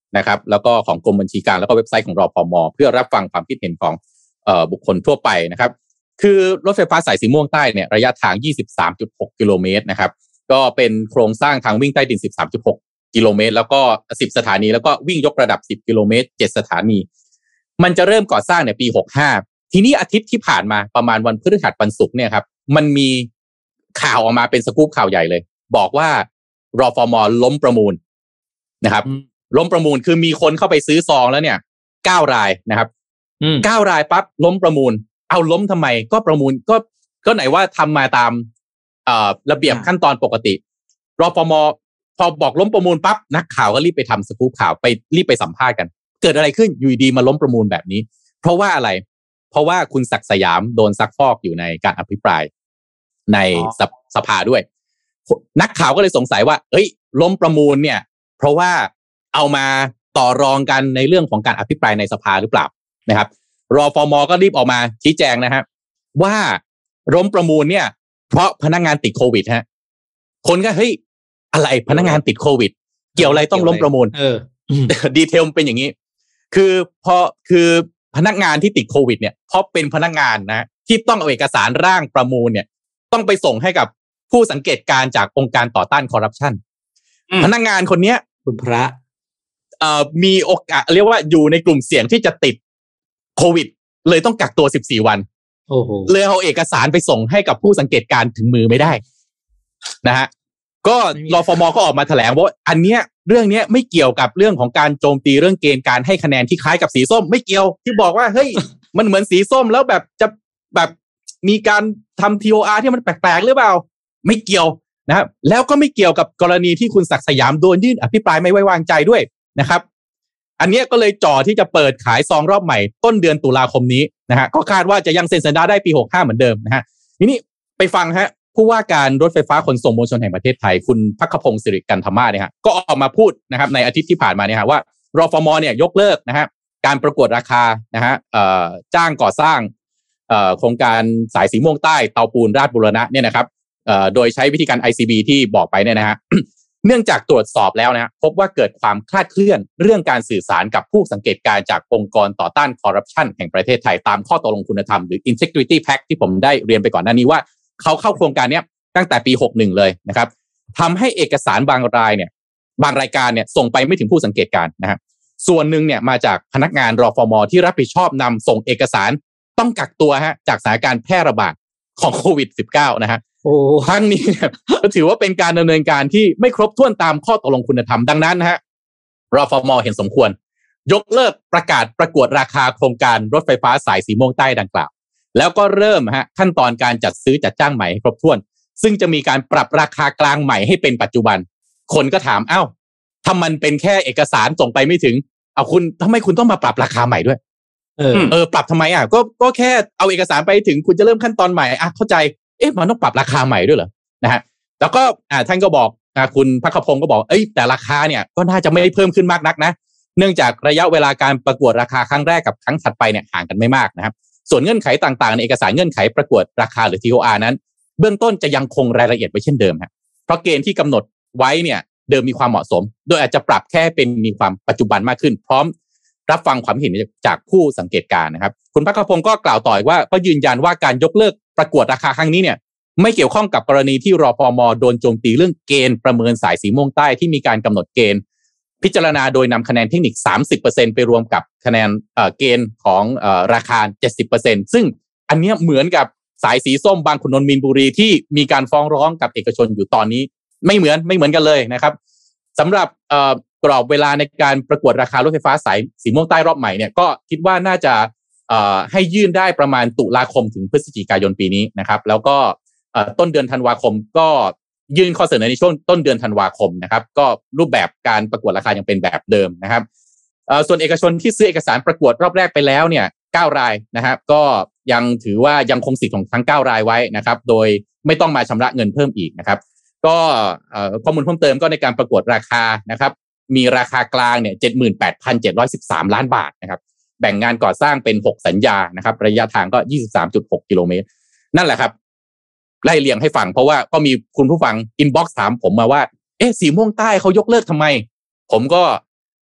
นะครับแล้วก็ของกรมบัญชีกลางแล้วก็เว็บไซต์ของรพม.เพื่อรับฟังความคิดเห็นของเอ่อบุคคลทั่วไปนะครับคือรถไฟฟ้าสายสีม่วงใต้เนี่ยระยะทาง ยี่สิบสามจุดหก กิโลเมตรนะครับก็เป็นโครงสร้างทางวิ่งใต้ดิน สิบสามจุดหก กิโลเมตรแล้วก็สิบสถานีแล้วก็วิ่งยกระดับสิบกิโลเมตรเจ็ดสถานีมันจะเริ่มก่อสร้างในปีหกสิบห้าทีนี้อาทิตย์ที่ผ่านมาประมาณวันพฤหัสวันศุกร์เนี่ยครับมันมีข่าวออกมาเป็นสกู๊ปข่าวใหญ่เลยบอกว่ารฟม.ล้มประมูลนะครับล้มประมูลคือมีคนเข้าไปซื้อซองแล้วเนี่ยเก้ารายนะครับเก้ารายปั๊บล้มประมูลเอาล้มทำไมก็ประมูลก็ก็ไหนว่าทำมาตามเอ่อระเบียบขั้นตอนปกติรฟม.พอบอกล้มประมูลปั๊บนักข่าวก็รีบไปทำสกู๊ปข่าวไปรีบไปสัมภาษณ์กันเกิดอะไรขึ้นอยู่ดีมาล้มประมูลแบบนี้เพราะว่าอะไรเพราะว่าคุณศักดิ์สยามโดนซักฟอกอยู่ในการอภิปรายในสภาด้วยนักข่าวก็เลยสงสัยว่าเอ้ยล้มประมูลเนี่ยเพราะว่าเอามาต่อรองกันในเรื่องของการอภิปรายในสภาหรือเปล่านะครับรฟม.ก็รีบออกมาชี้แจงนะฮะว่าล้มประมูลเนี่ยเพราะพนักงานติดโควิดฮะคนก็เฮ้ยอะไรพนักงานติดโควิดเกี่ยวอะไรต้องล้มประมูลเออดีเทลเป็นอย่างนี้คือพอคือพนักงานที่ติดโควิดเนี่ยเพราะเป็นพนักงานนะที่ต้องเอาเอกสารร่างประมูลเนี่ยต้องไปส่งให้กับผู้สังเกตการจากองค์การต่อต้านคอร์รัปชันพนักงานคนนี้คุณพระเอ่อมีโอกาสเรียกว่าอยู่ในกลุ่มเสี่ยงที่จะติดโควิดเลยต้องกักตัวสิบสี่วันโอ้โหเลยเอาเอกสารไปส่งให้กับผู้สังเกตการถึงมือไม่ได้นะฮะก็รฟม.ก็ออกมาแถลงว่าอันเนี้ยเรื่องนี้ไม่เกี่ยวกับเรื่องของการโจมตีเรื่องเกณฑ์การให้คะแนนที่คล้ายกับสีส้มไม่เกี่ยวที่บอกว่าเฮ้ยมันเหมือนสีส้มแล้วแบบจะแบบมีการทำ ที โอ อาร์ ที่มันแปลกๆหรือเปล่าไม่เกี่ยวนะครับแล้วก็ไม่เกี่ยวกับกรณีที่คุณศักดิ์สยามโดนยื่นอภิปรายไม่ไว้วางใจด้วยนะครับอันนี้ก็เลยจ่อที่จะเปิดขายซองรอบใหม่ต้นเดือนตุลาคมนี้นะฮะก็คาดว่าจะยังเซ็นสัญญาได้ปีหกสิบห้าเหมือนเดิมนะฮะทีนี้ไปฟังฮะผู้ว่าการรถไฟฟ้าขนส่งมวลชนแห่งประเทศไทยคุณภัคพงศ์สิริกันธรรมาเนี่ยฮะก็ออกมาพูดนะครับในอาทิตย์ที่ผ่านมาเนี่ยฮะว่ารฟม.เนี่ยยกเลิกนะฮะการประกวดราคานะฮะเอ่อจ้างก่อสร้างเอ่อโครงการสายสีม่วงใต้เตาปูนราชบูรณะเนี่ยนะครับเอ่อโดยใช้วิธีการ ไอ ซี บี ที่บอกไปเนี่ยนะฮะ เนื่องจากตรวจสอบแล้วนะพบว่าเกิดความคลาดเคลื่อนเรื่องการสื่อสารกับผู้สังเกตการจากองค์กรต่อต้านคอร์รัปชันแห่งประเทศไทยตามข้อตกลงคุณธรรมหรือ Integrity Pact ที่ผมได้เรียนไปก่อนหน้านี้ว่าเขาเข้าโครงการนี้ตั้งแต่ปีหกสิบเอ็ดเลยนะครับทำให้เอกสารบางรายเนี่ยบางรายการเนี่ยส่งไปไม่ถึงผู้สังเกตการนะฮะส่วนหนึ่งเนี่ยมาจากพนักงานรฟม.ที่รับผิดชอบนำส่งเอกสารต้องกักตัวฮะจากสถานการณ์แพร่ระบาดของโควิด สิบเก้า นะฮะโอ้ทั้งนี้เนี่ยก็ถือว่าเป็นการดำเนินการที่ไม่ครบถ้วนตามข้อตกลงคุณธรรมดังนั้นนะฮะรฟม.เห็นสมควรยกเลิกประกาศประกวดราคาโครงการรถไฟฟ้าสายสีม่วงใต้ดังกล่าวแล้วก็เริ่มฮะขั้นตอนการจัดซื้อจัดจ้างใหม่ให้ครบถ้วนซึ่งจะมีการปรับราคากลางใหม่ให้เป็นปัจจุบันคนก็ถามอ้าวถ้ามันเป็นแค่เอกสารส่งไปไม่ถึงเอาคุณทำไมคุณต้องมาปรับราคาใหม่ด้วยเออเออปรับทำไมอ่ะก็ก็แค่เอาเอกสารไปถึงคุณจะเริ่มขั้นตอนใหม่อ่ะเข้าใจเอ๊ะมันต้องปรับราคาใหม่ด้วยเหรอนะฮะแล้วก็อ่าท่านก็บอกอ่าคุณภัคพงศ์ก็บอกเอ้ยแต่ราคาเนี่ยก็น่าจะไม่ได้เพิ่มขึ้นมากนักนะเนื่องจากระยะเวลาการประกวดราคาครั้งแรกกับครั้งถัดไปเนี่ยห่างกันไม่มากนะครับส่วนเงื่อนไขต่างๆในเอกสารเงื่อนไขประกวดราคาหรือ ที โอ อาร์ นั้นเบื้องต้นจะยังคงรายละเอียดไว้เช่นเดิมฮะเพราะเกณฑ์ที่กำหนดไว้เนี่ยเดิมมีความเหมาะสมโดยอาจจะปรับแค่เป็นมีความปัจจุบันมากขึ้นพร้อมรับฟังความเห็นจากผู้สังเกตการนะครับคุณภัคพงศ์ก็กล่าวต่อว่าก็ยืนยันว่าการยกเลิกประกวดราคาครั้งนี้เนี่ยไม่เกี่ยวข้องกับกรณีที่รฟม.โดนโจมตีเรื่องเกณฑ์ประเมินสายสีม่วงใต้ที่มีการกำหนดเกณฑ์พิจารณาโดยนำคะแนนเทคนิค สามสิบเปอร์เซ็นต์ ไปรวมกับคะแนนเอ่อเกณฑ์ของเอ่อราคา เจ็ดสิบเปอร์เซ็นต์ ซึ่งอันนี้เหมือนกับสายสีส้มบางขุนนนท์มีนบุรีที่มีการฟ้องร้องกับเอกชนอยู่ตอนนี้ไม่เหมือนไม่เหมือนกันเลยนะครับสำหรับเอ่อกรอบเวลาในการประกวดราคารถไฟฟ้าสายสีม่วงใต้รอบใหม่เนี่ยก็คิดว่าน่าจะเอ่อให้ยื่นได้ประมาณตุลาคมถึงพฤศจิกายนปีนี้นะครับแล้วก็เอ่อต้นเดือนธันวาคมก็ยื่นข้อเสนอในช่วงต้นเดือนธันวาคมนะครับก็รูปแบบการประกวดราคายังเป็นแบบเดิมนะครับเอ่อส่วนเอกชนที่ซื้อเอกสารประกวดรอบแรกไปแล้วเนี่ยเก้ารายนะครับก็ยังถือว่ายังคงสิทธิ์ของทั้งเก้ารายไว้นะครับโดยไม่ต้องมาชำระเงินเพิ่มอีกนะครับก็ข้อมูลเพิ่มเติมก็ในการประกวดราคานะครับมีราคากลางเนี่ย เจ็ดหมื่นแปดพันเจ็ดร้อยสิบสาม ล้านบาทนะครับแบ่งงานก่อสร้างเป็นหกสัญญานะครับระยะทางก็ ยี่สิบสามจุดหก กิโลเมตรนั่นแหละครับไล่เรียงให้ฟังเพราะว่าก็มีคุณผู้ฟังอินบ็อกซ์ถามผมมาว่าเอ๊ะสีม่วงใต้เขายกเลิกทำไมผมก็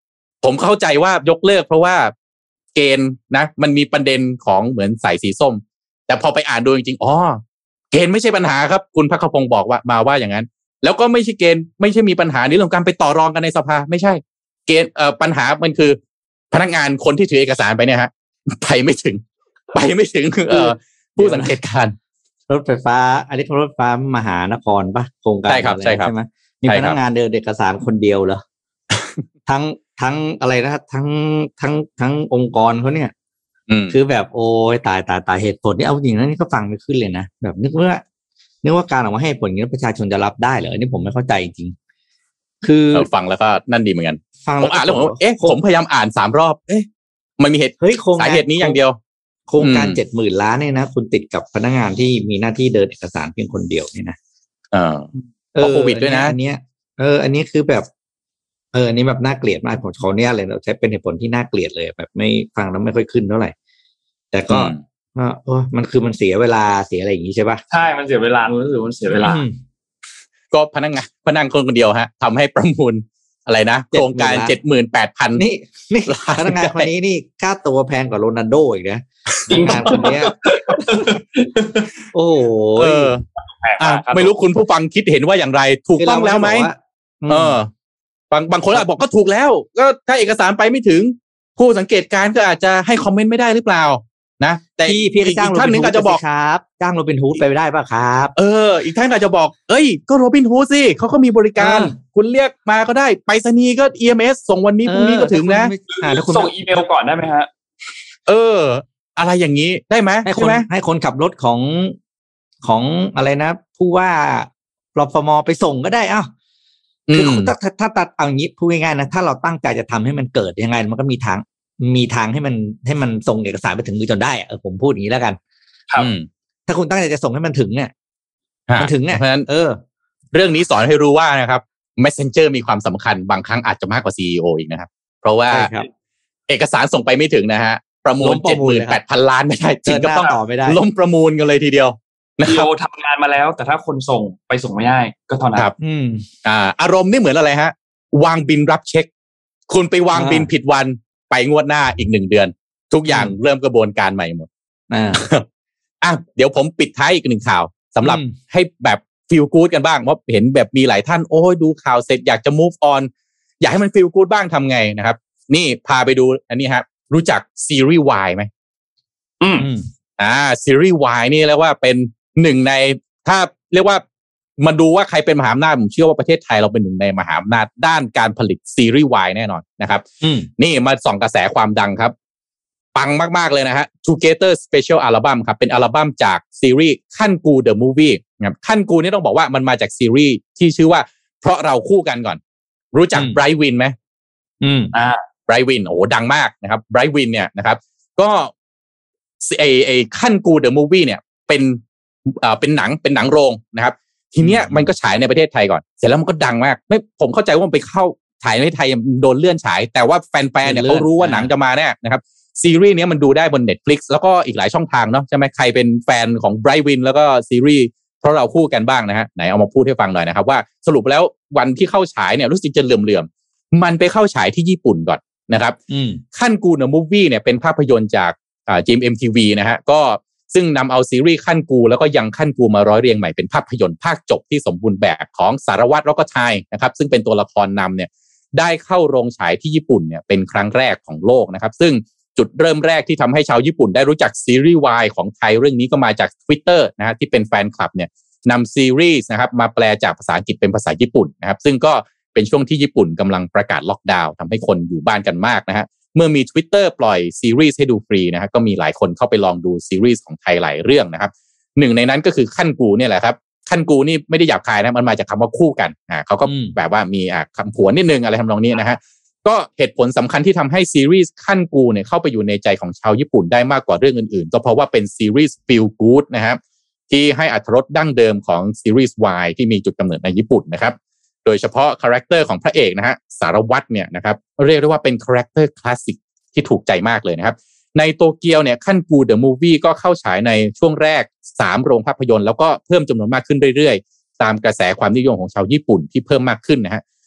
ผมเข้าใจว่ายกเลิกเพราะว่าเกณฑ์นะมันมีประเด็นของเหมือนใส่สีส้มแต่พอไปอ่านดูจริงๆอ๋อเกณฑ์ไม่ใช่ปัญหาครับคุณภัคพงศ์บอกว่ามาว่าอย่างนั้นแล้วก็ไม่ใช่เกณฑ์ไม่ใช่มีปัญหาในเรื่องการไปต่อรองกันในสภาไม่ใช่เกณฑ์เอ่อปัญหามันคือพนักงานคนที่ถือเอกสารไปเนี่ยฮะไปไม่ถึงไปไม่ถึงเอ่อผู้สังเกตการรถไฟฟ้าอันนี้รถไฟฟ้ามหานครป่ะโครงการใช่ครับใช่ครับใช่ไหมมีพนักงานเดินเอกสารคนเดียวเหรอ ทั้งทั้งอะไรนะทั้งทั้งทั้งองค์กรเขาเนี่ยคือแบบโอ้ยตายตายตายเหตุผลนี่เอาจริงนะนี่ก็ฟังไม่ขึ้นเลยนะแบบนึกว่านึกว่าการออกมาให้ผลอย่างนี้ประชาชนจะรับได้เหรออันนี้ผมไม่เข้าใจจริงคือฟังแล้วก็นั่นดีเหมือนกันฟังผมอ่านแล้วผมเอ๊ะผมพยายามอ่านสามรอบเอ๊ะมันมีเหตุสาเหตุนี้อย่างเดียวโครงการเจ็ดหมื่นล้านเนี่ยนะคุณติดกับพนักงานที่มีหน้าที่เดินเอกสารเพียงคนเดียวนี่นะเออเพราะโควิดด้วยนะอันเนี้ยเอออันนี้คือแบบเอออันนี้แบบน่าเกลียดมากผมขอเนี่ยเลยเราใช้เป็นเหตุผลที่น่าเกลียดเลยแบบไม่ฟังแล้วไม่ค่อยขึ้นเท่าไหร่แต่ก็ว่าโอ้มันคือมันเสียเวลาเสียอะไรอย่างนี้ใช่ป่ะใช่มันเสียเวลารู้สึกมันเสียเวลาก็พนักงานพนักงานคนคนเดียวฮะทำให้ประมูลอะไรนะโครงการ เจ็ดหมื่นแปดพันนี่นี่พนักงานคนนี้นี่ค่าตัวแพงกว่าโรนัลโดอีกนะจริงงานคนนี้โอ้ยอ่ะไม่รู้คุณผู้ฟังคิดเห็นว่าอย่างไรถูกต้องแล้วไหมเออบางบางคนอาจบอกก็ถูกแล้วก็ถ้าเอกสารไปไม่ถึงผู้สังเกตการก็อาจจะให้คอมเมนต์ไม่ได้หรือเปล่านะแต่พี่พี่จ้างท่านนึงอาจจะบอกครับจ้างโรบินฮูดไปได้ป่ะครับเอออีกท่านอาจจะบอกเอ้ยก็โรบินฮูดสิเขาก็มีบริการคุณเรียกมาก็ได้ไปรษณีย์ก็ อี เอ็ม เอส ส่งวันนี้พรุ่งนี้ก็ถึงนะส่งอีเมลก่อนได้ไหมฮะเอออะไรอย่างนี้ได้ไหมใช่ไหมให้คนขับรถของของอะไรนะผู้ว่ารฟม.ไปส่งก็ได้อ้าวคือถ้าถ้าตัดเอาอย่างนี้พูดง่ายๆนะถ้าเราตั้งใจจะทำให้มันเกิดยังไงมันก็มีทางมีทางให้มันให้มันส่งเอกสารไปถึงมือจนได้เออผมพูดอย่างนี้แล้วกันครับถ้าคุณตั้งใจจะส่งให้มันถึงเนี่ยมันถึงเนี่ยเพราะฉะนั้นเออเรื่องนี้สอนให้รู้ว่านะครับ Messenger มีความสำคัญบางครั้งอาจจะมากกว่า ซี อี โอ อีกนะครับเพราะว่าเอกสารส่งไปไม่ถึงนะฮะประมูล เจ็ดหมื่นแปดพัน ล้านไม่ได้จริงก็ต้องล้มประมูลกันเลยทีเดียวซี อี โอ ทำงานมาแล้วแต่ถ้าคนส่งไปส่งไม่ได้ก็เท่านั้นครับอ่าอารมณ์นี่เหมือนอะไรฮะวางบินรับเช็คคุณไปวางบินผิดวันไปงวดหน้าอีกหนึ่งเดือนทุกอย่างเริ่มกระบวนการใหม่หมดอ่าอ่ะเดี๋ยวผมปิดท้ายอีกหนึ่งข่าวสำหรับให้แบบฟีลกู๊ดกันบ้างเพราะเห็นแบบมีหลายท่านโอ้ยดูข่าวเสร็จอยากจะ move on อยากให้มันฟีลกู๊ดบ้างทำไงนะครับนี่พาไปดูอันนี้ครับรู้จักซีรีส์ Y ไหมอืมอ่าซีรีส์ Y นี่เรียกว่าเป็นหนึ่งในถ้าเรียกว่ามาดูว่าใครเป็นมหาอำนาจผมเชื่อว่าประเทศไทยเราเป็นหนึ่งในมหาอำนาจด้านการผลิตซีรีส์ Y แน่นอนนะครับนี่มาส่องกระแสความดังครับปังมากๆเลยนะฮะ Together Special Album ครับเป็นอัลบั้มจากซีรีส์ขั้นกู The Movie นะครับขั้นกูนี่ต้องบอกว่ามันมาจากซีรีส์ที่ชื่อว่าเพราะเราคู่กันก่อนรู้จัก Bright Win ไหมอืมอ่า Bright Win โอ้ดังมากนะครับ Bright Win เนี่ยนะครับก็ไอไอขั้นกู The Movie เนี่ยเป็นอ่าเป็นหนังเป็นหนังโรงนะครับทีเนี้ยมันก็ฉายในประเทศไทยก่อนเสร็จแล้วมันก็ดังมากไม่ผมเข้าใจว่ามันไปเข้าฉายในไทยโดนเลื่อนฉายแต่ว่าแฟนๆเนี่ยเขารู้ว่าหนังจะมาแน่นะครับซีรีส์นี้มันดูได้บน Netflix แล้วก็อีกหลายช่องทางเนาะใช่ไหมใครเป็นแฟนของ Bright Win แล้วก็ซีรีส์เพราะเราคู่กันบ้างนะฮะไหนเอามาพูดให้ฟังหน่อยนะครับว่าสรุปแล้ววันที่เข้าฉายเนี่ยรู้สึกจะเหลื่อมๆมันไปเข้าฉายที่ญี่ปุ่นก่อนนะครับขั้นกูเนอะมูฟวี่เนี่ยเป็นภาพยนตร์จากอ่า จี เอ็ม เอ็ม ที วี นะฮะก็ซึ่งนำเอาซีรีส์ขั้นกูแล้วก็ยังขั้นกูมาร้อยเรียงใหม่เป็นภาพยนตร์ภาคจบที่สมบูรณ์แบบของสารวัตรแล้วก็ชายนะครับซึ่งเป็นตัวละครนำเนี่ยได้เข้าโรงฉายที่ญี่ปุ่นเนี่ยเป็นครั้งแรกของโลกนะครับซึ่งจุดเริ่มแรกที่ทำให้ชาวญี่ปุ่นได้รู้จักซีรีส์ Y ของไทยเรื่องนี้ก็มาจาก Twitter นะฮะที่เป็นแฟนคลับเนี่ยนำซีรีส์นะครับมาแปลจากภาษาอังกฤษเป็นภาษาญี่ปุ่นนะครับซึ่งก็เป็นช่วงที่ญี่ปุ่นกำลังประกาศล็อกดาวน์ทำให้คนอยู่บ้านกันมากนะฮะเมื่อมี Twitter ปล่อยซีรีส์ให้ดูฟรีนะฮะก็มีหลายคนเข้าไปลองดูซีรีส์ของไทยหลายเรื่องนะครับหนึ่งในนั้นก็คือขั้นกูเนี่ยแหละครับขั้นกูนี่ไม่ได้หยาบคายนะมันมาจากคำว่าคู่กันอ่าเขาก็แบบว่ามีอ่าคำผวนนิดนึงอะไรทำนองนี้นะฮะก็เหตุผลสำคัญที่ทำให้ซีรีส์ขั้นกูเนี่ยเข้าไปอยู่ในใจของชาวญี่ปุ่นได้มากกว่าเรื่องอื่นๆก็เพราะว่าเป็นซีรีส์ feel good นะครับที่ให้อรรถรสดั้งเดิมของซีรีส์ Y ที่มีจุดกำเนิดในญี่ปุ่นนะครับโดยเฉพาะคาแรคเตอร์ของพระเอกนะฮะสารวัตรเนี่ยนะครับเรียกได้ว่าเป็นคาแรคเตอร์คลาสสิกที่ถูกใจมากเลยนะครับในโตเกียวเนี่ยขั้นกู The Movie ก็เข้าฉายในช่วงแรกสามโรงภาพยนตร์แล้วก็เพิ่มจำนวนมากขึ้นเรื่อยๆตามกระแสความนิยมของชาวญี่ปุ่นที่เพิ่มมากขึ้นนะฮะ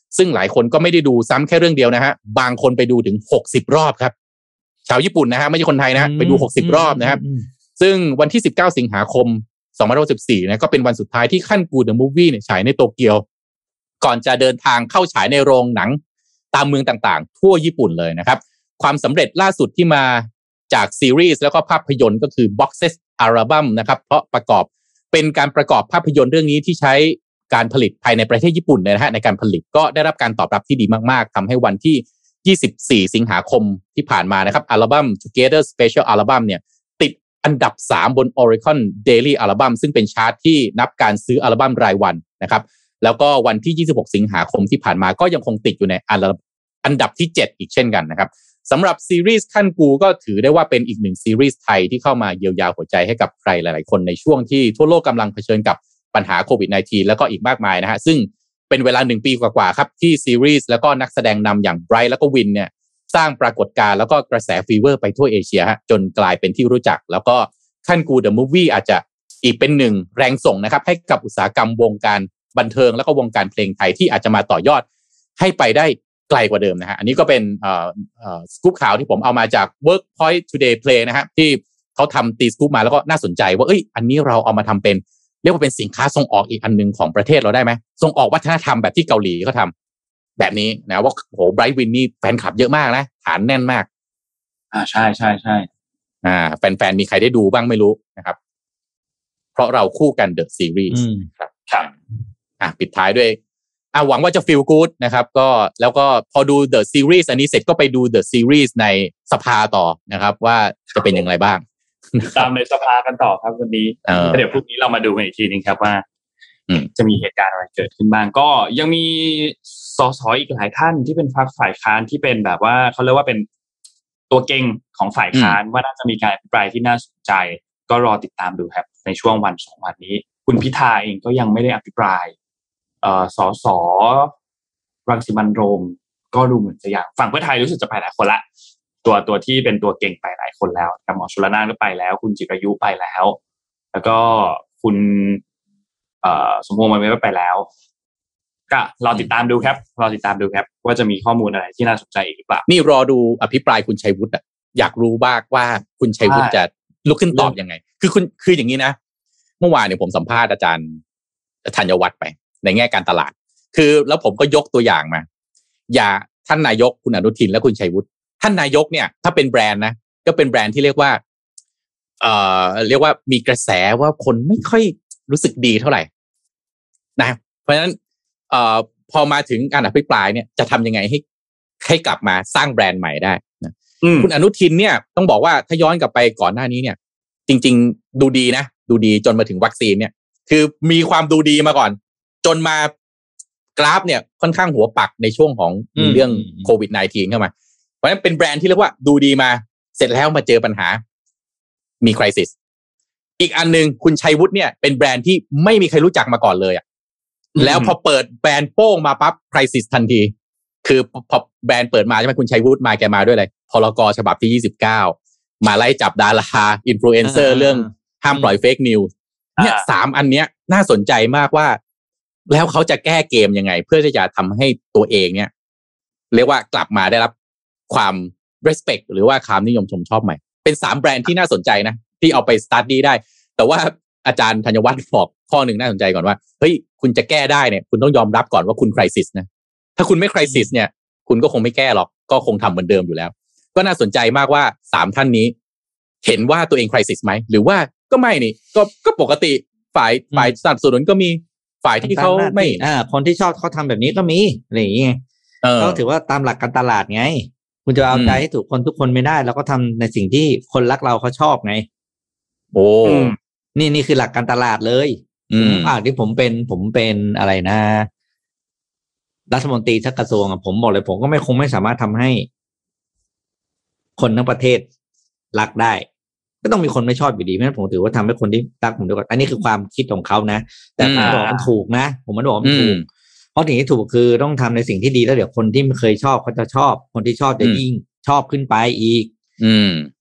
ซึ่งหลายคนก็ไม่ได้ดูซ้ำแค่เรื่องเดียวนะฮะบางคนไปดูถึงหกสิบรอบครับชาวญี่ปุ่นนะฮะไม่ใช่คนไทยนะไปดูหกสิบรอบนะครับซึ่งวันที่สิบเก้าสิงหาคมสองพันสิบสี่นะก็เป็นวันสุดท้ายที่คันกูเดอะมูฟวี่เนี่ยฉายในโตเกียวก่อนจะเดินทางเข้าฉายในโรงหนังตามเมืองต่างๆทั่วญี่ปุ่นเลยนะครับความสำเร็จล่าสุดที่มาจากซีรีส์แล้วก็ภาพยนตร์ก็คือ Box Set Album นะครับเพราะประกอบเป็นการประกอบภาพยนตร์เรื่องนี้ที่ใช้การผลิตภายในประเทศญี่ปุ่นเลยนะฮะในการผลิตก็ได้รับการตอบรับที่ดีมากๆทำให้วันที่ยี่สิบสี่สิงหาคมที่ผ่านมานะครับอัลบั้ม Together Special Album เนี่ยติดอันดับสามบน Oricon Daily Album ซึ่งเป็นชาร์ตที่นับการซื้ออัลบั้มรายวันนะครับแล้วก็วันที่ยี่สิบหกสิงหาคมที่ผ่านมาก็ยังคงติดอยู่ในอันดับที่เจ็ดอีกเช่นกันนะครับสำหรับซีรีส์ขั้นกูก็ถือได้ว่าเป็นอีกหนึ่งซีรีส์ไทยที่เข้ามาเยียวยาหัวใจให้กับใครหลายๆคนในช่วงที่ทั่วโลกกำลังเผชิญกับปัญหาโควิด สิบเก้า แล้วก็อีกมากมายนะฮะซึ่งเป็นเวลาหนึ่งปีกว่าๆครับที่ซีรีส์แล้วก็นักแสดงนำอย่างไบรท์แล้วก็วินเนี่ยสร้างปรากฏการณ์แล้วก็กระแสฟีเวอร์ไปทั่วเอเชียฮะจนกลายเป็นที่รู้จักแล้วก็ขั้นกูเดอะมูฟวี่อาจจะอีกเป็นหนึ่งแรงส่งนะครับให้กับอุตสาหกรรมวงการบันเทิงแล้วก็วงการเพลงไทยที่อาจจะมาต่อยอดให้ไปได้ไกลกว่าเดิมนะฮะอันนี้ก็เป็นเอ่อเอ่อสกู๊ปข่าวที่ผมเอามาจาก Workpoint Today Play นะฮะที่เขาทำตีสกู๊ปมาแล้วก็น่าสนใจว่าเอ้ยอันนี้เราเอามาทำเป็นเรียกว่าเป็นสินค้าส่งออกอีกอันนึงของประเทศเราได้ไหมส่งออกวัฒนธรรมแบบที่เกาหลีเขาทำแบบนี้นะว่าโหไบรท์วินนี่แฟนคลับเยอะมากนะฐานแน่นมากอ่าใช่ใช่ใช่อ่าแฟนๆมีใครได้ดูบ้างไม่รู้นะครับเพราะเราคู่กันเดอะซีรีส์ครับครับอ่ะปิดท้ายด้วยอ่ะหวังว่าจะ feel good นะครับก็แล้วก็พอดู The Series อันนี้เสร็จก็ไปดู The Series ในสภาต่อนะครับว่าจะเป็นอย่างไรบ้างตามในสภากันต่อครับวันนี้เดี๋ยวพรุ่งนี้เรามาดูกันอีกทีนึงครับว่าจะมีเหตุการณ์อะไรเกิดขึ้นบ้างก็ยังมีสสอีกหลายท่านที่เป็นพรรคฝ่ายค้านที่เป็นแบบว่าเขาเรียกว่าเป็นตัวเก่งของฝ่ายค้านว่าน่าจะมีการอภิปรายที่น่าสนใจก็รอติดตามดูครับในช่วงวันสองวันนี้คุณพิธาเองก็ยังไม่ได้อภิปรายเอ่อสสรังสิมันต์โรมก็ดูเหมือนจะอย่างฝั่งเพื่อไทยรู้สึกจะไปหลายคนละตัวตัวที่เป็นตัวเก่งไปหลายคนแล้วกับหมอชลนานก็ไปแล้วคุณจิรายุไปแล้วแล้วก็คุณเอ่อสมพงษ์มันไม่ไปแล้วก็รอติดตามดูครับรอติดตามดูครับว่าจะมีข้อมูลอะไรที่น่าสนใจอีกหรือเปล่านี่รอดูอภิปรายคุณชัยวุฒิอ่ะอยากรู้บ้างว่าคุณชัยวุฒิจะลุกขึ้นตอบยังไงคือคุณคืออย่างนี้นะเมื่อวานเนี่ยผมสัมภาษณ์อาจารย์ธัญวัฒน์ไปในแง่การตลาดคือแล้วผมก็ยกตัวอย่างมาอย่าท่านนายกคุณอนุทินและคุณชัยวุฒิท่านนายกเนี่ยถ้าเป็นแบรนด์นะก็เป็นแบรนด์ที่เรียกว่าเอ่อเรียกว่ามีกระแสว่าคนไม่ค่อยรู้สึกดีเท่าไหร่นะเพราะฉะนั้นเอ่อพอมาถึงการอภิปรายเนี่ยจะทำยังไงให้ให้กลับมาสร้างแบรนด์ใหม่ได้นะคุณอนุทินเนี่ยต้องบอกว่าถ้าย้อนกลับไปก่อนหน้านี้เนี่ยจริงๆดูดีนะดูดีจนมาถึงวัคซีนเนี่ยคือมีความดูดีมาก่อนจนมากราฟเนี่ยค่อนข้างหัวปักในช่วงของมีเรื่องโควิด สิบเก้า เข้ามาเพราะฉะนั้นเป็นแบรนด์ที่เรียกว่าดูดีมาเสร็จแล้วมาเจอปัญหามีไครซิสอีกอันนึงคุณชัยวุฒิเนี่ยเป็นแบรนด์ที่ไม่มีใครรู้จักมาก่อนเลยอ่ะแล้วพอเปิดแบรนด์โป้งมาปั๊บไครซิสทันทีคือพอแบรนด์เปิดมาใช่ไหมคุณชัยวุฒิมาแกมาด้วยอะไรพรกฉบับที่ยี่สิบเก้ามาไล่จับดาราอินฟลูเอนเซอร์เรื่องห้ามปล่อยเฟกนิวส์เนี่ยสามอันเนี้ยน่าสนใจมากว่าแล้วเขาจะแก้เกมยังไงเพื่อที่จะทำให้ตัวเองเนี่ยเรียกว่ากลับมาได้รับความ respect หรือว่าความนิยมชมชอบใหม่เป็นสามแบรนด์ที่น่าสนใจนะที่เอาไป study ได้แต่ว่าอาจารย์ธัญวัฒน์บอกข้อหนึ่งน่าสนใจก่อนว่าเฮ้ยคุณจะแก้ได้เนี่ยคุณต้องยอมรับก่อนว่าคุณ crisis นะถ้าคุณไม่ crisis เนี่ยคุณก็คงไม่แก้หรอกก็คงทำเหมือนเดิมอยู่แล้วก็น่าสนใจมากว่าสามท่านนี้เห็นว่าตัวเอง crisis ไหมหรือว่าก็ไม่นี่ก็ก็ปกติฝ่ายฝ่ายสนับสนุนก็มีฝ่ายที่เขาไม่อ่าคนที่ชอบเขาทำแบบนี้ก็มีอะไรอย่างเงี้ยก็ถือว่าตามหลักการตลาดไงคุณจะเอาใจให้ถูกคนทุกคนไม่ได้แล้วก็ทำในสิ่งที่คนรักเราเขาชอบไงโอ้นี่นี่คือหลักการตลาดเลยอืมอ่าที่ผมเป็นผมเป็นอะไรนะรัฐมนตรีชักกระทรวงอ่ะผมบอกเลยผมก็ไม่คงไม่สามารถทำให้คนทั้งประเทศรักได้ก็ต้องมีคนไม่ชอบอยู่ดีเพราะฉะนั้นผมถือว่าทำให้คนที่รักผมด้วยกันอันนี้คือความคิดของเขานะแต่ผมบอกมันถูกนะผมไม่บอกมันถูกเพราะสิ่งที่ถูกคือต้องทำในสิ่งที่ดีแล้วเดี๋ยวคนที่ไม่เคยชอบเขาจะชอบคนที่ชอบจะยิ่งชอบขึ้นไปอีกอืม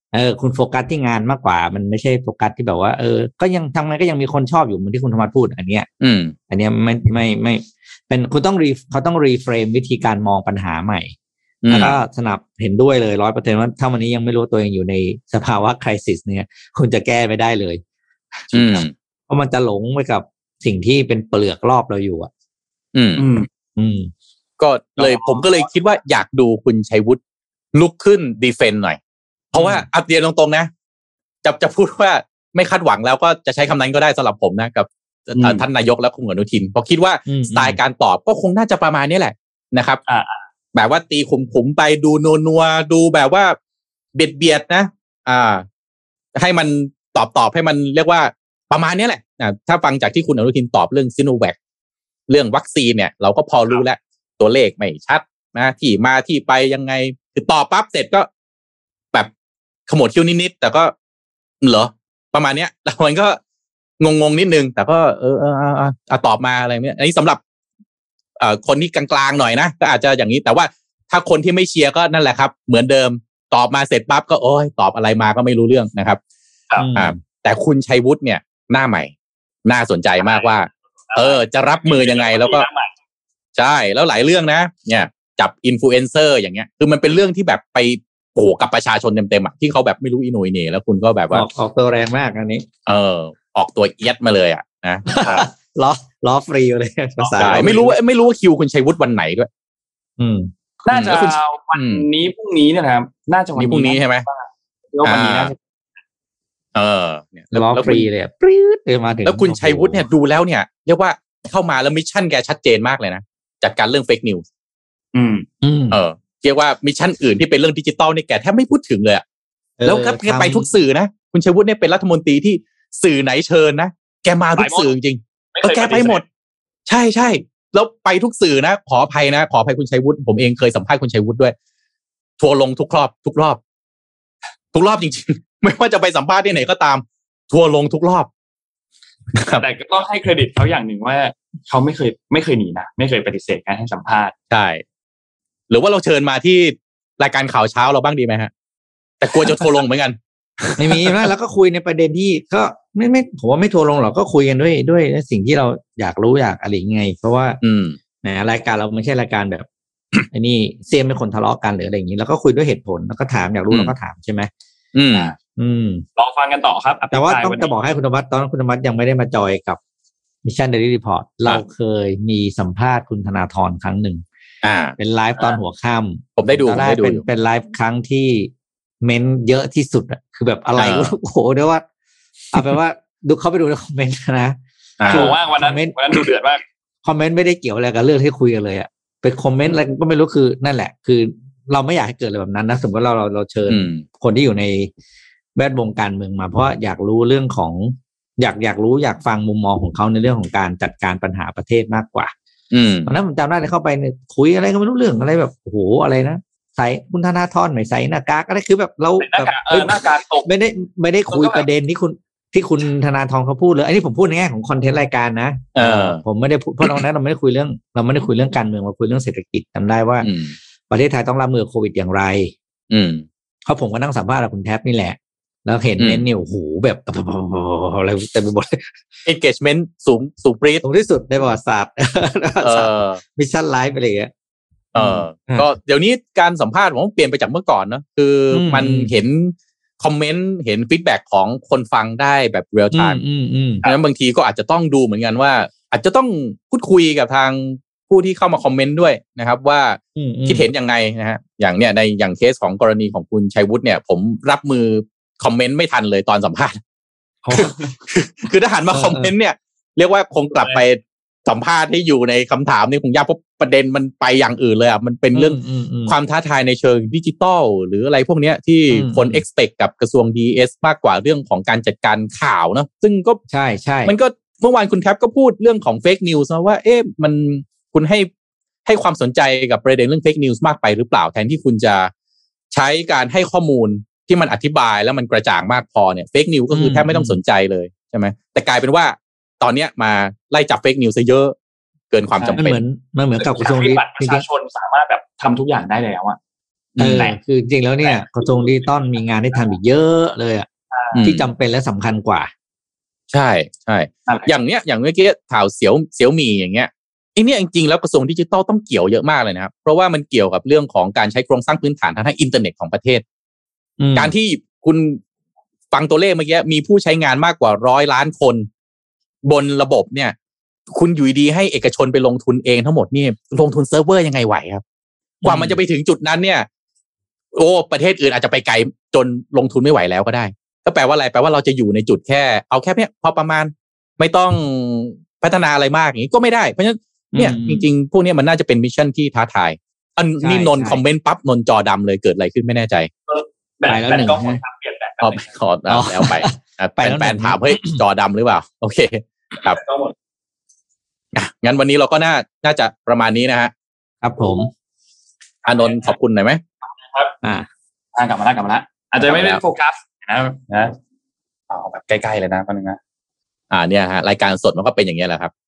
เออคุณโฟกัสที่งานมากกว่ามันไม่ใช่โฟกัสที่แบบว่าเออก็ยังทำไงก็ยังมีคนชอบอยู่เหมือนที่คุณธรรมะพูดอันเนี้ยอืมอันเนี้ยไม่ไม่ไม่เป็นคุณต้องรีเขาต้องรีเฟรมวิธีการมองปัญหาใหม่แล้วก็สนับเห็นด้วยเลย ร้อยเปอร์เซ็นต์ ว่าถ้าวันนี้ยังไม่รู้ตัวเองอยู่ในสภาวะไครซิสเนี่ยคุณจะแก้ไม่ได้เลยอืมเพราะมันจะหลงไปกับสิ่งที่เป็นเปลือกรอบเราอยู่อ่ะอืมอืมอืมก็เลยผมก็เลยคิดว่าอยากดูคุณชัยวุฒิลุกขึ้นดีเฟนต์หน่อยเพราะว่าอัปเดตตรงๆนะจะจะพูดว่าไม่คาดหวังแล้วก็จะใช้คำนั้นก็ได้สำหรับผมนะกับท่านนายกและคุณอนุทินเพราะคิดว่าสไตล์การตอบก็คงน่าจะประมาณนี้แหละนะครับแบบว่าตีขุมๆไปดูนัวๆดูแบบว่าเบียดๆนะอ่าให้มันตอบๆให้มันเรียกว่าประมาณนี้แหละถ้าฟังจากที่คุณอนุทินตอบเรื่องซิโนแวคเรื่องวัคซีนเนี่ยเราก็พอรู้แล้วตัวเลขไม่ชัดนะที่มาที่ไปยังไงคือตอบปั๊บเสร็จก็แบบขมวดคิ้วนิดๆแต่ก็เหรอประมาณเนี้ยแล้วมันก็งงๆนิดนึงแต่ก็เออเออเออเออตอบมาอะไรเนี้ยอันนี้สำหรับเอ่อคนที่กลางๆหน่อยนะก็อาจจะอย่างนี้แต่ว่าถ้าคนที่ไม่เชียร์ก็นั่นแหละครับเหมือนเดิมตอบมาเสร็จปั๊บก็โอ้ยตอบอะไรมาก็ไม่รู้เรื่องนะครับอ่าแต่คุณชัยวุฒิเนี่ยหน้าใหม่น่าสนใจมากว่าเออจะรับมือยังไงแล้วก็ใช่แล้วหลายเรื่องนะเนี่ยจับอินฟลูเอนเซอร์อย่างเงี้ยคือมันเป็นเรื่องที่แบบไปโผล่กับประชาชนเต็มๆอ่ะที่เขาแบบไม่รู้อีโหน่ยเนี่ยแล้วคุณก็แบบว่าออกตัวแรงมากอันนี้เออออกตัวเอียดมาเลยอ่ะนะล้อล้อฟรีเลยภาษาไม่รู้ว่าไม่รู้ว่าคิวคุณชัยวุฒิวันไหนด้วยอืมน่าจะวันนี้พรุ่งนี้นะครับน่าจะวันนี้พรุ่งนี้ใช่ไหมวันนี้น่าจะเออเนี่ยล้อฟรีเลยปรี๊ดเลยมาถึงแล้วคุณชัยวุฒิเนี่ยดูแล้วเนี่ยเรียกว่าเข้ามาแล้วมิชชั่นแกชัดเจนมากเลยนะจัดการเรื่องเฟกนิวส์อืมอืมเออเรียกว่ามิชชั่นอื่นที่เป็นเรื่องดิจิตอลนี่แกแทบไม่พูดถึงเลยอ่ะแล้วก็แกไปทุกสื่อนะคุณชัยวุฒิเนี่ยเป็นรัฐมนตรีที่สื่อไหนเชิญนะแกมาทุกสื่อจริงๆก็แกไปหมดใช่ใช่แล้วไปทุกสื่อนะขออภัยนะขออภัยคุณชัยวุฒิผมเองเคยสัมภาษณ์คุณชัยวุฒิด้วยทัวร์ลงทุกรอบทุกรอบทุกรอบจริงๆไม่ว่าจะไปสัมภาษณ์ที่ไหนก็ตามทัวร์ลงทุกรอบแต่ก็ต้องให้เครดิตเขาอย่างหนึ่งว่าเขาไม่เคยไม่เคยหนีนะไม่เคยปฏิเสธการให้สัมภาษณ์ใช่หรือว่าเราเชิญมาที่รายการข่าวเช้าเราบ้างดีไหมฮะแต่กลัวจะทัวร์ลงเหมือนกันไม่มีนะแล้วก็คุยในประเด็นที่ก็ไม่ไม่ผมว่าไม่ทัวร์ลงหรอกก็คุยกันด้วยด้วยสิ่งที่เราอยากรู้อยากอะไรไงเพราะว่าอืมนะรายการเราไม่ใช่รายการแบบไอ้นี่เซียมเป็นคนทะเลาะกันหรืออะไรอย่างนี้แล้วก็คุยด้วยเหตุผลแล้วก็ถามอยากรู้แล้วก็ถามใช่ไหมอืมอืมรอฟังกันต่อครับแต่ว่าต้องจะบอกให้คุณธรรมะตอนคุณธรรมะยังไม่ได้มาจอยกับ Mission Daily Report เราเคยมีสัมภาษณ์คุณธนาธรครั้งหนึ่งอ่าเป็นไลฟ์ตอนหัวค่ำผมได้ดูได้เป็นเป็นไลฟ์ครั้งที่เม้นเยอะที่สุดอ่ะคือแบบอะไรโอ้โหเดี๋ยวว่าเอาเป็นว่าดูเข้าไปดูในคอมเมนต์นะคือว่าวันนั้นวันนั้นดูเดือดมากคอมเมนต์ไม่ได้เกี่ยวอะไรกับเรื่องที่คุยกันเลยอ่ะเป็นคอมเมนต์อะไรก็ไม่รู้คือนั่นแหละคือเราไม่อยากให้เกิดอะไรแบบนั้นนะสมมติว่าเราเราเราเชิญคนที่อยู่ในแวดวงการเมืองมาเพราะอยากรู้เรื่องของอยากอยากรู้อยากฟังมุมมองของเขาในเรื่องของการจัดการปัญหาประเทศมากกว่าตอนนั้นผมจำได้เลยเข้าไปเนี่ยคุยอะไรก็ไม่รู้เรื่องอะไรแบบโอ้โหอะไรนะใส่คุณธนาธรไม่ใส่หน้ากากอะไรคือแบบเราแบบหน้ากากตกไม่ได้ไม่ได้คุยประเด็นที่คุณที่คุณธนาธรเขาพูดเลยอันนี้ผมพูดในแง่ของคอนเทนต์รายการนะเออผมไม่ได้พูดเพราะตรงนั้นเราไม่ได้คุยเรื่องเราไม่ได้คุยเรื่องการเมืองเราคุยเรื่องเศรษฐกิจจำได้ว่าประเทศไทยต้องรับมือโควิดอย่างไรอืมเขาผมก็นั่งสัมภาษณ์กับคุณแท็บนี่แหละแล้วเห็นเน้นเนี่ยโอ้โหแบบอะไรเต็มไปหมด engagement สูงสูงปรี๊ดสูงที่สุดในประวัติศาสตร์เออ Mission Live อะไรอย่างเงี้ยเออก็เดี๋ยวนี้การสัมภาษณ์ผมเปลี่ยนไปจากเมื่อก่อนเนอะคือมันเห็นคอมเมนต์เห็นฟีดแบ็กของคนฟังได้แบบเรียลไทม์ดังนั้นบางทีก็อาจจะต้องดูเหมือนกันว่าอาจจะต้องพูดคุยกับทางผู้ที่เข้ามาคอมเมนต์ด้วยนะครับว่าคิดเห็นยังไงนะฮะอย่างเนี้ยในอย่างเคสของกรณีของคุณชัยวุฒิเนี่ยผมรับมือคอมเมนต์ไม่ทันเลยตอนสัมภาษณ์คือถ้าหันมาคอมเมนต์เนี่ยเรียกว่าคงกลับไปสัมภาษณ์ที่อยู่ในคำถามนี่คงยากเพราะประเด็นมันไปอย่างอื่นเลยอ่ะมันเป็นเรื่องความท้าทายในเชิงดิจิตอลหรืออะไรพวกเนี้ยที่คน expect กับกระทรวง ดี เอส มากกว่าเรื่องของการจัดการข่าวเนาะซึ่งก็ใช่ใช่มันก็เมื่อวานคุณแคปก็พูดเรื่องของ fake news นะว่าเอ๊ะมันคุณให้ให้ความสนใจกับประเด็นเรื่อง fake news มากไปหรือเปล่าแทนที่คุณจะใช้การให้ข้อมูลที่มันอธิบายแล้วมันกระจ่างมากพอเนี่ย fake news ก็คือแทบไม่ต้องสนใจเลยใช่ไหมแต่กลายเป็นว่าตอนเนี้ยมาไล่จับ fake news ซะเยอะเกินความจำเป็นมันเหมือนมันเหมือนกับกระทรวงบัตรประชาชนสามารถแบบทำทุกอย่างได้แล้วอ่ะเออคือจริงแล้วเนี่ยกระทรวงดิจิตอลมีงานให้ทำอีกเยอะเลยอ่ะที่จำเป็นและสำคัญกว่าใช่ใช่อย่างเนี้ยอย่างเมื่อกี้ข่าวเสี่ยวเสี่ยวมีอย่างเงี้ยไอ้เนี่ยจริงๆแล้วกระทรวงดิจิทัลต้องเกี่ยวเยอะมากเลยนะครับเพราะว่ามันเกี่ยวกับเรื่องของการใช้โครงสร้างพื้นฐานทางด้านอินเทอร์เน็ตของประเทศการที่คุณฟังตัวเลขเมื่อกี้มีผู้ใช้งานมากกว่าร้อยล้านคนบนระบบเนี่ยคุณอยู่ดีให้เอกชนไปลงทุนเองทั้งหมดนี่ลงทุนเซิร์ฟเวอร์ยังไงไหวครับกว่ามันจะไปถึงจุดนั้นเนี่ยโอ้ประเทศอื่นอาจจะไปไกลจนลงทุนไม่ไหวแล้วก็ได้ก็แปลว่าอะไรแปลว่าเราจะอยู่ในจุดแค่เอาแค่เนี้ยพอประมาณไม่ต้องพัฒนาอะไรมากอย่างนี้ก็ไม่ได้เพราะฉะนั้นเนี่ยจริงๆพวกนี้มันน่าจะเป็นมิชชั่นที่ท้าทายอันนี้นนคอมเมนต์ปั๊บนนจอดำเลยเกิดอะไรขึ้นไม่แน่ใจไปแล้วหนึ่งก็เปลี่ยนแบบเอาขอแล้วไปแฟนๆถามเฮ้ยจอดำหรือเปล่าโอเคครับงั้นวันนี้เราก็น่าน่าจะประมาณนี้นะฮะครับผมอานนท์ขอบคุณหน่อยไหมครับอ่ากลับมาแล้วกลับมาแล้วอาจจะไม่ได้โฟกัสนะนะเอาแบบใกล้ๆเลยนะคนนึงนะอ่าเนี่ยฮะรายการสดมันก็เป็นอย่างเงี้ยแหละครับ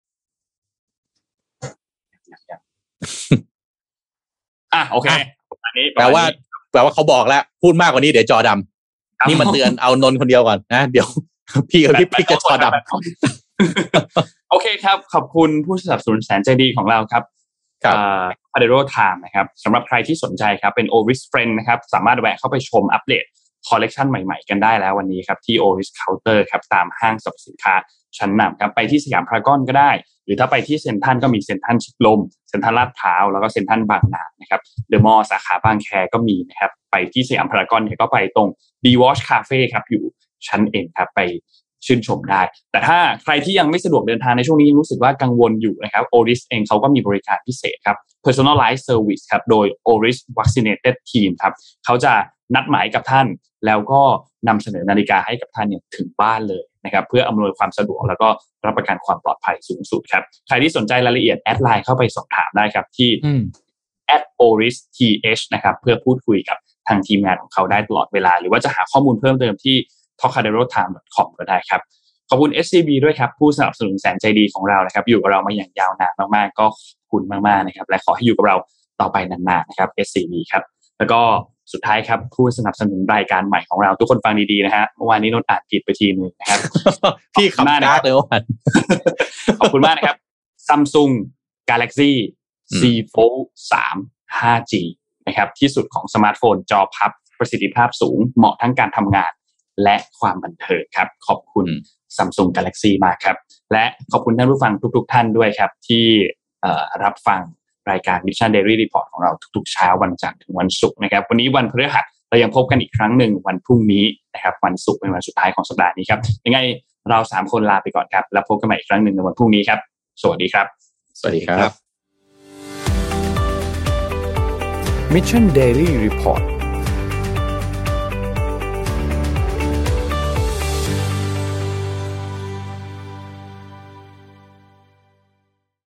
อ่ะโอเคอันนี้แปลว่าแปลว่าเขาบอกแล้วพูดมากกว่านี้เดี๋ยวจอดำนี่มาเตือนเอานนคนเดียวก่อนนะเดี๋ยวพี่กับพี่พี่จะจอดำโอเคครับขอบคุณผู้สนับสนุนแสนใจดีของเราครับอ่า Padero Time นะครับสำหรับใครที่สนใจครับเป็น Oris Friend นะครับสามารถแวะเข้าไปชมอัปเดตคอลเลกชันใหม่ๆกันได้แล้ววันนี้ครับที่ Oris Counter ครับตามห้างสรรพสินค้าชั้นนำครับไปที่สยามพารากอนก็ได้หรือถ้าไปที่เซ็นทรัลก็มีเซ็นทรัลชิดลมเซ็นทรัลลาดพร้าวแล้วก็เซ็นทรัลบางนานะครับเดอะมอลล์สาขาบางแคก็มีนะครับไปที่สยามพารากอนเนี่ยก็ไปตรง D Watch Cafe ครับอยู่ชั้น M ครับไปชื่นชมได้แต่ถ้าใครที่ยังไม่สะดวกเดินทางในช่วงนี้ยังรู้สึกว่ากังวลอยู่นะครับ Oris เองเขาก็มีบริการพิเศษครับ Personalized Service ครับโดย Oris Vaccinated Team ครับเขาจะนัดหมายกับท่านแล้วก็นำเสนอนาฬิกาให้กับท่านเนี่ยถึงบ้านเลยนะครับเพื่ออำนวยความสะดวกแล้วก็รับประกันความปลอดภัยสูงสุดครับใครที่สนใจรายละเอียดแอดไลน์เข้าไปสอบถามได้ครับที่ แอท โอริส ที เอช นะครับเพื่อพูดคุยกับทางทีมงานของเขาได้ตลอดเวลาหรือว่าจะหาข้อมูลเพิ่มเติมที่ ทอคาเดโรไทม์ ดอท คอม ก็ได้ครับขอบคุณ เอส ซี บี ด้วยครับผู้สนับสนุนแสนใจดีของเรานะครับอยู่กับเรามาอย่างยาวนานมากๆก็ขอบคุณมากๆนะครับและขอให้อยู่กับเราต่อไปนานๆนะครับ เอส ซี บี ครับแล้วก็สุดท้ายครับผู้สนับสนุนรายการใหม่ของเราทุกคนฟังดีๆนะฮะเมื่อวานนี้นนท์อ่านผิดไปทีนึงนะครับพี่ขำมากเลยวันขอบคุณมากนะครับ Samsung Galaxy Z Fold สาม ห้าจี นะครับที่สุดของสมาร์ทโฟนจอพับประสิทธิภาพสูงเหมาะทั้งการทำงานและความบันเทิงครับขอบคุณ Samsung Galaxy มากครับและขอบคุณท่านผู้ฟังทุกๆท่านด้วยครับที่รับฟังรายการ Mission Daily Report ของเราทุกๆเช้าวันจันทร์ถึงวันศุกร์นะครับวันนี้วันพฤหัสเรายังพบกันอีกครั้งหนึ่งวันพรุ่งนี้นะครับวันศุกร์เป็นวันสุดท้ายของสัปดาห์นี้ครับยังไงเราสามคนลาไปก่อนครับแล้วพบกันใหม่อีกครั้งหนึ่งในวันพรุ่งนี้ครับสวัสดีครับสวัสดีครับ Mission Daily Report